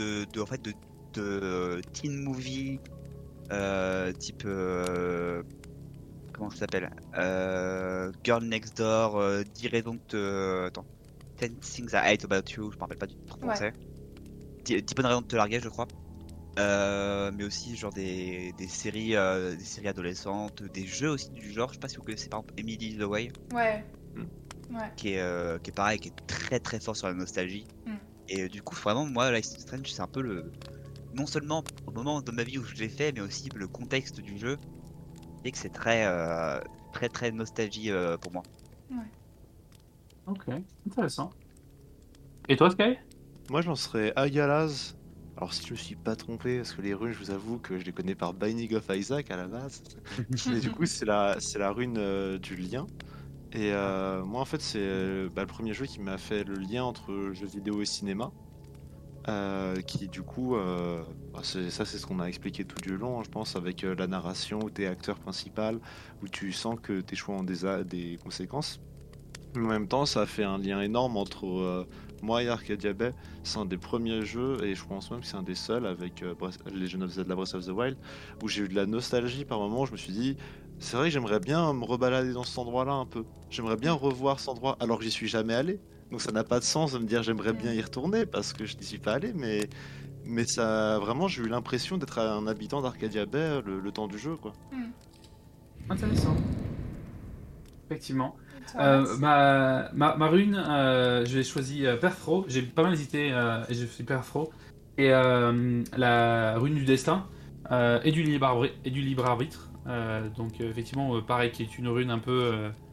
teen movie type comment ça s'appelle, Girl Next Door, 10 raisons de 10 Things I Hate About You, je me rappelle pas du français, 10 bonnes raisons de te larguer, je crois. Mais aussi genre des séries adolescentes, des jeux aussi du genre. Je sais pas si vous connaissez par exemple Emily the Way. Ouais. Qui est pareil, qui est très très fort sur la nostalgie. Et du coup vraiment moi Life is Strange c'est un peu non seulement au moment de ma vie où je l'ai fait, mais aussi le contexte du jeu, et que c'est très très nostalgie pour moi. Ouais. Ok, intéressant. Et toi Sky? Moi j'en serais Agalaz. Alors si je me suis pas trompé, parce que les runes, je vous avoue que je les connais par Binding of Isaac à la base. Mais du coup c'est la rune du lien. Et moi, en fait, c'est le premier jeu qui m'a fait le lien entre jeux vidéo et cinéma. Qui du coup, c'est ce qu'on a expliqué tout du long, hein, je pense, avec la narration où tu es acteur principal, où tu sens que tes choix ont des conséquences. Mais en même temps, ça a fait un lien énorme entre moi et Arcadia Bay. C'est un des premiers jeux, et je pense même que c'est un des seuls avec Legend of Zelda Breath of the Wild, où j'ai eu de la nostalgie par moment. Je me suis dit, c'est vrai que j'aimerais bien me rebalader dans cet endroit-là un peu. J'aimerais bien revoir cet endroit, alors que j'y suis jamais allé. Donc ça n'a pas de sens de me dire j'aimerais bien y retourner parce que je n'y suis pas allé, mais ça vraiment j'ai eu l'impression d'être un habitant d'Arcadia Bay le temps du jeu, quoi. Intéressant. Effectivement. Ma rune, j'ai choisi Perfro. J'ai pas mal hésité et j'ai fait Perfro. Et la rune du destin et du libre arbitre. Donc effectivement, pareil, qui est une rune un peu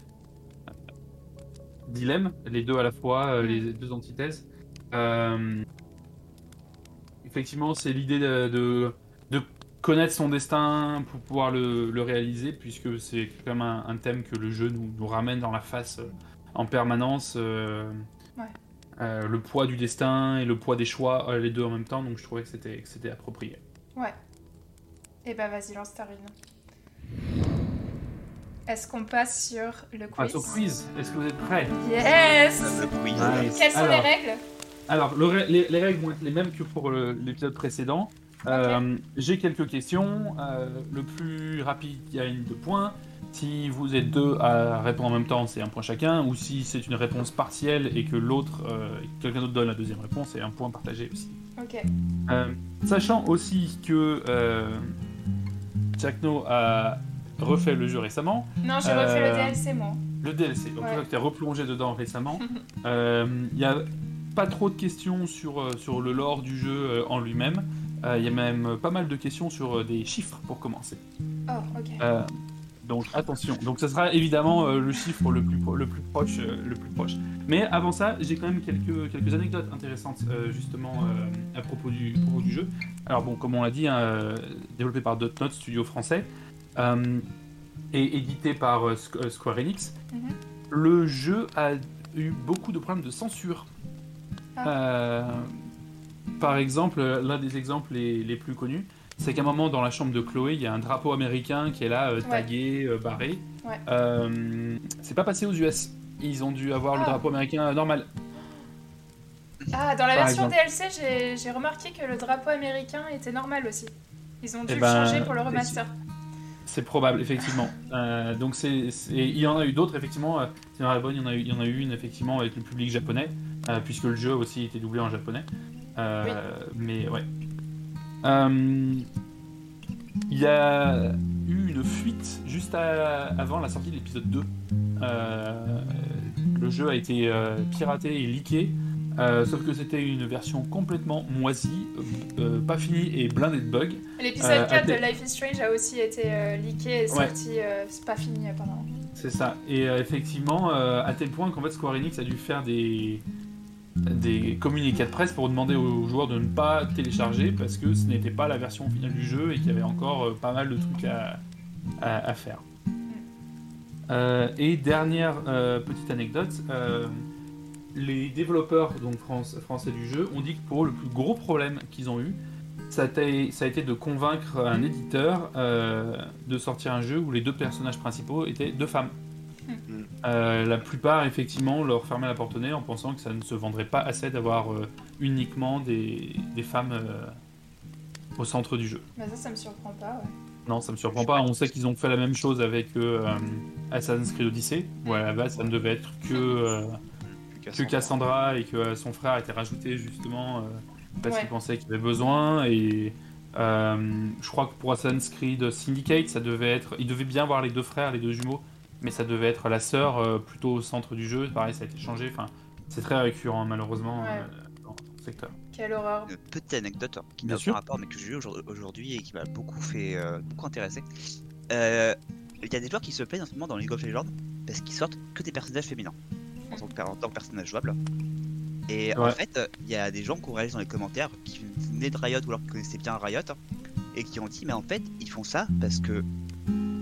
dilemme, les deux à la fois, les deux antithèses. Effectivement, c'est l'idée de connaître son destin pour pouvoir le réaliser, puisque c'est quand même un thème que le jeu nous ramène dans la face en permanence. Le poids du destin et le poids des choix, les deux en même temps, donc je trouvais que c'était approprié. Ouais. Et bah vas-y, lance ta rune. Est-ce qu'on passe sur le quiz? Au quiz, est-ce que vous êtes prêts? Yes. Le quiz. Nice. Quelles sont les règles? Alors, les règles vont être les mêmes que pour l'épisode précédent. Okay. J'ai quelques questions. Le plus rapide gagne 2 points. Si vous êtes deux à répondre en même temps, c'est 1 point chacun. Ou si c'est une réponse partielle et que quelqu'un d'autre donne la deuxième réponse, c'est 1 point partagé aussi. Ok. Sachant aussi que Chakno a refait le jeu récemment. Non, j'ai refait le DLC, moi. Le DLC, donc tu es replongé dedans récemment. Il n'y a pas trop de questions sur le lore du jeu en lui-même. Il y a même pas mal de questions sur des chiffres pour commencer. Oh, ok. Donc attention. Donc ça sera évidemment le chiffre le plus proche. Mais avant ça, j'ai quand même quelques anecdotes intéressantes justement à propos du jeu. Alors bon, comme on l'a dit, développé par Dotnod, studio français, et édité par Square Enix. Le jeu a eu beaucoup de problèmes de censure. Par exemple, l'un des exemples les plus connus, c'est qu'à un moment dans la chambre de Chloé, il y a un drapeau américain qui est là, tagué, barré. Ouais. C'est pas passé aux US. Ils ont dû avoir le drapeau américain normal. Ah, dans la version DLC, j'ai remarqué que le drapeau américain était normal aussi. Ils ont dû le changer pour le remaster. C'est probable, effectivement. Donc il y en a eu d'autres, effectivement. C'est dans la bonne, il y en a eu une, effectivement, avec le public japonais, puisque le jeu aussi était doublé en japonais. Oui. Mais ouais. Il y a eu une fuite juste avant la sortie de l'épisode 2. Le jeu a été piraté et leaké, sauf que c'était une version complètement moisie, pas finie et blindée de bugs. L'épisode 4 de Life is Strange a aussi été leaké et sorti, c'est pas fini apparemment. C'est ça, et effectivement, à tel point qu'en fait Square Enix a dû faire des communiqués de presse pour demander aux joueurs de ne pas télécharger parce que ce n'était pas la version finale du jeu et qu'il y avait encore pas mal de trucs à faire. Et dernière petite anecdote, les développeurs donc français du jeu ont dit que pour eux le plus gros problème qu'ils ont eu, ça a été de convaincre un éditeur de sortir un jeu où les 2 personnages principaux étaient 2 femmes. La plupart, effectivement, leur fermaient la porte au nez en pensant que ça ne se vendrait pas assez d'avoir uniquement des femmes au centre du jeu. Bah ça me surprend pas, ouais. Non, ça me surprend pas. On sait qu'ils ont fait la même chose avec Assassin's Creed Odyssey, où à la base ça ne devait être que Cassandra et que son frère était rajouté justement parce qu'il pensait qu'il avait besoin. Et je crois que pour Assassin's Creed Syndicate, il devait bien avoir les 2 frères, les 2 jumeaux. Mais ça devait être la sœur plutôt au centre du jeu. Pareil, ça a été changé. Enfin, c'est très récurrent malheureusement dans le secteur. Quelle horreur. Une petite anecdote qui n'a aucun rapport mais que j'ai eu aujourd'hui et qui m'a beaucoup intéressé. Il y a des joueurs qui se plaignent en ce moment dans League of Legends parce qu'ils sortent que des personnages féminins en tant que personnage jouable. Et en fait, il y a des gens qui ont réagi dans les commentaires qui venaient de Riot ou alors qui connaissaient bien Riot et qui ont dit mais en fait ils font ça parce que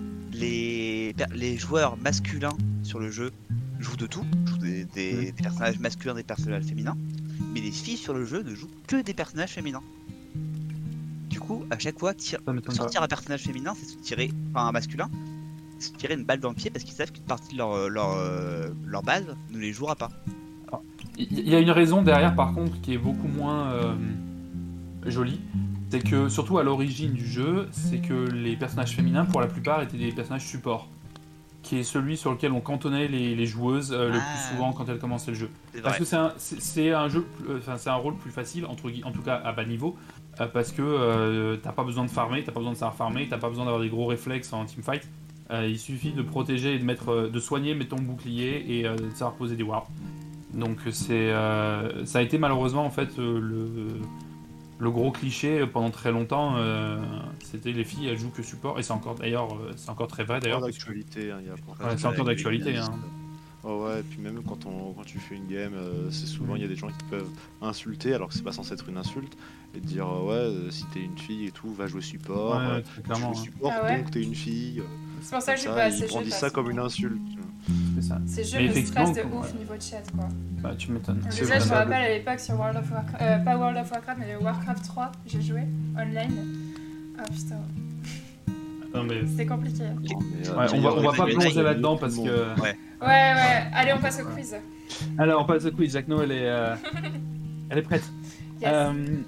les joueurs masculins sur le jeu jouent de tout, jouent des personnages masculins, des personnages féminins, mais les filles sur le jeu ne jouent que des personnages féminins. Du coup, à chaque fois, sortir un personnage féminin, c'est se tirer, enfin un masculin, se tirer une balle dans le pied parce qu'ils savent qu'une partie de leur base ne les jouera pas. Il y a une raison derrière, par contre, qui est beaucoup moins jolie. C'est que, surtout à l'origine du jeu, c'est que les personnages féminins, pour la plupart, étaient des personnages support, qui est celui sur lequel on cantonnait les joueuses le plus souvent quand elles commençaient le jeu. Parce que c'est un jeu, c'est un rôle plus facile, en tout cas à bas niveau, parce que t'as pas besoin de farmer, t'as pas besoin de savoir farmer, t'as pas besoin d'avoir des gros réflexes en teamfight. Il suffit de protéger et de soigner, mettre ton bouclier et de savoir poser des wards. Donc ça a été malheureusement en fait le gros cliché pendant très longtemps. C'était les filles elles jouent que support, et c'est encore très vrai d'ailleurs. D'actualité, c'est encore d'actualité. Oh ouais, et puis même quand tu fais une game, c'est souvent il y a des gens qui peuvent insulter alors que c'est pas censé être une insulte, et dire si t'es une fille et tout, va jouer support, clairement, tu joues support donc t'es une fille. C'est pour ça que j'ai pas assez on dit ça comme une insulte. C'est ça. Ces jeux me stressent de ouf niveau de chat quoi. Bah tu m'étonnes. Déjà je me rappelle à l'époque sur World of Warcraft, pas World of Warcraft mais Warcraft 3, j'ai joué online. Ah putain. Non, mais... C'était compliqué. on va pas plonger là-dedans parce que... Ouais, allez on passe au quiz. Alors on passe au quiz, Jacno elle est prête. Yes.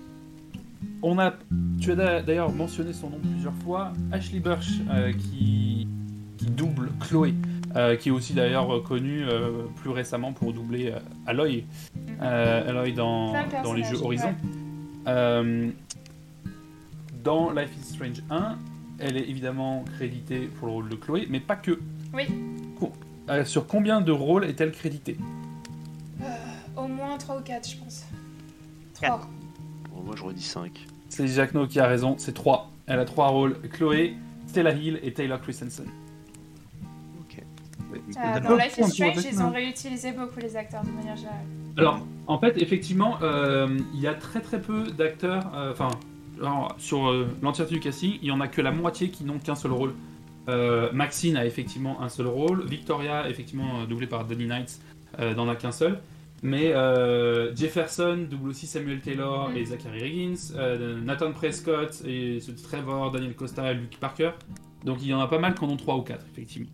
Tu as d'ailleurs mentionné son nom plusieurs fois, Ashly Burch qui double Chloé, qui est aussi d'ailleurs connue plus récemment pour doubler Aloy, dans les jeux Horizon. Ouais. Dans Life is Strange 1, elle est évidemment créditée pour le rôle de Chloé, mais pas que. Oui. Sur combien de rôles est-elle créditée ? Au moins 3 ou 4 je pense. 4. 3. Bon, moi j'aurais dit 5. C'est Jacno qui a raison, c'est 3. Elle a 3 rôles, Chloé, Stella Hill et Taylor Christensen. Ok. Dans Life is Strange, ils ont réutilisé beaucoup les acteurs de manière générale. Alors, en fait, effectivement, il y a très peu d'acteurs, sur l'entièreté du casting, il y en a que la moitié qui n'ont qu'un seul rôle. Maxine a effectivement un seul rôle, Victoria, effectivement doublée par Danny Knight, n'en a qu'un seul. Mais Jefferson double aussi Samuel Taylor et Zachary Higgins, Nathan Prescott et Trevor, Daniel Costa et Luke Parker. Donc il y en a pas mal qui en ont 3 ou 4, effectivement.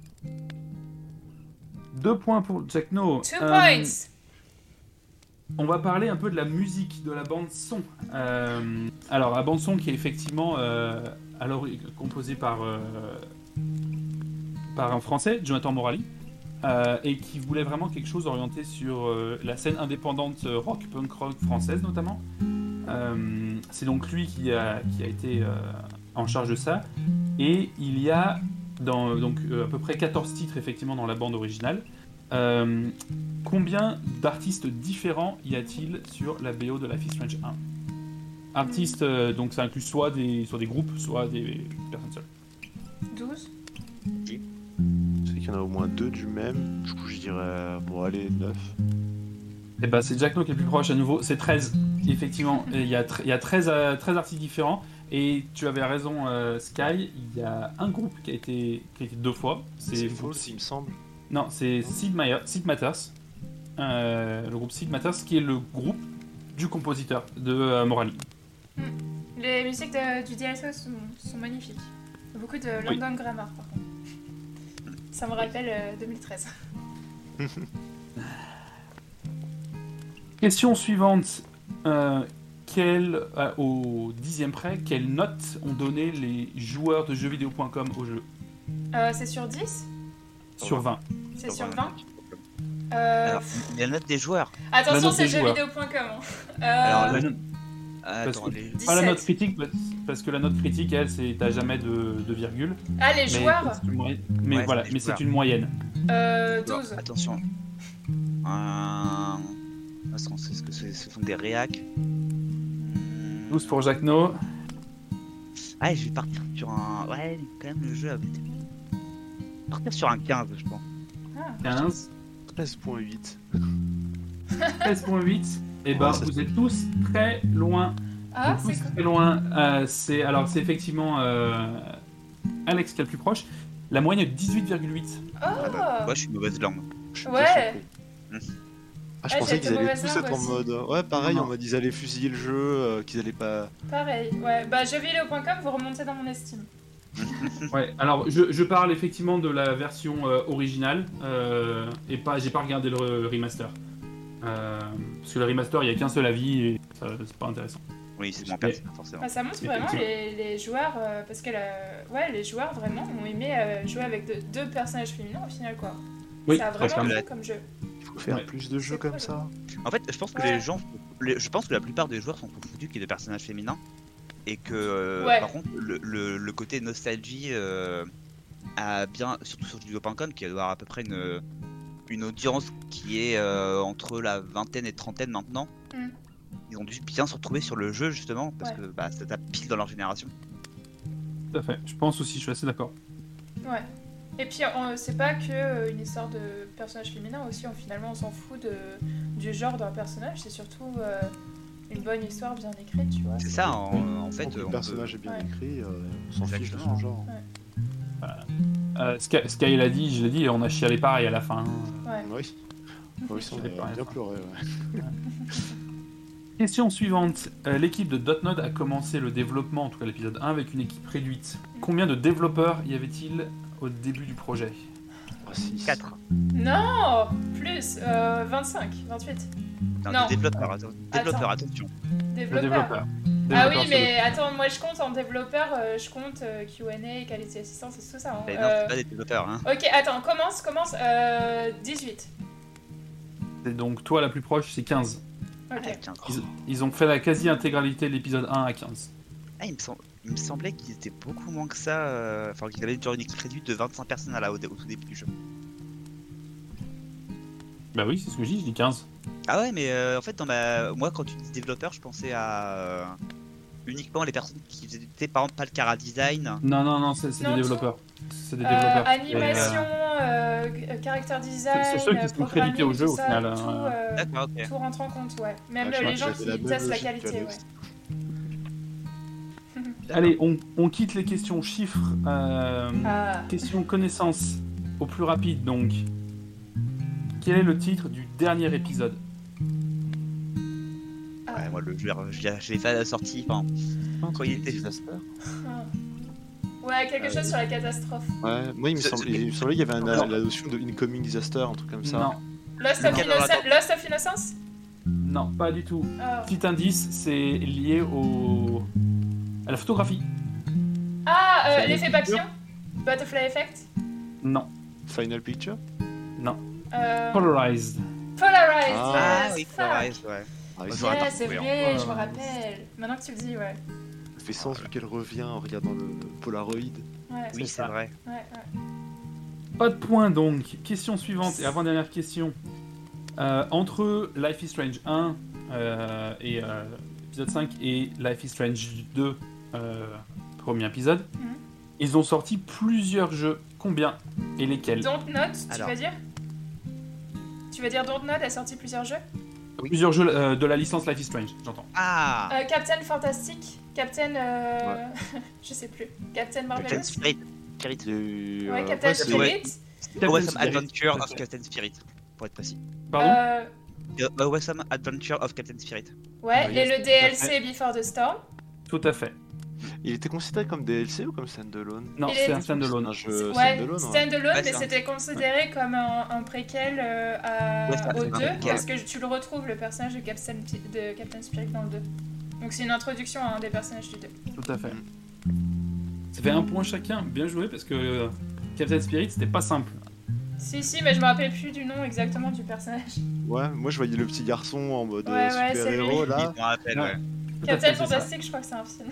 2 points pour Jacno. 2 points. On va parler un peu de la musique, de la bande-son. Alors, la bande-son qui est effectivement composée par un Français, Jonathan Morali, et qui voulait vraiment quelque chose orienté sur la scène indépendante rock, punk rock française notamment. C'est donc lui qui a été en charge de ça. Et il y a à peu près 14 titres effectivement dans la bande originale. Combien d'artistes différents y a-t-il sur la BO de Life is Strange 1 ? Artistes, donc ça inclut soit des groupes, soit des personnes seules. 12. Je sais qu'il y en a au moins 2 du même, du coup je dirais, bon allez, 9. Et bah c'est Jacno qui est le plus proche à nouveau, c'est 13. Effectivement, il y a 13 artistes différents, et tu avais raison Sky, il y a un groupe qui a été 2 fois. C'est faux, il me semble. Non, c'est Sid Matters, le groupe Sid Matters, qui est le groupe du compositeur de Morali. Les musiques du DLC sont magnifiques. Beaucoup de London Grammar, par contre. Ça me rappelle 2013. Question suivante. Au 10e près, quelles notes ont donné les joueurs de jeuxvideo.com au jeu ? C'est sur 10 ? Sur 20. C'est sur 20 Alors, la note des joueurs. Attention, c'est jeuxvideo.com. Alors, pas la note 17. critique, parce que la note critique, elle, t'as jamais de virgule. Ah, les joueurs. Mais voilà, mais c'est une moyenne. 12. Attention. Est-ce que ce sont des réacs 12 pour Jacno. Ah, je vais partir sur un... Ouais, quand même, le jeu a... Partir sur un 15, je pense. 15. 13.8. 13.8. Et ben, vous êtes tous très loin. Ah, c'est très loin. C'est effectivement Alex qui est le plus proche. La moyenne est de 18,8. Moi, je suis mauvaise langue. Je suis Ouais. bien surpris. Je pensais qu'ils allaient mauvaise tous langue être en aussi. mode. Ouais, pareil, Non. en mode ils allaient fusiller le jeu, qu'ils allaient pas. Pareil, ouais. Bah, jeuxvideo.com, vous remontez dans mon estime. Ouais, alors je parle effectivement de la version originale et j'ai pas regardé le remaster. Parce que le remaster, il n'y a qu'un seul avis et ça, c'est pas intéressant. Oui, c'est moins pertinent, forcément. Bah, ça montre vraiment les joueurs, parce que les joueurs vraiment ont aimé jouer avec deux personnages féminins au final, quoi. Oui, ça a très vraiment clair. plu comme jeu. Il faut faire Ouais. plus de jeux C'est comme cool. ça. En fait, je pense que Ouais. je pense que la plupart des joueurs sont confondus qu'il y ait des personnages féminins et que Ouais. par contre le côté nostalgie a bien, surtout sur jeuxvideo.com, qui doit avoir à peu près une audience qui est entre la vingtaine et trentaine maintenant. Mm. Ils ont dû bien se retrouver sur le jeu justement parce Ouais. que ça tape pile dans leur génération. Tout à fait. Je pense aussi, je suis assez d'accord. Ouais. Et puis, c'est pas que une histoire de personnage féminin aussi, finalement on s'en fout du genre d'un personnage, c'est surtout une bonne histoire bien écrite, tu vois. C'est ça en fait. Quand le on personnage peut- est bien Ouais. écrit, on s'en fiche de Exactement. son genre. Sky l'a dit, je l'ai dit, et on a chialé pareil à la fin. Ouais. Oui. Oui, ça, on Je l'ai pas a bien raison. pleuré. Ouais. Question suivante. L'équipe de Dotnod a commencé le développement, en tout cas l'épisode 1, avec une équipe réduite. Combien de développeurs y avait-il au début du projet? Ah, 6. 4. Non, plus 25, 28. Non. Développeur, attention. Le Développeurs. développeur. Ah Développeur, oui, c'est mais attends, moi je compte en développeur, je compte Q&A, quality assistance et tout ça. Hein. Mais non, c'est pas des développeurs. Hein. Ok, attends, commence, 18. Et donc toi la plus proche, c'est 15. Ok. Ah, 15. Ils ont fait la quasi-intégralité de l'épisode 1 à 15. Ah, il me semblait qu'ils étaient beaucoup moins que ça. Enfin, qu'ils avaient genre une équipe réduite de 25 personnes au tout début du jeu. Bah oui, c'est ce que je dis 15. Ah ouais, mais en fait, moi, quand tu dis développeur, je pensais à uniquement les personnes qui faisaient par exemple pas le cara design. Non, c'est Non, des développeurs. C'est des développeurs. Animation, character design, c'est ceux qui sont programming, crédités au jeu, tout au ça, final, tout, D'accord, ok. tout rentre en compte, ouais. Même Ah, je les crois gens que j'avais qui la même testent la logique qualité, qu'Alex. ouais. Allez, on quitte les questions chiffres. Ah. Question connaissance au plus rapide donc. Quel est le titre du dernier épisode? Ouais, moi, le jeu, je l'ai fait à la sortie. Enfin, quand il était. Disaster. Ouais, quelque chose sur la catastrophe. Ouais, moi il me semblait qu'il y avait la notion de incoming disaster, un truc comme ça. Non, Lost of Innocence. non, pas du tout. Ah. Petit indice, c'est lié à la photographie. Ah, C'est l'effet une papillon. Butterfly Effect. Non, Final Picture. non. Euh, Polarized. Polarized. Ah yes, oui, fuck. Polarized, ouais. Ah, Ouais, ça j'aurais Ouais, pas c'est retrouvé, vrai, hein. je me rappelle. Maintenant que tu le dis, ouais. fait sens vu qu'elle revient en regardant le Polaroid. Ouais, Oui, c'est vrai. ouais. Pas de point donc. Question suivante et avant-dernière question. Entre Life is Strange 1 et épisode 5 et Life is Strange 2, premier épisode, Mhm. ils ont sorti plusieurs jeux. Combien et lesquels? Dontnod, tu Alors. vas dire? Tu vas dire Dontnod a sorti plusieurs jeux? Plusieurs jeux de la licence Life is Strange, j'entends. Ah Captain Fantastic, Captain... je sais plus. Captain Marvelous? Captain Spirit. Ouais, Captain c'est- Spirit. Awesome Spirit. Adventure of Captain Spirit, pour être précis. Pardon? Awesome Adventure of Captain Spirit. Ouais, Oui, et yes, le DLC Before the Storm. Tout à fait. Il était considéré comme DLC ou comme standalone? Non, Il c'est est- un standalone. Un jeu Ouais, standalone. standalone, Ouais, mais c'est un- c'était considéré comme un préquel Ouais, c'est au un 2, préquel. parce que tu le retrouves, le personnage de Captain Spirit dans le 2. Donc c'est une introduction à un des personnages du 2. Tout à fait. Ça fait un point chacun. Bien joué parce que Captain Spirit, c'était pas simple. Si, mais je me rappelle plus du nom exactement du personnage. Ouais, moi je voyais le petit garçon en mode Ouais, super c'est lui. héros Oui, là. je me rappelle, ouais. Tout à Captain fait, c'est ça. Fantastic, je crois que c'est un film.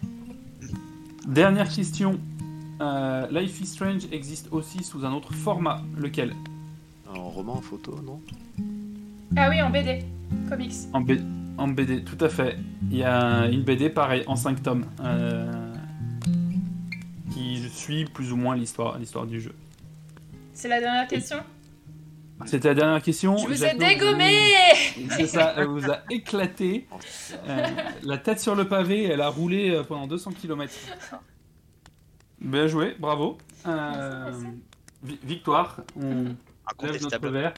Dernière question. Life is Strange existe aussi sous un autre format. Lequel? En roman, en photo, non? Ah oui, en BD, comics. En BD, tout à fait. Il y a une BD, pareil, en 5 tomes. Qui suit plus ou moins l'histoire du jeu. C'est la dernière question. C'était la dernière question. Je vous ai Jacques, dégommé. C'est ça, elle vous a éclaté. La tête sur le pavé, elle a roulé pendant 200 km. Bien joué, bravo. Merci. Victoire, on lève notre Incontestable. verre.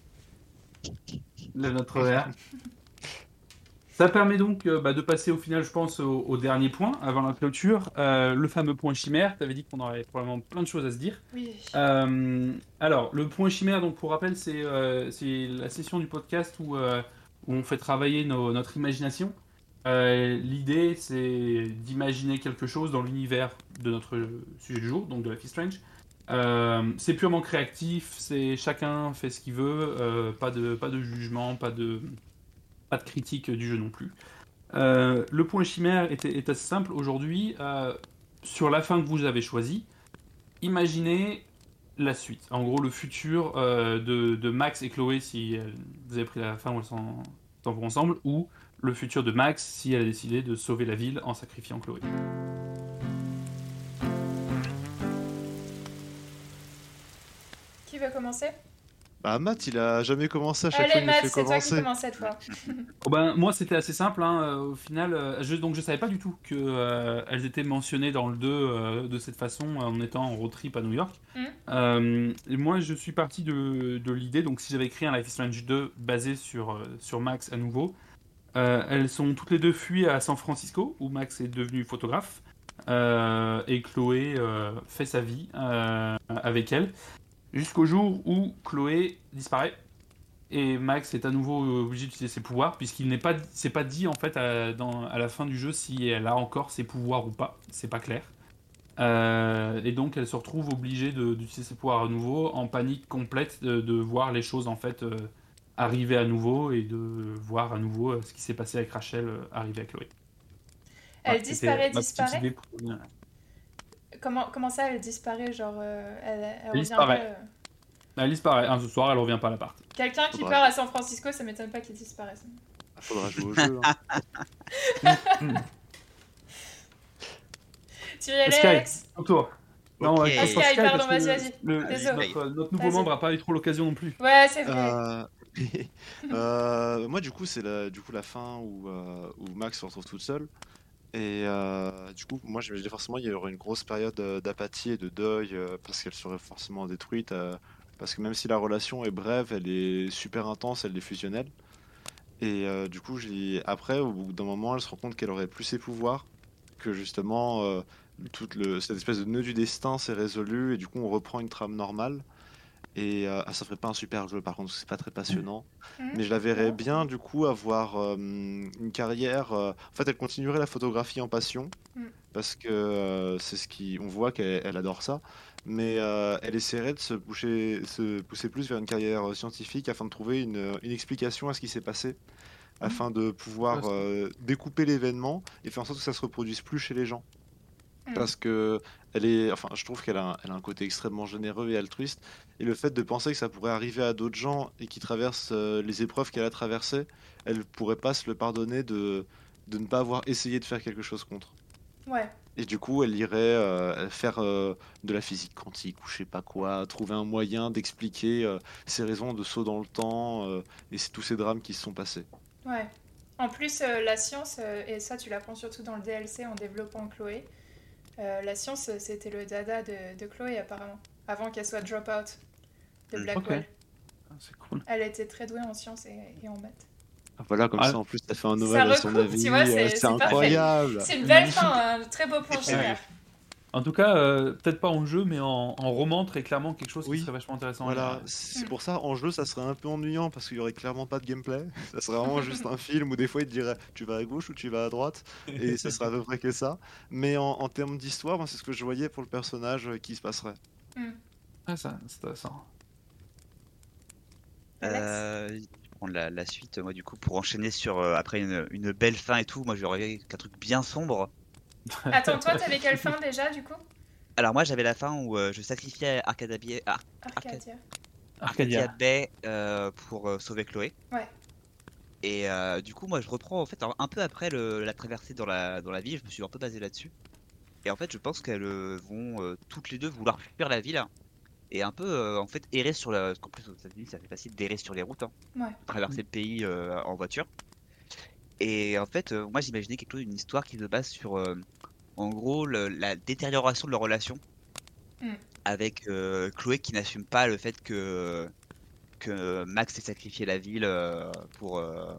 Lève notre verre. Ça permet donc de passer au final, je pense, au dernier point, avant la clôture. Le fameux point chimère. Tu avais dit qu'on aurait probablement plein de choses à se dire. Oui. Alors, le point chimère, donc pour rappel, c'est la session du podcast où on fait travailler notre imagination. L'idée, c'est d'imaginer quelque chose dans l'univers de notre sujet du jour, donc de Life is Strange. C'est purement créatif, c'est chacun fait ce qu'il veut, pas de jugement, pas de critique du jeu non plus. Le point chimère est assez simple aujourd'hui. Sur la fin que vous avez choisie, imaginez la suite. En gros, le futur de Max et Chloé si vous avez pris la fin où elles s'en vont ensemble, ou le futur de Max si elle a décidé de sauver la ville en sacrifiant Chloé. Qui veut commencer? Bah Matt, il a jamais commencé, à chaque fois Allez il me Matt, fait c'est toi qui commencer. commence cette fois. Moi, c'était assez simple. Au final, donc je savais pas du tout qu'elles étaient mentionnées dans le 2 de cette façon, en étant en road trip à New York. Et moi, je suis parti de l'idée, donc si j'avais écrit un Life is Strange 2 basé sur Max à nouveau, elles sont toutes les deux fuies à San Francisco, où Max est devenu photographe, et Chloé fait sa vie avec elle, jusqu'au jour où Chloé disparaît. Et Max est à nouveau obligé d'utiliser ses pouvoirs, puisqu'il c'est pas dit en fait à la fin du jeu si elle a encore ses pouvoirs ou pas, c'est pas clair. Et donc elle se retrouve obligée d'utiliser ses pouvoirs à nouveau, en panique complète de voir les choses en fait arriver à nouveau, et de voir à nouveau ce qui s'est passé avec Rachel arriver à Chloé. Elle disparaît. Idée pour... Comment ça, elle disparaît? Genre, elle revient disparaît. Elle disparaît. Ce soir, elle revient pas à l'appart. Quelqu'un qui part à San Francisco, ça m'étonne pas qu'il disparaisse. Faudra jouer au jeu. Tu veux y aller, Alex? Au tour. Non, Ok. Sky, pardon, vas-y. Désolé. Notre nouveau membre n'a pas eu trop l'occasion non plus. Ouais, c'est vrai. Moi, du coup, c'est la fin où Max se retrouve toute seule. Et du coup, moi, j'imaginais forcément qu'il y aurait une grosse période d'apathie et de deuil parce qu'elle serait forcément détruite. Parce que même si la relation est brève, elle est super intense, elle est fusionnelle. Et du coup, après, au bout d'un moment, elle se rend compte qu'elle aurait plus ses pouvoirs, que justement, cette espèce de nœud du destin s'est résolu, et du coup, on reprend une trame normale. Et ça ferait pas un super jeu, par contre, parce que c'est pas très passionnant. Mais je la verrais bien, du coup, avoir une carrière. En fait, elle continuerait la photographie en passion, parce que on voit qu'elle adore ça. Mais elle essaierait de se pousser plus vers une carrière scientifique afin de trouver une explication à ce qui s'est passé, afin de pouvoir découper l'événement et faire en sorte que ça se reproduise plus chez les gens. Parce que je trouve qu'elle a un côté extrêmement généreux et altruiste, et le fait de penser que ça pourrait arriver à d'autres gens et qui traversent les épreuves qu'elle a traversées, elle pourrait pas se le pardonner de ne pas avoir essayé de faire quelque chose contre. Ouais. Et du coup, elle irait faire de la physique quantique ou je sais pas quoi, trouver un moyen d'expliquer ses raisons de saut dans le temps et tous ces drames qui se sont passés. Ouais. En plus, la science, et ça tu l'apprends surtout dans le DLC en développant Chloé, la science c'était le dada de Chloé apparemment, avant qu'elle soit drop-out de Blackwell. C'est cool. Elle était très douée en science et en maths. Voilà, comme ça en plus, ça fait un Noël ça à son recoupe, avis. Tu vois, c'est incroyable. C'est une belle fin, un très beau point chimère. En tout cas, peut-être pas en jeu, mais en roman, très clairement quelque chose qui serait vachement intéressant. Voilà, c'est pour ça, en jeu, ça serait un peu ennuyant parce qu'il y aurait clairement pas de gameplay. Ça serait vraiment juste un film où des fois il te dirait tu vas à gauche ou tu vas à droite, et ça serait à peu près que ça. Mais en termes d'histoire, moi, c'est ce que je voyais pour le personnage qui se passerait. Ça, c'est intéressant. Je vais prendre la suite, moi, du coup, pour enchaîner sur après une belle fin et tout. Moi, j'aurais qu'un truc bien sombre. Attends, toi, t'avais quelle fin déjà, du coup? Alors moi, j'avais la fin où je sacrifiais Arcadia Bay pour sauver Chloé. Ouais. Et du coup, moi, je reprends en fait un peu après la traversée dans la ville. Je me suis un peu basé là-dessus. Et en fait, je pense qu'elles vont toutes les deux vouloir fuir la ville et un peu en fait errer sur la. Parce qu'en plus, aux États-Unis, c'est assez facile d'errer sur les routes, traverser le pays en voiture. Et en fait, moi, j'imaginais une histoire qui se base sur En gros, la détérioration de leur relation avec Chloé qui n'assume pas le fait que Max ait sacrifié la ville pour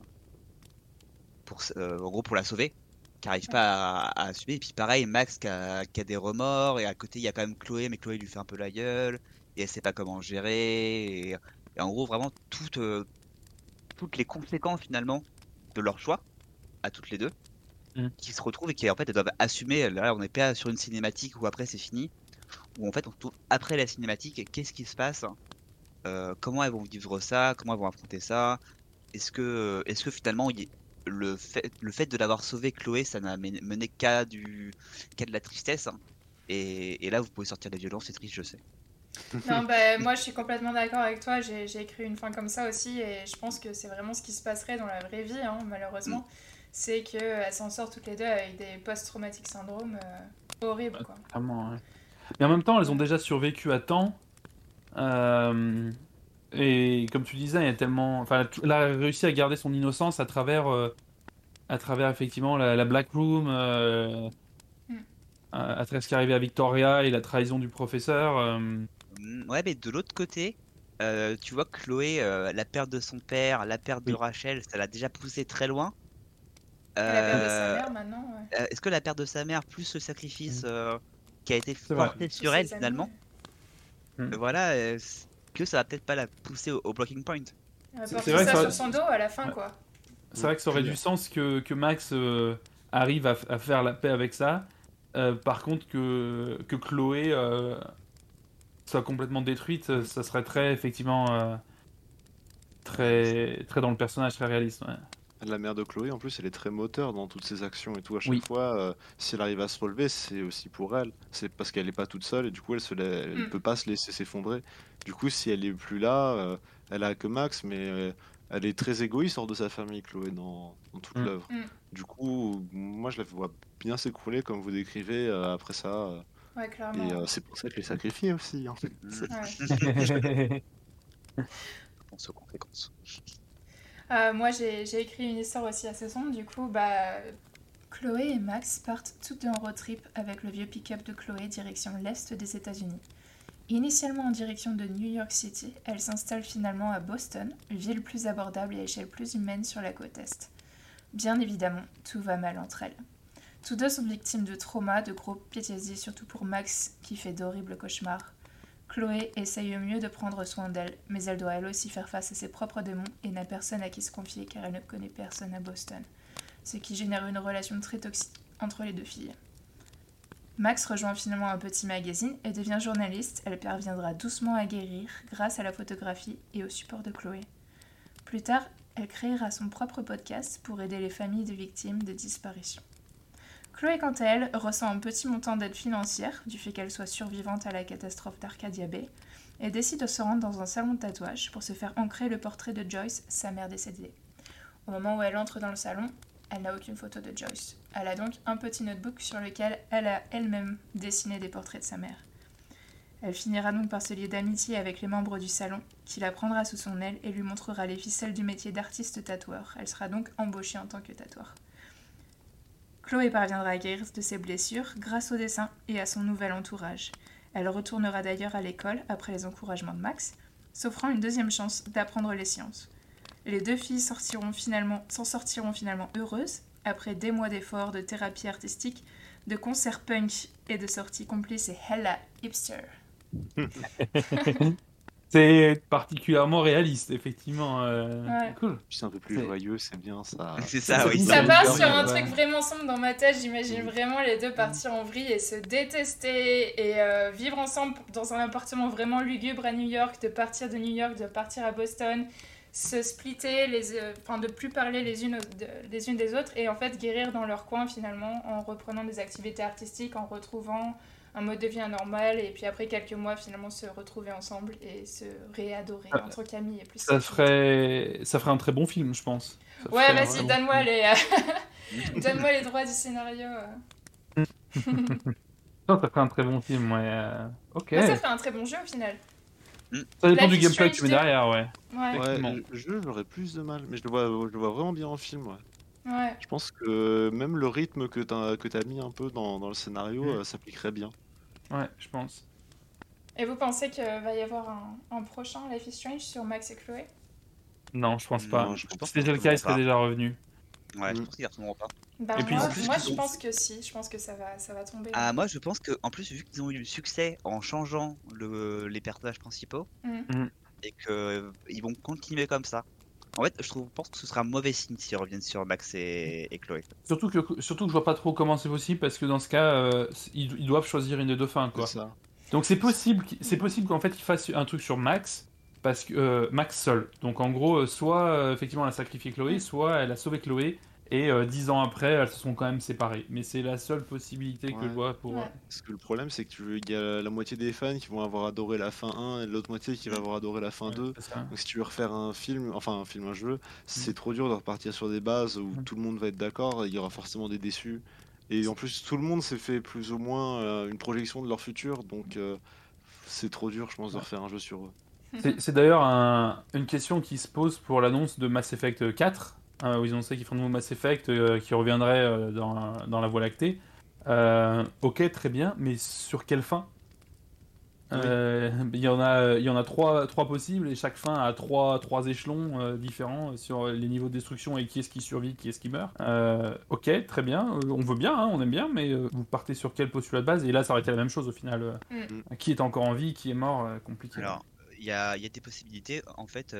en gros pour la sauver, qui n'arrive pas à assumer. Et puis pareil, Max qui a des remords, et à côté il y a quand même Chloé, mais Chloé lui fait un peu la gueule, et elle sait pas comment gérer, et en gros vraiment toutes les conséquences finalement de leur choix, à toutes les deux, qui se retrouvent et qui en fait elles doivent assumer. Là on n'est pas sur une cinématique où après c'est fini, où en fait on se trouve après la cinématique, qu'est-ce qui se passe, comment elles vont vivre ça, comment elles vont affronter ça, est-ce que finalement le fait de l'avoir sauvé Chloé, ça n'a mené qu'à de la tristesse, hein. Et là vous pouvez sortir des violences, c'est triste, je sais. Non, moi je suis complètement d'accord avec toi, j'ai écrit une fin comme ça aussi, et je pense que c'est vraiment ce qui se passerait dans la vraie vie, hein, malheureusement. C'est qu'elles s'en sortent toutes les deux avec des post-traumatic syndrome horribles, quoi. Vraiment, ouais. Mais en même temps, elles ont déjà survécu à temps. Et comme tu disais, il y a tellement... Enfin, elle a réussi à garder son innocence à travers effectivement la Black Room, à travers ce qui est arrivé à Victoria et la trahison du professeur. Ouais, mais de l'autre côté, tu vois, Chloé, la perte de son père, la perte de Rachel, ça l'a déjà poussé très loin. La perte de sa mère maintenant, ouais. Est-ce que la perte de sa mère plus le sacrifice qui a été porté sur elle finalement, voilà, que ça va peut-être pas la pousser au breaking point. C'est vrai ça sur son dos à la fin, quoi. C'est vrai que ça aurait du sens que Max arrive à faire la paix avec ça. Par contre, que Chloé soit complètement détruite, ça serait très, effectivement, très dans le personnage, très réaliste. Ouais. La mère de Chloé, en plus, elle est très moteur dans toutes ses actions et tout. À chaque fois, si elle arrive à se relever, c'est aussi pour elle. C'est parce qu'elle n'est pas toute seule et du coup, elle peut pas se laisser s'effondrer. Du coup, si elle est plus là, elle a que Max, mais elle est très égoïste hors de sa famille, Chloé, dans toute l'œuvre. Du coup, moi, je la vois bien s'écrouler comme vous décrivez après ça. Ouais, clairement. Et c'est pour ça que je l'ai sacrifié aussi. Hein. Pense aux conséquences. Moi, j'ai écrit une histoire aussi assez sombre. Du coup, Chloé et Max partent toutes deux en road trip avec le vieux pick-up de Chloé direction l'est des États-Unis. Initialement en direction de New York City, elles s'installent finalement à Boston, ville plus abordable et à échelle plus humaine sur la côte est. Bien évidemment, tout va mal entre elles. Tous deux sont victimes de traumas, de gros PTSD, surtout pour Max qui fait d'horribles cauchemars. Chloé essaye au mieux de prendre soin d'elle, mais elle doit elle aussi faire face à ses propres démons et n'a personne à qui se confier car elle ne connaît personne à Boston, ce qui génère une relation très toxique entre les deux filles. Max rejoint finalement un petit magazine et devient journaliste. Elle parviendra doucement à guérir grâce à la photographie et au support de Chloé. Plus tard, elle créera son propre podcast pour aider les familles de victimes de disparition. Chloé, quant à elle, ressent un petit montant d'aide financière du fait qu'elle soit survivante à la catastrophe d'Arcadia Bay et décide de se rendre dans un salon de tatouage pour se faire ancrer le portrait de Joyce, sa mère décédée. Au moment où elle entre dans le salon, elle n'a aucune photo de Joyce. Elle a donc un petit notebook sur lequel elle a elle-même dessiné des portraits de sa mère. Elle finira donc par se lier d'amitié avec les membres du salon, qui la prendra sous son aile et lui montrera les ficelles du métier d'artiste tatoueur. Elle sera donc embauchée en tant que tatoueur. Chloé parviendra à guérir de ses blessures grâce au dessin et à son nouvel entourage. Elle retournera d'ailleurs à l'école après les encouragements de Max, s'offrant une deuxième chance d'apprendre les sciences. Les deux filles s'en sortiront finalement heureuses, après des mois d'efforts, de thérapie artistique, de concerts punk et de sorties complices et hella hipster. C'est particulièrement réaliste, effectivement. Ouais. Cool. C'est un peu plus joyeux, c'est bien ça. C'est ça, oui. Ça part sur un truc vraiment sombre dans ma tête. J'imagine vraiment les deux partir en vrille et se détester et vivre ensemble dans un appartement vraiment lugubre à New York, de partir de New York, de partir à Boston, se splitter, de plus parler les unes des autres et en fait guérir dans leur coin finalement en reprenant des activités artistiques, en retrouvant un mode de vie anormal et puis après quelques mois finalement se retrouver ensemble et se réadorer entre amis et plus. Ça ferait un très bon film, je pense. Ouais, vas-y, donne-moi les droits du scénario. Non, ça ferait un très bon film, ouais. Ok. Ouais, ça ferait un très bon jeu au final. Ça dépend du gameplay que tu mets derrière, ouais. Ouais, le jeu, j'aurais plus de mal, mais je le vois vraiment bien en film, ouais. Ouais. Je pense que même le rythme que t'as mis un peu dans le scénario s'appliquerait bien. Ouais, je pense. Et vous pensez qu'il va y avoir un prochain Life is Strange sur Max et Chloé? Non, je pense pas. Non, je pense Si c'était le cas, il serait déjà revenu. Ouais, je pense qu'ils ne retourneront pas. Bah Et puis, moi, en plus, moi ils je ont- pense que si, je pense que ça va tomber. Ah, moi, je pense que en plus, vu qu'ils ont eu du succès en changeant les personnages principaux, Mhm. et que ils vont continuer comme ça. En fait, pense que ce sera un mauvais signe s'ils reviennent sur Max et Chloé. Surtout que je vois pas trop comment c'est possible parce que dans ce cas, ils doivent choisir une des deux fins, quoi. C'est ça. Donc c'est possible qu'en fait ils fassent un truc sur Max parce que Max seul. Donc en gros, soit effectivement elle a sacrifié Chloé, soit elle a sauvé Chloé et 10 ans après elles se sont quand même séparées. Mais c'est la seule possibilité que je vois pour. Ouais. Parce que le problème, c'est qu'il y a la moitié des fans qui vont avoir adoré la fin 1 et l'autre moitié qui va avoir adoré la fin 2. C'est ça. Donc si tu veux refaire un jeu, c'est trop dur de repartir sur des bases où tout le monde va être d'accord, il y aura forcément des déçus. Et en plus, tout le monde s'est fait plus ou moins une projection de leur futur, donc c'est trop dur, je pense, de refaire un jeu sur eux. C'est d'ailleurs une question qui se pose pour l'annonce de Mass Effect 4, où ils ont annoncé qu'ils font un nouveau Mass Effect qui reviendrait dans la Voie lactée. Ok, très bien, mais sur quelle fin? Il y en a trois possibles et chaque fin a trois échelons différents sur les niveaux de destruction et qui est-ce qui survit, qui est-ce qui meurt. Ok, très bien, on veut bien, hein, on aime bien, mais vous partez sur quel postulat de base? Et là, ça aurait été la même chose au final. Qui est encore en vie, qui est mort, compliqué. Alors, il y a des possibilités. En fait,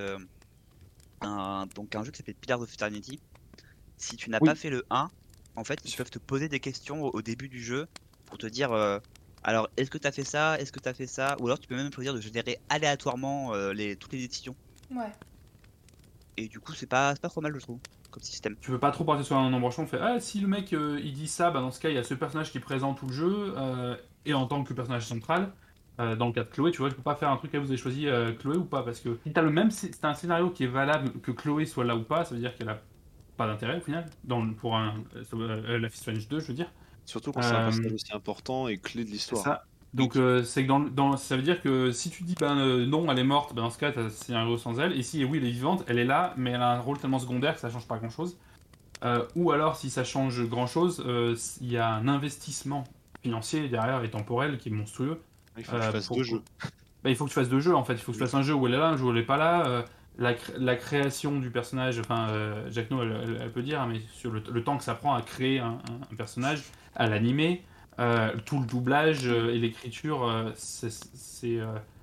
donc un jeu qui s'appelle Pillars of Eternity, si tu n'as pas fait le 1, en fait, ils peuvent te poser des questions au début du jeu pour te dire alors, est-ce que tu as fait ça? Est-ce que tu as fait ça? Ou alors, tu peux même choisir de générer aléatoirement toutes les décisions. Ouais. Et du coup, c'est pas trop mal, je trouve, comme système. Tu veux pas trop partir sur un embranchement, on fait ah, si le mec il dit ça, bah dans ce cas, il y a ce personnage qui est présent tout le jeu, et en tant que personnage central. Dans le cas de Chloé, tu vois, je peux pas faire un truc là, vous avez choisi Chloé ou pas, parce que si t'as c'est un scénario qui est valable que Chloé soit là ou pas, ça veut dire qu'elle a pas d'intérêt au final, pour Life is Strange 2, je veux dire. Surtout quand c'est un personnage aussi important et clé de l'histoire. Ça. Donc c'est que ça veut dire que si tu dis non, elle est morte, dans ce cas, t'as un scénario sans elle, et si oui, elle est vivante, elle est là, mais elle a un rôle tellement secondaire que ça change pas grand chose. Ou alors, si ça change grand chose, il y a un investissement financier derrière et temporel qui est monstrueux. Il faut que tu fasses deux jeux. Il faut que tu fasses deux jeux en fait. Il faut que tu fasses un jeu où elle est là, un jeu où elle est pas là. La création du personnage, Jacno elle peut dire, hein, mais sur le temps que ça prend à créer un personnage, à l'animer, tout le doublage et l'écriture, c'est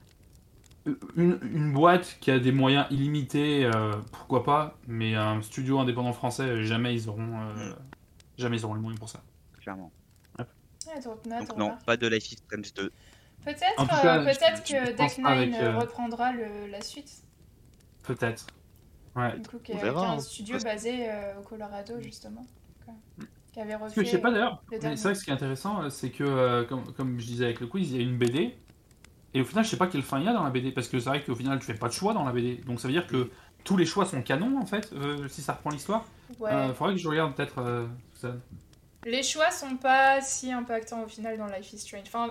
une boîte qui a des moyens illimités, pourquoi pas, mais un studio indépendant français, jamais ils auront les moyens pour ça. Clairement. Donc non, pas de Life is Strange 2. Peut-être que Deck Nine reprendra la suite. Peut-être. Ouais. Du coup, qui est un studio basé au Colorado, justement. Qui avait refait. Je sais pas d'ailleurs, mais c'est vrai que ce qui est intéressant, c'est que, comme je disais avec le quiz, il y a une BD, et au final, je sais pas quelle fin il y a dans la BD, parce que c'est vrai qu'au final, tu fais pas de choix dans la BD. Donc ça veut dire que tous les choix sont canons, en fait, si ça reprend l'histoire. Ouais. Faudrait que je regarde peut-être ça. Les choix sont pas si impactants au final dans Life is Strange. Enfin,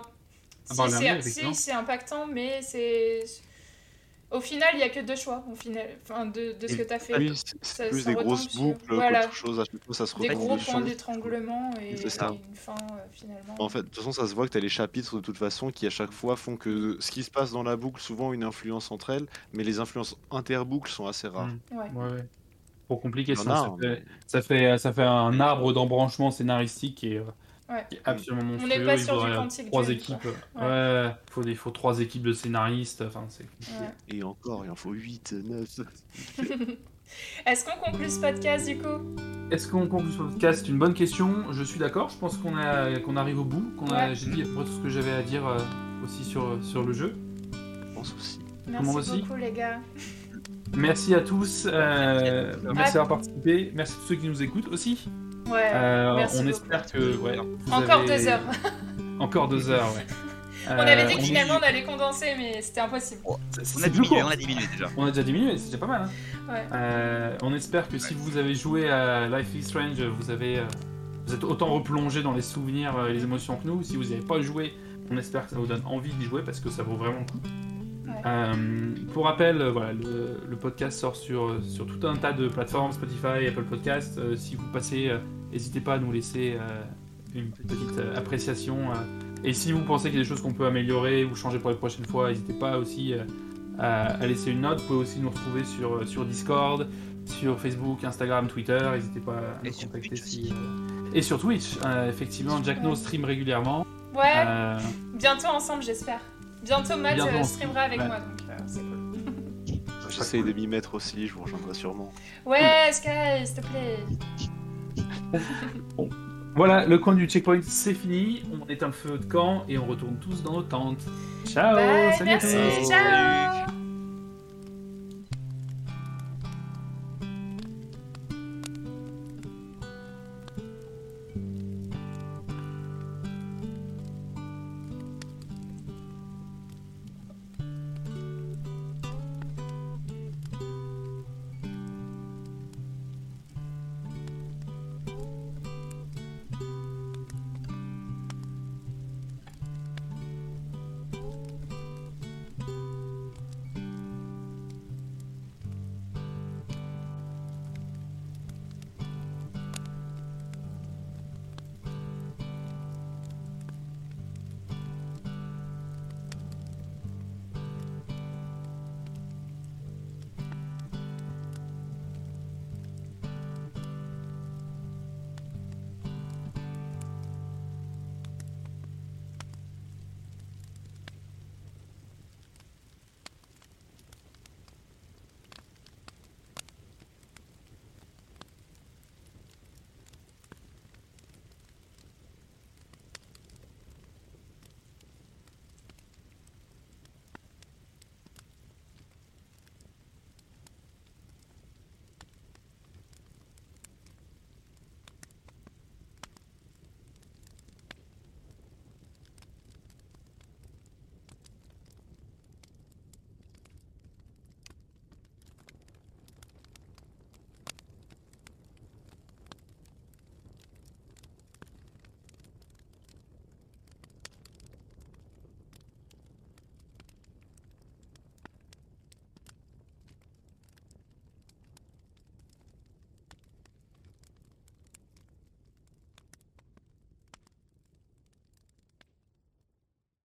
si c'est impactant, mais c'est... Au final, il n'y a que deux choix, au final, de ce que tu as fait. Oui, c'est plus des grosses boucles qu'autre chose. À chaque fois, ça se des gros points d'étranglement et une fin, finalement. En fait, de toute façon, ça se voit que tu as les chapitres, de toute façon, qui à chaque fois font que ce qui se passe dans la boucle, souvent, a une influence entre elles, mais les influences interboucles sont assez rares. Ouais. Pour compliquer ça fait un arbre d'embranchement scénaristique qui est absolument monstrueux. On n'est pas sur du quantique. Trois équipes. Il faut 3 équipes de scénaristes. Enfin, c'est Et encore, il en faut 8, 9. Est-ce qu'on conclut ce podcast du coup? Est-ce qu'on conclut ce podcast? C'est une bonne question. Je suis d'accord. Je pense qu'on arrive au bout. J'ai dit à peu près tout ce que j'avais à dire aussi sur le jeu. Je pense aussi. Merci beaucoup les gars. Merci à tous. Merci d'avoir participé. Merci à tous ceux qui nous écoutent aussi. Merci on espère que encore 2 heures. Encore 2 heures, ouais. On avait dit que finalement on allait condenser, mais c'était impossible. On a diminué déjà. On a déjà diminué, c'est déjà pas mal. Hein. On espère que si vous avez joué à Life is Strange, vous êtes autant replongé dans les souvenirs et les émotions que nous. Si vous n'y avez pas joué, on espère que ça vous donne envie d'y jouer parce que ça vaut vraiment le coup. Pour rappel, voilà, le podcast sort sur tout un tas de plateformes, Spotify, Apple Podcasts. Si vous passez, n'hésitez pas à nous laisser une petite appréciation. Et si vous pensez qu'il y a des choses qu'on peut améliorer ou changer pour les prochaines fois, n'hésitez pas aussi à laisser une note. Vous pouvez aussi nous retrouver sur Discord, sur Facebook, Instagram, Twitter. N'hésitez pas à nous contacter si... Et sur Twitch, effectivement, Jack No stream régulièrement. Ouais, bientôt ensemble, j'espère. Bientôt Matt streamera avec moi, donc c'est cool. J'essaye de m'y mettre aussi, je vous rejoindrai sûrement. Ouais, Sky, s'il te plaît. Bon. Voilà, le coin du checkpoint, c'est fini. On éteint le feu de camp et on retourne tous dans nos tentes. Ciao, bye, salut à tous. Ciao.